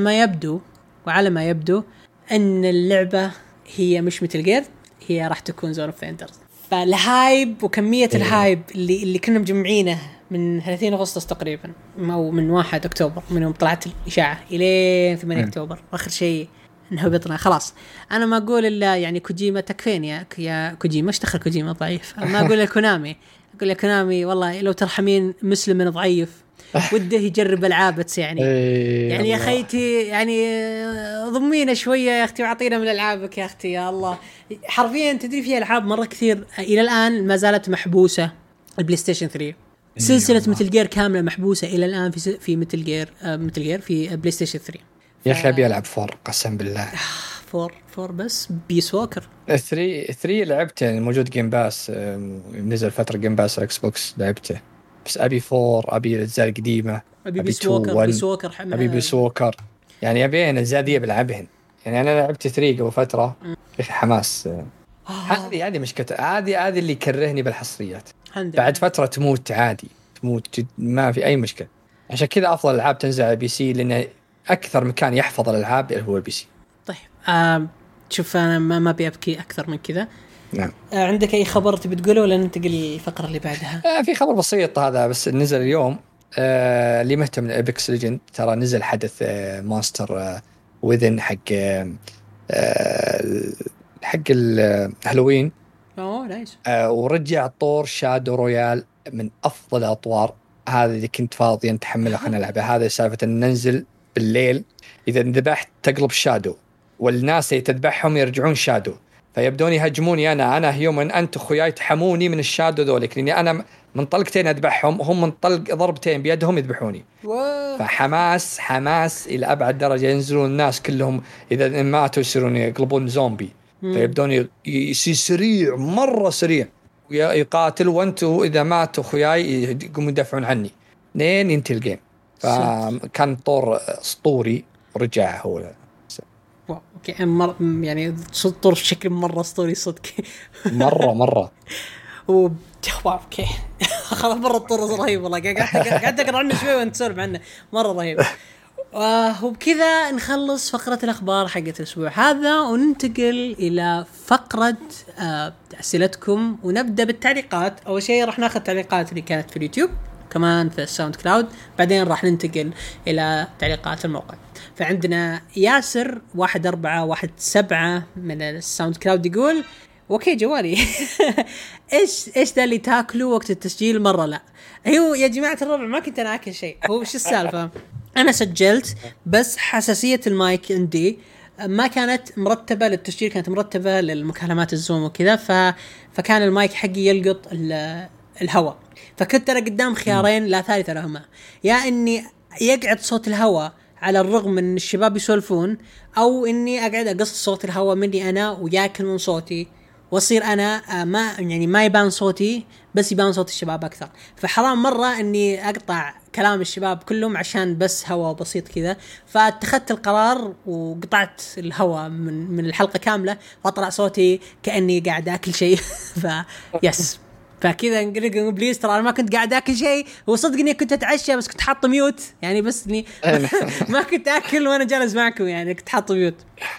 ما يبدو ان اللعبه هي مش مثل جير، هي راح تكون زون اوف اندرز. فالهايب وكميه الهايب اللي كنا مجمعينه من 30 أغسطس تقريبا او من 1 أكتوبر، من يوم طلعت الاشاعه الى 8 أكتوبر، واخر شيء انهبطنا خلاص. انا ما اقول الا يعني كوجيما تكفين يا كوجيما، اشتغل كوجيما ضعيف. ما اقول لكونامي، اقول لكونامي والله لو ترحمين مسلم من ضعيف وده يجرب العاب بس يعني يا خيتي يعني ضمينا شويه يا اختي وعطينا من العابك يا اختي. يا الله حرفيا تدري فيها العاب مره كثير الى الان ما زالت محبوسه. البلاي ستيشن 3 سلسله مثل جير كامله محبوسه الى الان في مثل جير في بلاي ستيشن 3. يا اخي ابي العب 4 قسم بالله. 4 بس بيس ووكر 3 لعبته، موجود جيم باس، نزل فتره جيم باس اكس بوكس لعبته، بس ابي 4، ابي الاجزاء القديمه، ابي بيس ووكر ابي بيس ووكر، يعني ابي الاجزاء دي بلعبهن. يعني انا لعبت 3 قبل فتره يا اخي حماس. هذه مشكله، هذه اللي يكرهني بالحصريات. بعد فتره تموت عادي، تموت جد ما في اي مشكله. عشان كذا افضل العاب تنزل على البي سي، لانه اكثر مكان يحفظ الالعاب هو البي سي. طيب شوف انا ما بيبكي اكثر من كذا. نعم. عندك اي خبر تبي تقوله ولا ننتقل للفقره اللي بعدها؟ في خبر بسيط هذا بس نزل اليوم. اللي مهتم لإبكس ليجند ترى نزل حدث ماستر وذن حق الهالوين. نايس. ورجع طور شادو رويال من افضل الاطوار. هذا اللي كنت فاضي نتحمله خلينا نلعبه. هذا سالفه ان ننزل بالليل، اذا ذبحت تقلب شادو، والناس اللي تذبحهم يرجعون شادو، فيبدون يهجموني انا هيومن، انت اخوياي تحموني من الشادو ذولك، لاني انا من طلقتين اذبحهم، هم من طلق ضربتين بيدهم يذبحوني. فحماس الى ابعد درجه. ينزلون الناس كلهم اذا ماتوا يصيرون يقلبون زومبي، فيبدون يصير سريع مره سريع ويقاتل، وانتوا اذا ماتوا اخوياي يقوموا يدافعون عني. لين ينتهي الجيم. فكان طور اسطوري ورجع هو. اوكي يعني طور بشكل مره اسطوري صدق. مره اوكي خلاص مره طور رهيب والله. قاعد اقرا عنه شوي وانت تسولف عنه، مره رهيب. وبكذا نخلص فقرة الأخبار حقت الأسبوع هذا وننتقل إلى فقرة أسئلتكم، ونبدأ بالتعليقات. أول شيء راح ناخذ تعليقات اللي كانت في اليوتيوب كمان في الساوند كلاود، بعدين راح ننتقل إلى تعليقات الموقع. فعندنا ياسر 1417 من الساوند كلاود يقول اوكي جوالي ايش ده اللي تاكله وقت التسجيل؟ مره لا. هو يا جماعه الربع ما كنت انا اكل شيء. هو وش السالفه؟ انا سجلت بس حساسيه المايك عندي ما كانت مرتبه للتسجيل، كانت مرتبه للمكالمات الزوم وكذا، فكان المايك حقي يلقط الهواء. فكنت انا قدام خيارين لا ثالث لهما، يا اني يقعد صوت الهواء على الرغم من الشباب يسولفون، او اني اقعد اقص صوت الهواء مني انا وياكل من صوتي واصير انا ما يبان صوتي بس يبان صوت الشباب اكثر. فحرام مره اني اقطع كلام الشباب كلهم عشان بس هواء بسيط كذا. فاتخذت القرار وقطعت الهواء من الحلقه كامله، واطلع صوتي كاني قاعد اكل شيء. يس فكذا نقول بليز ترى انا ما كنت قاعد اكل شيء، وصدق اني كنت اتعشى بس كنت حاط ميوت يعني، بس اني ما كنت اكل وانا جالس معكم يعني، كنت حاط ميوت.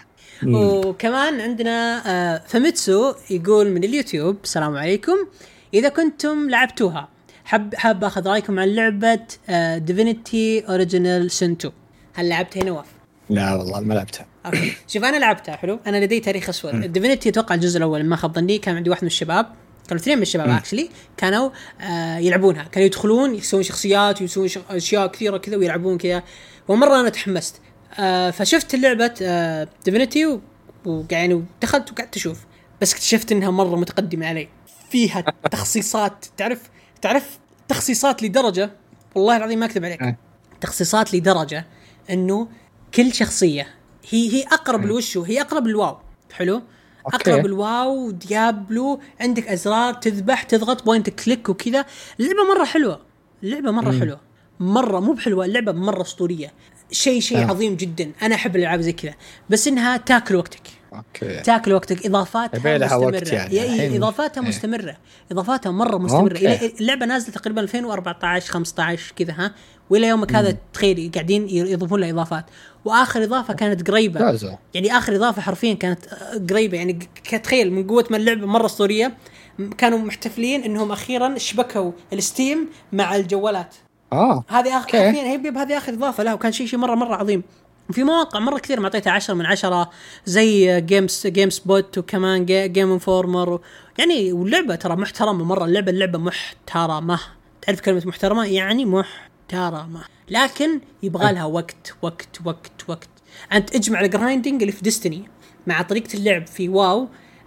وكمان عندنا فميتسو يقول من اليوتيوب السلام عليكم، اذا كنتم لعبتوها حاب اخذ رايكم عن لعبه ديفينيتي اوريجينال سين 2. هل لعبتها نواف؟ لا والله ما لعبتها. اوكي شوف انا لعبتها حلو، انا لدي تاريخ اسود. ديفينيتي اتوقع الجزء الاول ما خاب ظني كان عندي واحد من الشباب، كانوا اثنين من الشباب اكشلي كانوا يلعبونها، كانوا يدخلون يسوون شخصيات ويسوون اشياء كثيره كذا ويلعبون كذا، ومره انا تحمست. فشفت اللعبه ديفينيتي وقاعد ودخلت وقعدت اشوف، بس اكتشفت انها مره متقدمه علي، فيها تخصيصات تعرف تخصيصات لدرجه والله العظيم ما اكذب عليك، تخصيصات لدرجه انه كل شخصيه هي اقرب لوشو، هي اقرب الواو حلو. اقرب الواو ديابلو، عندك ازرار تذبح تضغط بوينت كليك وكذا. اللعبه مره حلوه، اللعبه مره حلوه، مره مو بحلوه، اللعبه مره اسطوريه، شيء عظيم جدا. انا احب الالعاب زي كذا، بس انها تاكل وقتك. تاكل وقتك، اضافاتها مستمره يعني اضافاتها مستمره، اضافاتها مره مستمره. اللعبه نازله تقريبا 2014 15 كذا ها، والى يومك هذا تخيل قاعدين يضيفون لها اضافات. واخر اضافه كانت قريبه يعني، اخر اضافه حرفيا كانت قريبه يعني، تخيل من قوه ما اللعبه مره اسطوريه كانوا محتفلين انهم اخيرا شبكوا الستيم مع الجوالات. هذه اخر حرفيا هذه اخر اضافه له، وكان شيء مره عظيم. وفي مواقع مره كثير ما اعطيتها 10 من 10 زي جيمز بوت وكمان جيم انفورمر يعني. واللعبه ترى محترمه مره، اللعبه محترمه، تعرف كلمه محترمه يعني محترمه، لكن يبغى لها وقت. انت اجمع الجرايندنج اللي في ديستني مع طريقه اللعب في واو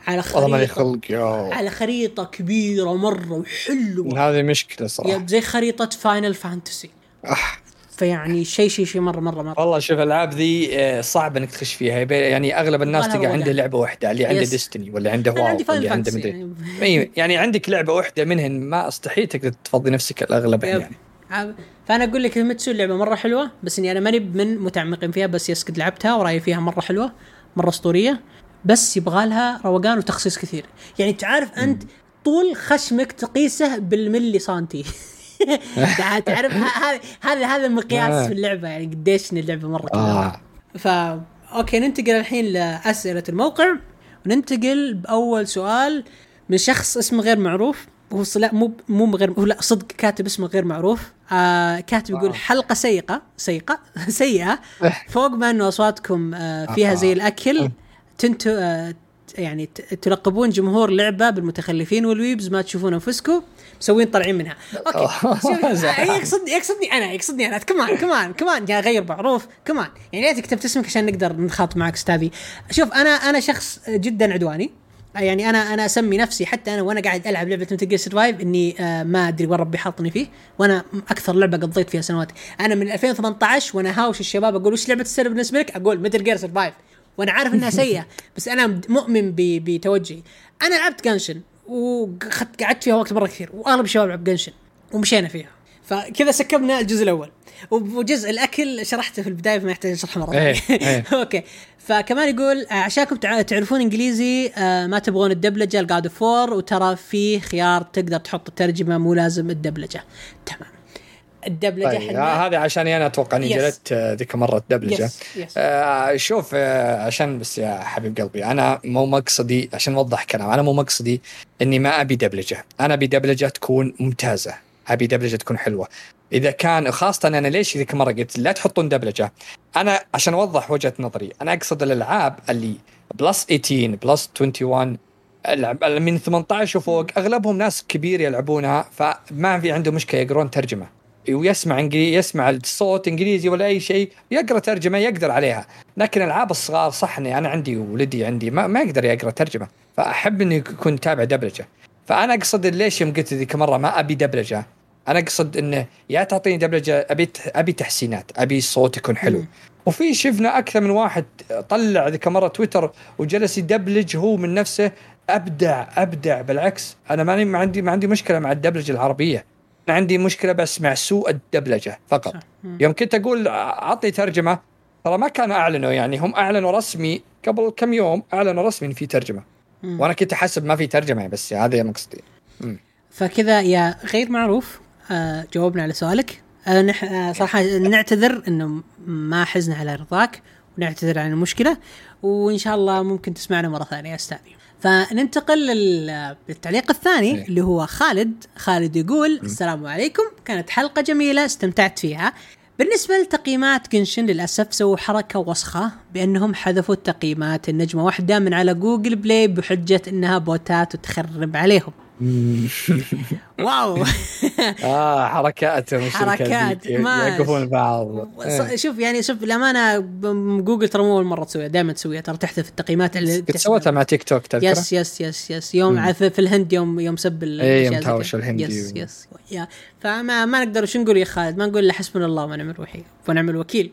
على خريطه كبيره مره وحلوه. هذه مشكله صراحه زي خريطه فاينل فانتسي. فيعني شيء مره والله. شوف الالعاب ذي صعب انك تخش فيها يعني، اغلب الناس تلقى عنده لعبه واحده، اللي عنده ديستني ولا عنده واو اللي عنده مدري يعني عندك لعبه واحده منهن، ما استحيل تقدر تفضي نفسك الاغلب يعني. فانا اقول لك المتسو اللعبه مره حلوه، بس اني انا ماني من متعمقين فيها، بس يسكت لعبتها وراي فيها مره حلوه مره اسطوريه، بس يبغى لها روقان وتخصيص كثير يعني. تعرف انت طول خشمك تقيسه بالملي سنتي. تعرف هذا المقياس في اللعبه يعني، قديش ان اللعبه مره كذا. اوكي ننتقل الحين لاسئله الموقع، وننتقل باول سؤال من شخص اسمه غير معروف. هو لا مو غير، هو لا صدق كاتب اسمه غير معروف. كاتب يقول حلقه سيئه فوق ما انه اصواتكم فيها زي الاكل، تنتو يعني تلقبون جمهور لعبة بالمتخلفين والويبز، ما تشوفون أنفسكم مسوين طالعين منها. يقصدني أنا كمان يا غير معروف كمان يعني، ليه تكتب اسمك عشان نقدر نخاط معك استاذي. شوف أنا شخص جدا عدواني يعني، أنا أسمي نفسي حتى أنا وأنا قاعد ألعب لعبة ميتل سرفايف إني ما أدري وين ربي حاطني فيه، وأنا أكثر لعبة قضيت فيها سنوات. أنا من 2018 وأنا هاوش الشباب أقول وش لعبة السر بالنسبة لك، أقول ميتل جير سرفايف، وانا عارف انها سيئه بس انا مؤمن بتوجهي. انا لعبت جنشن وقعدت فيها وقت مره كثير، واغلب الشباب لعب جنشن ومشينا فيها، فكذا سكبنا الجزء الاول. وجزء الاكل شرحته في البدايه فما يحتاج اشرحه مره ثانيه. اوكي فكمان يقول عشانكم تعرفون انجليزي ما تبغون الدبلجه الجاد اوف وور، وترى في خيار تقدر تحط الترجمه مو لازم الدبلجه. تمام الدبلجه طيب هذا عشان انا اتوقع اني جلست ذيك مره الدبلجه. شوف عشان بس يا حبيب قلبي، انا مو مقصدي عشان اوضح كلام، انا مو مقصدي اني ما ابي دبلجه، انا ابي دبلجه تكون ممتازه، ابي دبلجه تكون حلوه. اذا كان خاصه انا ليش ذيك مره قلت لا تحطون دبلجه، انا عشان اوضح وجهه نظري، انا اقصد الالعاب اللي بلس 18 بلس 21 من 18 وفوق اغلبهم ناس كبير يلعبونها، فما في عنده مشكله يقرون ترجمه ويسمع انجليزي، يسمع الصوت انجليزي ولا اي شيء يقرا ترجمه يقدر عليها. لكن العاب الصغار صح اني انا عندي ولدي عندي ما يقدر يقرا ترجمه، فاحب انه يكون تابع دبلجه. فانا اقصد ليش يوم قلت ذيك مره ما ابي دبلجه، انا اقصد انه يا تعطيني دبلجه ابي تحسينات، ابي الصوت يكون حلو. وفي شفنا اكثر من واحد طلع ذيك مره تويتر وجلس يدبلج هو من نفسه، ابدع بالعكس. انا ما عندي مشكله مع الدبلجه العربيه، أنا عندي مشكله بس مع سوء الدبلجه فقط. يوم كنت اقول اعطي ترجمه ترى ما كانوا اعلنوا، يعني هم اعلنوا رسمي قبل كم يوم، اعلنوا رسمي ان في ترجمه وانا كنت احسب ما في ترجمه، بس هذا مقصدي. فكذا يا غير معروف جاوبنا على سؤالك. صراحة نعتذر إنه ما حزنا على رضاك، ونعتذر عن المشكلة، وإن شاء الله ممكن تسمعنا مرة ثانية يا أستاذي. فننتقل للتعليق الثاني اللي هو خالد يقول السلام عليكم، كانت حلقة جميلة استمتعت فيها. بالنسبة لتقييمات جنشن للأسف سووا حركة وسخة بأنهم حذفوا التقييمات النجمة واحدة من على جوجل بلاي بحجة إنها بوتات وتخرب عليهم. واو. حركات يوقفون بعض. شوف الأمانة جوجل ترى مو أول مرة تسويها، دائما تسويها، ترى تحذف التقييمات اللي سوتها مع تيك توك تذكر. يس يوم في الهند يوم سب الجهاز الهندي. يس فما نقدر وش نقول يا خالد، ما نقول إلا حسبنا الله ونعم الوكيل.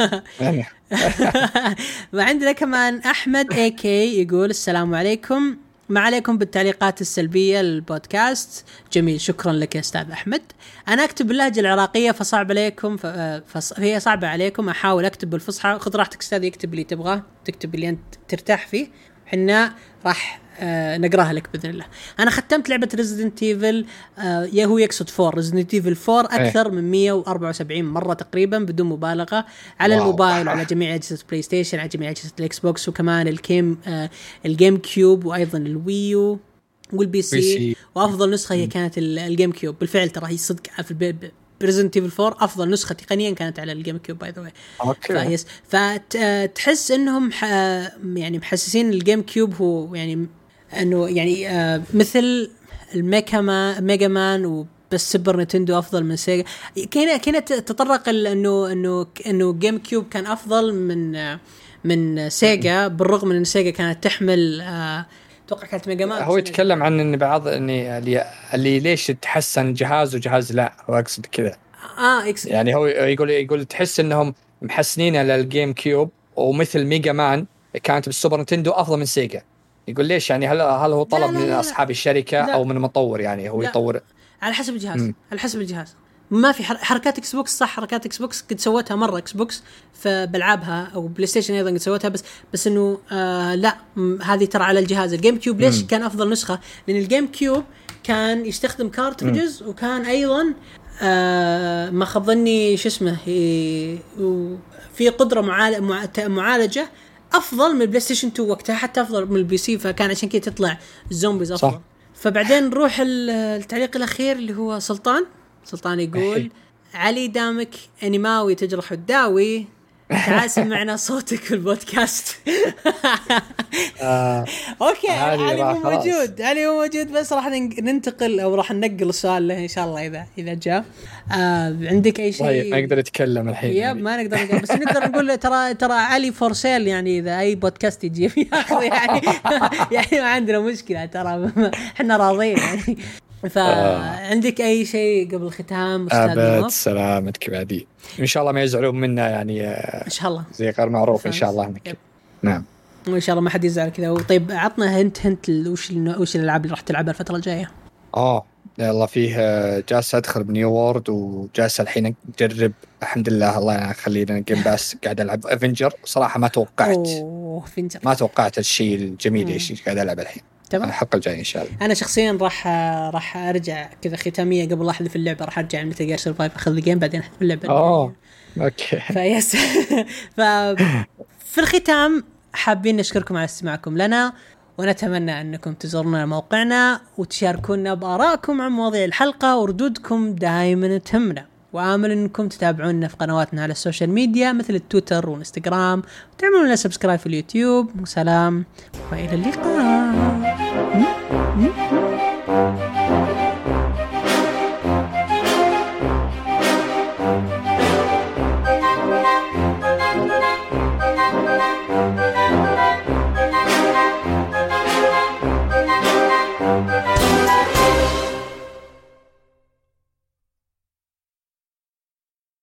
وعندنا كمان أحمد AK يقول السلام عليكم، ما عليكم بالتعليقات السلبية للبودكاست. جميل، شكرا لك يا أستاذ أحمد. أنا أكتب باللهجة العراقية فصعب عليكم هي صعبة عليكم، أحاول أكتب بالفصحى. خذ راحتك أستاذ، يكتب اللي تبغاه، تكتب اللي أنت ترتاح فيه، حنا راح نقراها لك بإذن الله. أنا ختمت لعبة Resident Evil هو يقصد 4 Resident Evil 4 أكثر من 174 مرة تقريبا بدون مبالغة، على الموبايل وعلى جميع أجهزة بلاي ستيشن، على جميع أجهزة الإكس بوكس، وكمان الجيم كيوب، وأيضا الويو والبي سي. وأفضل نسخة هي كانت الجيم كيوب بالفعل، ترى هي صدق في Resident Evil 4 أفضل نسخة تقنيا كانت على الجيم كيوب باي ذا واي. فتحس إنهم يعني محسسين الجيم كيوب هو يعني انه يعني مثل ميجا مان وبس سوبر نينتندو افضل من سيجا. كانت تتطرق انه جيم كيوب كان افضل من سيجا، بالرغم من ان سيجا كانت تحمل اتوقع كانت ميجا مان. هو يتكلم عن ان بعض اللي ليش تحسن جهاز وجهاز لا، هو اقصد كذا. يعني هو يقول تحس انهم محسنين على الجيم كيوب، ومثل ميجا مان كانت بالسوبر نينتندو افضل من سيجا. يقول ليش يعني هل هو طلب من أصحاب الشركة أو من المطور، يعني هو يطور على حسب الجهاز. على حسب الجهاز ما في حركات اكس بوكس صح، حركات اكس بوكس قد سوتها مرة اكس بوكس فبلعبها، او بلاي ستيشن ايضا قد سوتها، بس انه لا هذه ترى على الجهاز. الجيم كيوب ليش كان افضل نسخة؟ لان الجيم كيوب كان يستخدم كارتريجز، وكان ايضا ما خضني شو اسمه في قدرة معالجة افضل من البلاي ستيشن 2 وقتها، حتى افضل من البي سي، فكان عشان كده تطلع الزومبيز افضل. فبعدين نروح التعليق الاخير اللي هو سلطان يقول علي دامك انيماوي تجرح الداوي، تعال سمعنا صوتك في البودكاست. اوكي علي مو موجود بس راح ننتقل او راح ننقل السؤال له ان شاء الله اذا جاء. عندك اي شيء؟ طيب ما نقدر نتكلم الحين ما نقدر نقول، بس نقدر نقول ترى علي فور سيل، يعني اذا اي بودكاست يجي ياخذ يعني ما عندنا مشكله، ترى احنا راضيين يعني. فعندك اي شيء قبل الختام استاذ نواف؟ سلامتك بعدي ان شاء الله ما يزعلون منا يعني ان شاء الله زي غير معروف ان شاء الله. نعم وان شاء الله ما حد يزعل كذا. طيب عطنا هنت وش الالعاب اللي راح تلعبها الفتره الجايه؟ يلا فيه جالس ادخل بنيو وورد، وجالس الحين اجرب الحمد لله الله يخلينا جيم باس قاعد العب افنجر. صراحه ما توقعت الشيء الجميل ايش قاعد العب الحين. الحلقه الجايه ان شاء الله. انا شخصيا راح ارجع كذا ختاميه قبل لا احذف في اللعبه، راح ارجع لميتال جير سرفايف اخذ الجيم بعدين احذف في اللعبه. اوكي فيس. في الختام حابين نشكركم على استماعكم لنا، ونتمنى أنكم تزورنا موقعنا وتشاركونا بآرائكم عن مواضيع الحلقة، وردودكم دائما تهمنا. وآمل أنكم تتابعونا في قنواتنا على السوشيال ميديا مثل التويتر والإنستغرام، وتعملوا لنا سبسكرايب في اليوتيوب. وسلام وإلى اللقاء.